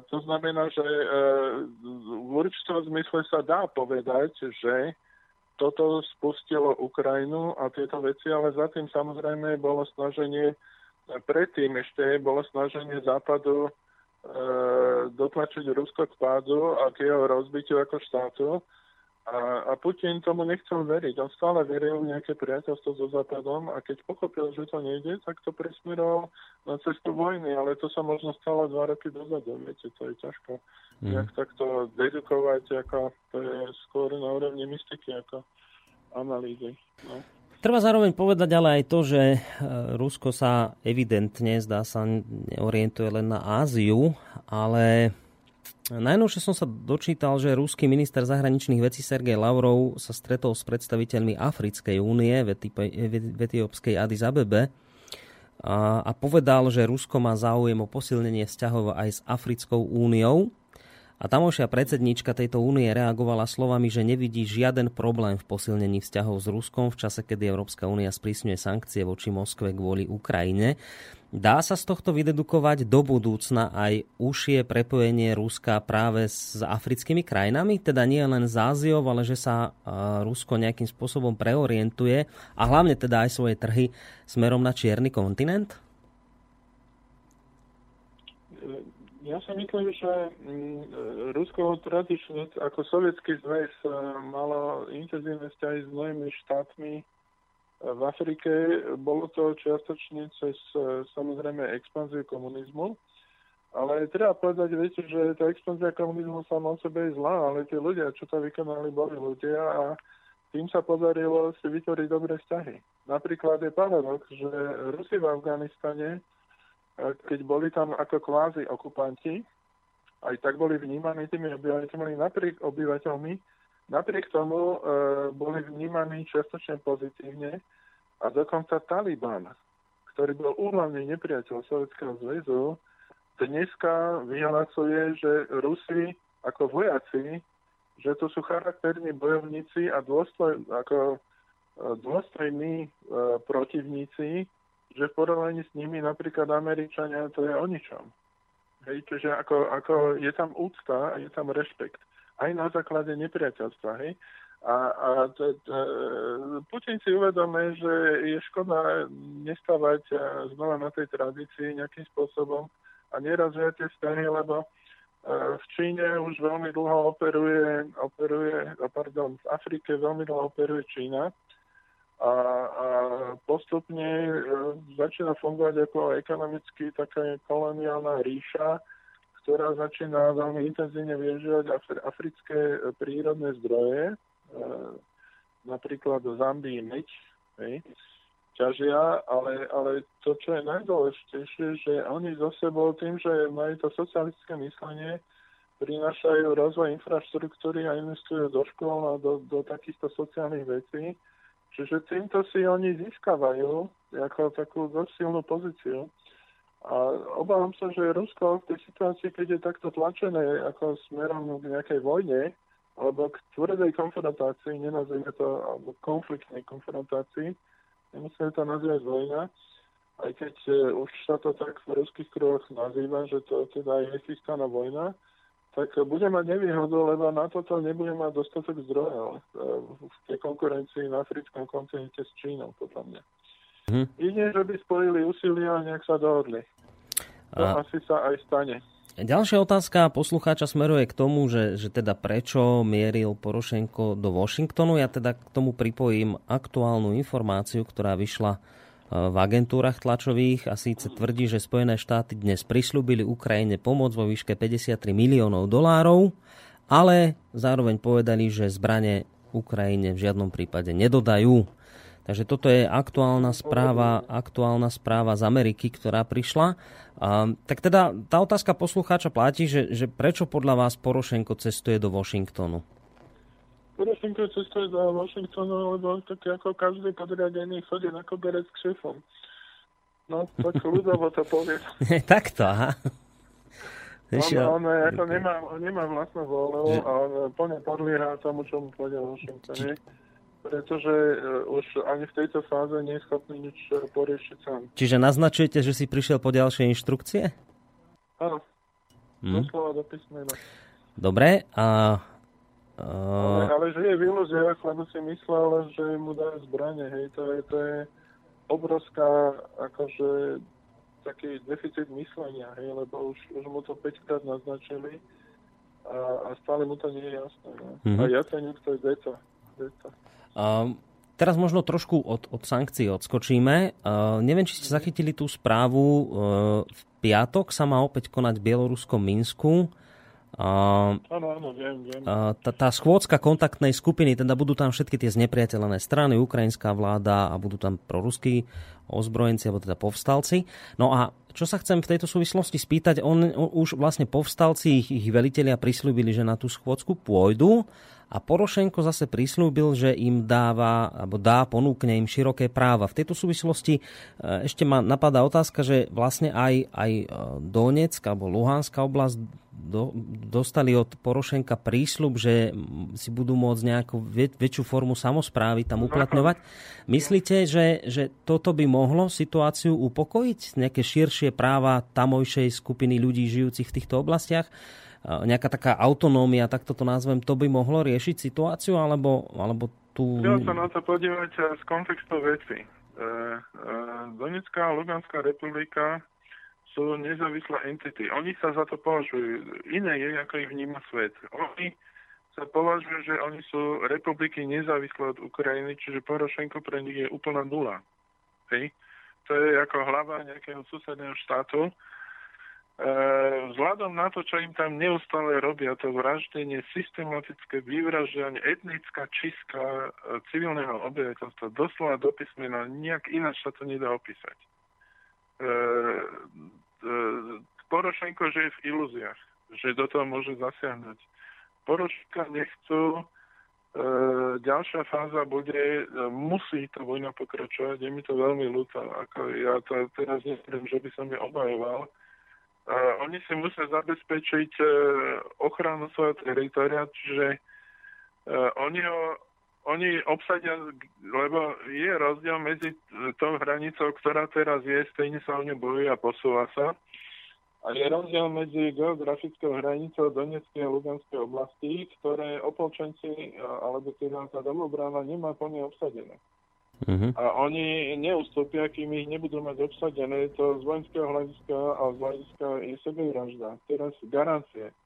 to znamená, že e, v určitom zmysle sa dá povedať, že toto spustilo Ukrajinu a tieto veci, ale za tým samozrejme bolo snaženie, predtým ešte bolo snaženie Západu e, dotlačiť Rusko k pádu a k jeho rozbitiu ako štátu. A, a Putin tomu nechcel veriť. On stále veril v nejaké priateľstvo so Západom a keď pochopil, že to nejde, tak to presmeroval na cestu vojny. Ale to sa možno stalo dva roky dozadu. Viete, to je ťažko mm. nejak takto dedukovať, ako to je skôr na úrovni mystiky, ako analýzy. No. Treba zároveň povedať ale aj to, že Rusko sa evidentne, zdá sa, neorientuje len na Áziu, ale najnovšie som sa dočítal, že ruský minister zahraničných vecí Sergej Lavrov sa stretol s predstaviteľmi Africkej únie v etiópskej Addis Abebe a, a povedal, že Rusko má záujem o posilnenie vzťahov aj s Africkou úniou. A tamovšia predsedníčka tejto únie reagovala slovami, že nevidí žiaden problém v posilnení vzťahov s Ruskom v čase, kedy Európska únia sprísňuje sankcie voči Moskve kvôli Ukrajine. Dá sa z tohto vydedukovať do budúcna aj užšie prepojenie Ruska práve s africkými krajinami? Teda nie len s Áziou, ale že sa Rusko nejakým spôsobom preorientuje a hlavne teda aj svoje trhy smerom na čierny kontinent? Ja si myslím, že Rusko tradične ako sovietský zväz malo intenzívne vzťahy s mnohými štátmi v Afrike. Bolo to čiastočne cez samozrejme expanziu komunizmu, ale treba povedať, viete, že tá expanzia komunizmu sama o sebe je zlá, ale tí ľudia, čo to vykonali, boli ľudia a tým sa podarilo si vytvoriť dobré vzťahy. Napríklad je paradox, že Rusi v Afganistane, keď boli tam ako kvázi okupanti, aj tak boli vnímaní tými obyvateľmi, napriek obyvateľmi, napriek tomu e, boli vnímaní čiastočne pozitívne a dokonca Taliban, ktorý bol úhlavný nepriateľ Sovietskeho zväzu, dneska vyhlasuje, že Rusi ako vojaci, že to sú charakterní bojovníci a dôstoj, ako, e, dôstojní e, protivníci, že v porovnaní s nimi napríklad Američania, to je o ničom. Hej, čiže ako, ako je tam úcta a je tam rešpekt. Aj na základe nepriateľstva. Hej. A, a t, t, Putin si uvedomuje, že je škoda nestávať znova na tej tradícii nejakým spôsobom a nerazviať tie vzťahy, lebo v Číne už veľmi dlho operuje, operuje pardon, v Afrike veľmi dlho operuje Čína. A, a postupne e, začína fungovať ako ekonomicky taká koloniálna ríša, ktorá začína veľmi intenzívne využívať afri- africké prírodné zdroje, e, napríklad v Zambii meď, hej, ťažia, ale, ale to, čo je najdôležitejšie, že oni so sebou tým, že majú to socialistické myslenie, prinášajú rozvoj infraštruktúry a investujú do škôl a do, do takýchto sociálnych vecí. Čiže týmto si oni získavajú ako takú dosť silnú pozíciu. A obávam sa, že Rusko v tej situácii, keď je takto tlačené ako smerom k nejakej vojne, alebo k tvrdej konfrontácii, nenazvime to, alebo konfliktnej konfrontácii, nemusíme to nazývať vojna, aj keď už sa to tak v ruských kruhoch nazýva, že to teda je chystaná vojna, tak bude mať nevýhodu, lebo na toto nebude mať dostatok zdrojov v tej konkurencii na africkom kontinente s Čínou, podľa mňa. Hm. Ide, že by spojili úsilia a nejak sa dohodli. To a... asi sa aj stane. Ďalšia otázka poslucháča smeruje k tomu, že, že teda prečo mieril Porošenko do Washingtonu. Ja teda k tomu pripojím aktuálnu informáciu, ktorá vyšla v agentúrach tlačových a síce tvrdí, že Spojené štáty dnes prisľúbili Ukrajine pomoc vo výške päťdesiattri miliónov dolárov, ale zároveň povedali, že zbrane Ukrajine v žiadnom prípade nedodajú. Takže toto je aktuálna správa, aktuálna správa z Ameriky, ktorá prišla. A, tak teda tá otázka poslucháča platí, že, že prečo podľa vás Porošenko cestuje do Washingtonu? Porošenko cestuje do Washingtonu, lebo tak ako každý podriadený chodí na koberec k šéfom. No, tak ľudovo to povie. Takto, aha. On, on, ako nemá, on nemá vlastnú vôľu a on plne podlieha tomu, čo mu povedal Washington. Pretože už ani v tejto fáze nie je schopný nič poriešiť sám. Čiže naznačujete, že si prišiel po ďalšie inštrukcie? Áno. Hmm. Doslova do písmena. Dobre, a... Uh... Ale, ale že je v ilúziách, lebo si myslel, že mu dajú zbrane, hej, to je, to je obrovská, akože, taký deficit myslenia, hej, lebo už, už mu to päťkrát naznačili a, a stále mu to nie je jasné, ne? Mm-hmm. A Jaceňuk to je deca. deca. Um... Teraz možno trošku od, od sankcií odskočíme. Uh, neviem, či ste zachytili tú správu. Uh, v piatok sa má opäť konať v bieloruskom Minsku. Uh, áno, áno, viem, viem. Uh, tá, tá schôdzka kontaktnej skupiny, teda budú tam všetky tie znepriateľené strany, ukrajinská vláda a budú tam proruskí ozbrojenci, alebo teda povstalci. No a čo sa chcem v tejto súvislosti spýtať, on, on už vlastne povstalci, ich, ich velitelia prislúbili, že na tú schôdzku pôjdu. A Porošenko zase prislúbil, že im dáva, alebo dá, ponúkne im široké práva. V tejto súvislosti ešte ma napadá otázka, že vlastne aj, aj Donecká alebo Luhanská oblasť do, dostali od Porošenka prísľub, že si budú môcť nejakú väč, väčšiu formu samosprávy tam uplatňovať. Myslíte, že, že toto by mohlo situáciu upokojiť? Nejaké širšie práva tamojšej skupiny ľudí žijúcich v týchto oblastiach? Nejaká taká autonómia, tak toto nazvem, to by mohlo riešiť situáciu, alebo, alebo tu... Chcel sa na to podívať z kontextu veci. E, e, Donetská a Luganská republika sú nezávislé entity. Oni sa za to považujú. Iné je, ako ich vníma svet. Oni sa považujú, že oni sú republiky nezávislé od Ukrajiny, čiže Porošenko pre nich je úplná nula. Hej? To je ako hlava nejakého susedného štátu. Vzhľadom na to, čo im tam neustále robia, to vraždenie, systematické vyvraždenie, etnická čistka civilného obyvateľstva, doslova do písmena, nejak ináč sa to nedá opísať. E, e, Porošenko žije v ilúziách, že do toho môže zasiahnuť. Porošenka nechcú, e, ďalšia fáza bude, musí tá vojna pokračovať, je mi to veľmi ľúto, ako ja to teraz neviem, že by som je obajoval. Uh, oni si musia zabezpečiť uh, ochranu svojho teritoria, čiže uh, oni, ho, oni obsadia, lebo je rozdiel medzi tou hranicou, ktorá teraz je, stejne sa o ňu bojuje a posúva sa. A je rozdiel medzi geografickou hranicou Donetskej a Luganskej oblasti, ktoré opolčenci, uh, alebo teda tá domobrána nemá plne obsadené. Uh-huh. A oni neustúpia, kým ich nebudú mať obsadené. To z vojenského hľadiska a z hľadiska je sebevražda. Teraz garancie. E,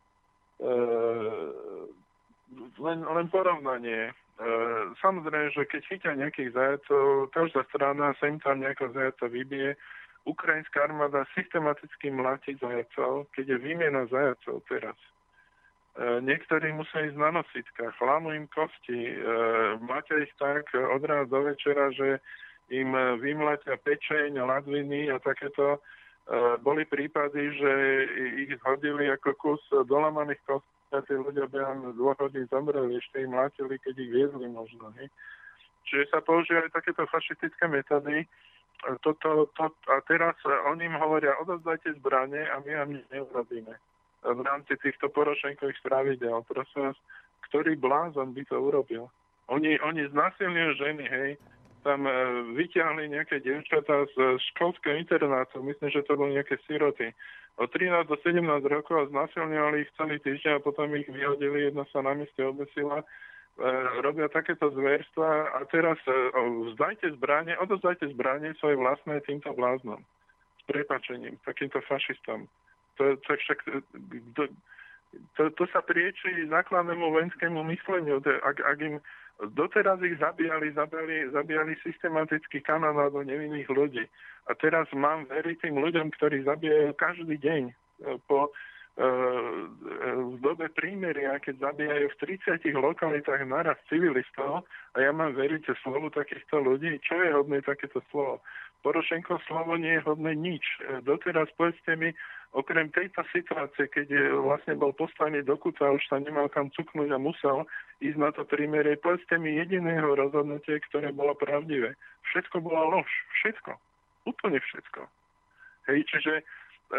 len, len porovnanie. E, samozrejme, že keď chytia nejakých zajacov, každá strana sa im tam nejakého zajaca vybije. Ukrajinská armáda systematicky mláti zajacov, keď je výmena zajacov teraz. Niektorí musia ísť na nositkách, lámu im kosti, e, mláťa ich tak od rána do večera, že im vymláťa pečeň, ladviny a takéto. E, boli prípady, že ich zhodili ako kus dolamaných kostí a tí ľudia behom dvoch hodín zomreli, ešte im mlátili, keď ich viezli možno. Ne? Čiže sa používali takéto fašistické metódy. Toto, to, a teraz oni im hovoria, odovzdajte zbrane a my vám nič neurobíme. V rámci týchto Porošenkových pravidel. Prosím vás, ktorý blázon by to urobil? Oni, oni znásilňujú ženy, hej, tam e, vyťahli nejaké dievčatá z školského internátu, myslím, že to boli nejaké siroty. Od trinásť do sedemnásť rokov a znásilňovali ich celý týždeň a potom ich vyhodili, jedna sa na mieste obesila. E, robia takéto zverstva a teraz e, vzdajte zbranie, odozdajte zbranie svoje vlastné týmto bláznom. S prepáčením, takýmto fašistom. To, to, však, to, to, to sa prieči základnému vojenskému mysleniu. Ak, ak im doteraz ich zabíjali, zabíjali, zabíjali systematicky kanonádou nevinných ľudí. A teraz mám veriť tým ľuďom, ktorí zabíjajú každý deň po, v dobe prímeria, keď zabíjajú v tridsiatich lokalitách naraz civilistov a ja mám veriť slovu takýchto ľudí. Čo je hodné takéto slovo? Porošenko slovo nie je hodné nič. Doteraz povedzte mi, okrem tejto situácie, keď vlastne bol poslaný do kúta a už sa nemal kam cuknúť a musel ísť na to prímerie, povedzte mi jediného rozhodnutie, ktoré bolo pravdivé. Všetko bola lož. Všetko. Úplne všetko. Hej, čiže e,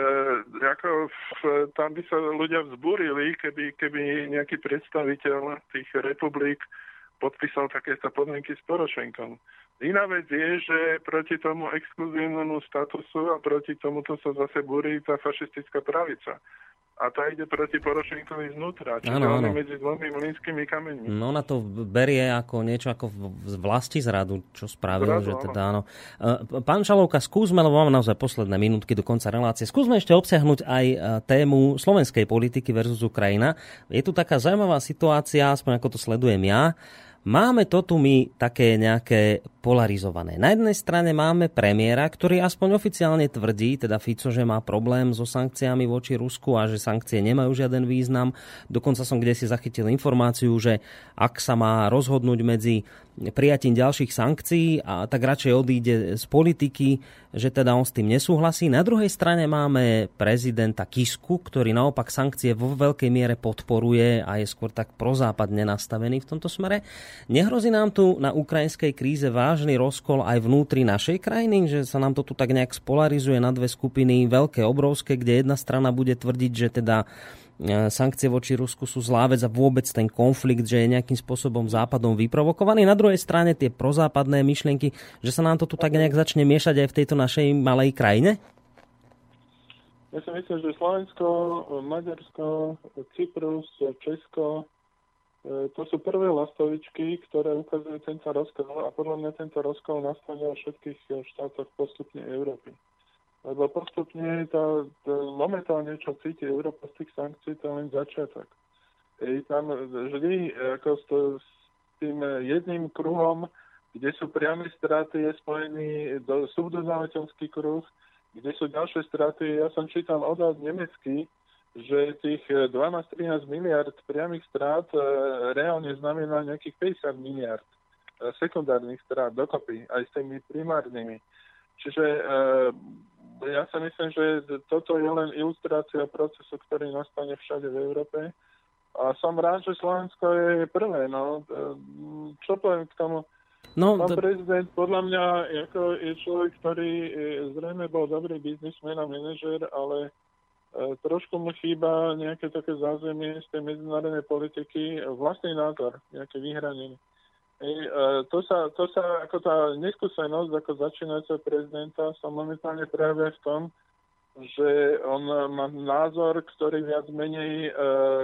ako v, tam by sa ľudia vzbúrili, keby, keby nejaký predstaviteľ tých republik podpísal takéto podmienky s Porošenkom. Iná vec je, že proti tomu exkluzívnemu statusu a proti tomuto sa zase búri tá fašistická pravica. a tá ide proti Porošenkovi znútra, čiže Áno, on áno. je medzi dvomi mlynskými kameňmi. No na to berie ako niečo ako v- vlasti zradu, čo spravil, Zradu, že áno. teda áno. E, Pán Šalovka, skúsme, lebo máme naozaj posledné minútky do konca relácie, skúsme ešte obsiahnuť aj e, tému slovenskej politiky versus Ukrajina. Je tu taká zaujímavá situácia, aspoň ako to sledujem ja. Máme to tu my také nejaké polarizované. Na jednej strane máme premiéra, ktorý aspoň oficiálne tvrdí, teda Fico, že má problém so sankciami voči Rusku a že sankcie nemajú žiaden význam. Dokonca som kdesi zachytil informáciu, že ak sa má rozhodnúť medzi prijatím ďalších sankcií, a tak radšej odíde z politiky, že teda on s tým nesúhlasí. Na druhej strane máme prezidenta Kisku, ktorý naopak sankcie vo veľkej miere podporuje a je skôr tak prozápadne nastavený v tomto smere. Nehrozí nám tu na ukrajinskej kríze vážny rozkol aj vnútri našej krajiny, že sa nám to tu tak nejak spolarizuje na dve skupiny, veľké, obrovské, kde jedna strana bude tvrdiť, že teda sankcie voči Rusku sú zlá vec a vôbec ten konflikt, že je nejakým spôsobom západom vyprovokovaný. Na druhej strane tie prozápadné myšlienky, že sa nám to tu tak nejak začne miešať aj v tejto našej malej krajine? Ja si myslím, že Slovensko, Maďarsko, Cyprus, Česko, to sú prvé lastovičky, ktoré ukazujú tento rozkol a podľa mňa tento rozkol nastane vo všetkých štátoch postupne Európy. Lebo postupne tá, tá, momentálne, čo cíti Európa z tých sankcií, to je len začiatok. Je tam vždy ako s, to, s tým jedným kruhom, kde sú priame straty, je spojený do subdodávateľský kruh, kde sú ďalšie straty. Ja som čítal odhad nemecký, že tých dvanásť trinásť miliard priamých strát e, reálne znamená nejakých päťdesiat miliard e, sekundárnych strát dokopy, aj s tými primárnymi. Čiže e, ja si myslím, že toto je len ilustrácia procesu, ktorý nastane všade v Európe. A som rád, že Slovensko je prvé. No. Čo poviem k tomu? No, Pán to... prezident, podľa mňa ako je človek, ktorý zrejme bol dobrý biznismen a manažer, ale trošku mu chýba nejaké také zázemie z tej medzinárodnej politiky, vlastný názor, nejaké vyhranenie. Ej, to, sa, to sa, ako tá neskúsenosť ako začínajúceho prezidenta sa momentálne prejavuje v tom, že on má názor, ktorý viac menej e,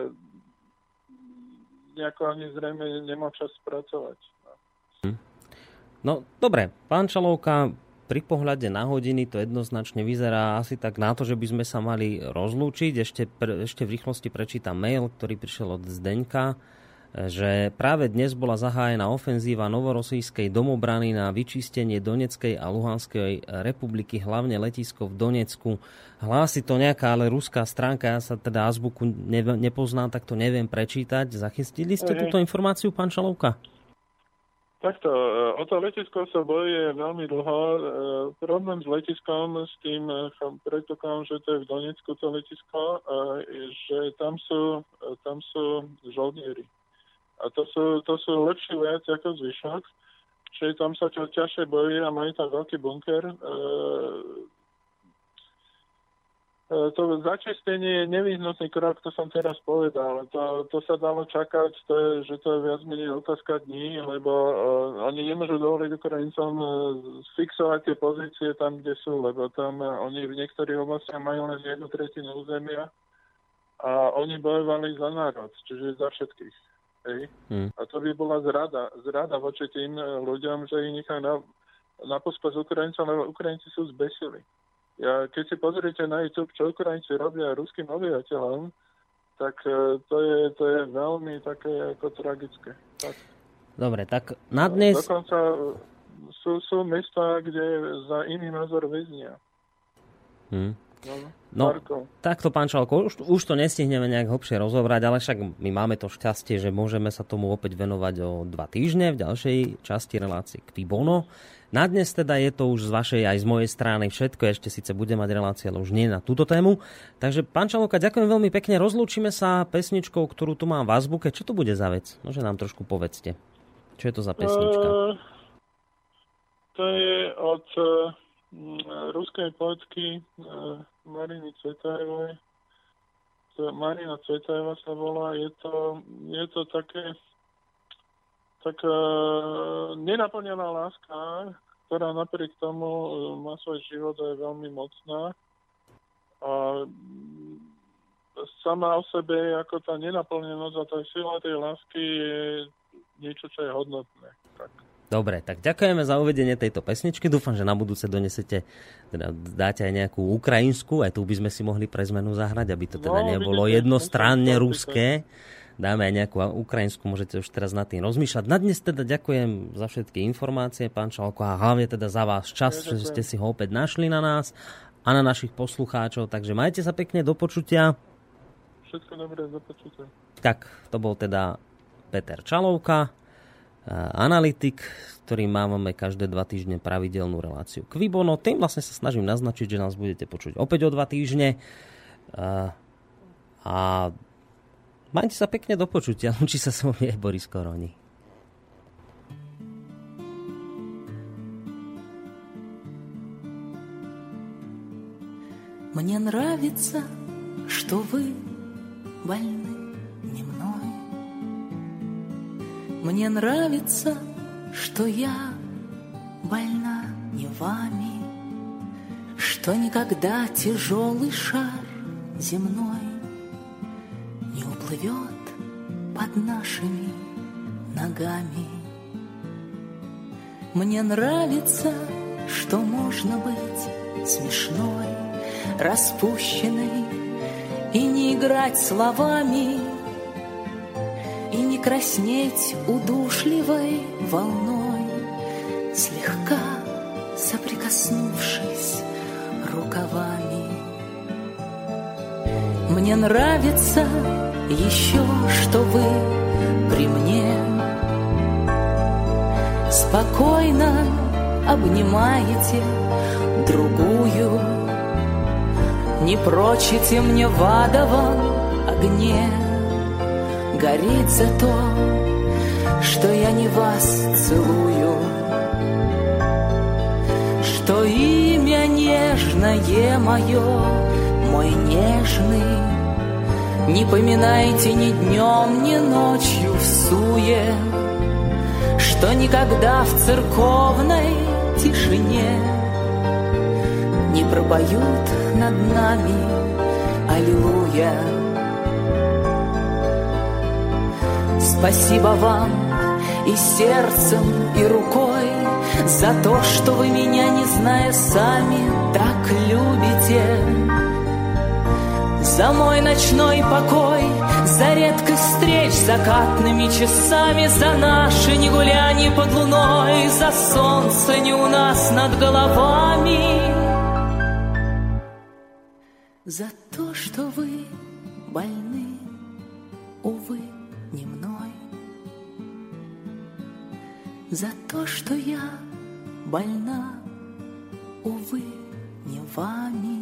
nejako ani zrejme nemá čas spracovať. No, dobre, pán Šalovka, pri pohľade na hodiny to jednoznačne vyzerá asi tak na to, že by sme sa mali rozlúčiť. Ešte, pre, ešte v rýchlosti prečítam mail, ktorý prišiel od Zdeňka, že práve dnes bola zahájená ofenzíva novorosijskej domobrany na vyčistenie Donetskej a Luhanskej republiky, hlavne letisko v Donecku. Hlási to nejaká ale ruská stránka, ja sa teda azbuku ne, nepoznám, tak to neviem prečítať. Zachytili ste túto informáciu, pán Šalovka? Takto, o to letisko sa bojuje veľmi dlho. Problém s letiskom, s tým predpokladám, že to je v Donecku to letisko, že tam sú, tam sú žoldnieri. A to sú, to sú lepší vojaci ako zvyšok, čiže tam sa čo ťažšie bojí a majú tam veľký bunker. E, e, to začistenie je nevyhnutný krok, to som teraz povedal. To, to sa dalo čakať, to je, že to je viac menej otázka dní, lebo e, oni nemôžu dovoliť Ukrajincom e, fixovať tie pozície tam, kde sú, lebo tam e, oni v niektorých oblastiach majú len jednu tretinu územia a oni bojovali za národ, čiže za všetkých. Hej. Hmm. A to by bola zrada, zrada voči tým ľuďom, že ich nechajú na, na pospas Ukrajincom, lebo Ukrajinci sú zbesili. Ja, keď si pozriete na YouTube, čo Ukrajinci robia ruským obyvateľom, tak to je, to je veľmi také ako tragické. Tak. Dobre, tak na dnes... Dokonca sú, sú mesta, kde za iný názor väznia. Hmm. No, takto, pán Šalko, už, už to nestihneme nejak hlbšie rozobrať, ale však my máme to šťastie, že môžeme sa tomu opäť venovať o dva týždne v ďalšej časti relácie Qui Bono. Na dnes teda je to už z vašej aj z mojej strany všetko, ešte síce bude mať relácia, ale už nie na túto tému. Takže, pán Šalovka, ďakujem veľmi pekne, rozlúčime sa pesničkou, ktorú tu mám v azbuke. Čo to bude za vec? Nože nám trošku povedzte. Čo je to za pesnička? Uh, to je od... Uh... ruskej poetky Mariny Cvetajevej. Marina Cvetajeva sa volá. Je to, je to také taká nenaplnená láska, ktorá napriek tomu má svoj život a je veľmi mocná. A sama o sebe, ako tá nenaplnenosť a tá sila tej lásky je niečo, čo je hodnotné. Tak. Dobre, tak ďakujeme za uvedenie tejto pesničky. Dúfam, že na budúce donesete, teda dáte aj nejakú ukrajinskú, aj tu by sme si mohli pre zmenu zahrať, aby to teda no, nebolo vidíte, jednostranne ruské. Dáme aj nejakú ukrajinskú, môžete už teraz nad tým rozmýšľať. Na dnes teda ďakujem za všetky informácie, pán Čalko, a hlavne teda za vás čas, ja, že ste si ho opäť našli na nás a na našich poslucháčov. Takže majte sa pekne, do počutia. Všetko dobré, do počutia. Tak, to bol teda Peter Čalovka, analytik, s ktorým máme každé dva týždne pravidelnú reláciu Kvibono. Tým vlastne sa snažím naznačiť, že nás budete počuť opäť o dva týždne. A, a majte sa pekne, do počutia. Lúči sa s vami aj Boris Koroni. Мне нравится, что вы больны не мной. Мне нравится, что я больна не вами, что никогда тяжелый шар земной не уплывет под нашими ногами. Мне нравится, что можно быть смешной, распущенной и не играть словами, и не краснеть удушливой волной, слегка соприкоснувшись рукавами. Мне нравится еще, что вы при мне спокойно обнимаете другую, не прочите мне в адовом огне гореть за то, что я не вас целую, что имя нежное мое, мой нежный, не поминайте ни днем, ни ночью в суе, что никогда в церковной тишине не пропоют над нами аллилуйя. Спасибо вам и сердцем, и рукой за то, что вы меня, не зная сами, так любите. За мой ночной покой, за редкость встреч закатными часами, за наши негуляния под луной, за солнце не у нас над головами, за то, что вы больны, увы, не мной, за то, что я больна, увы, не вами.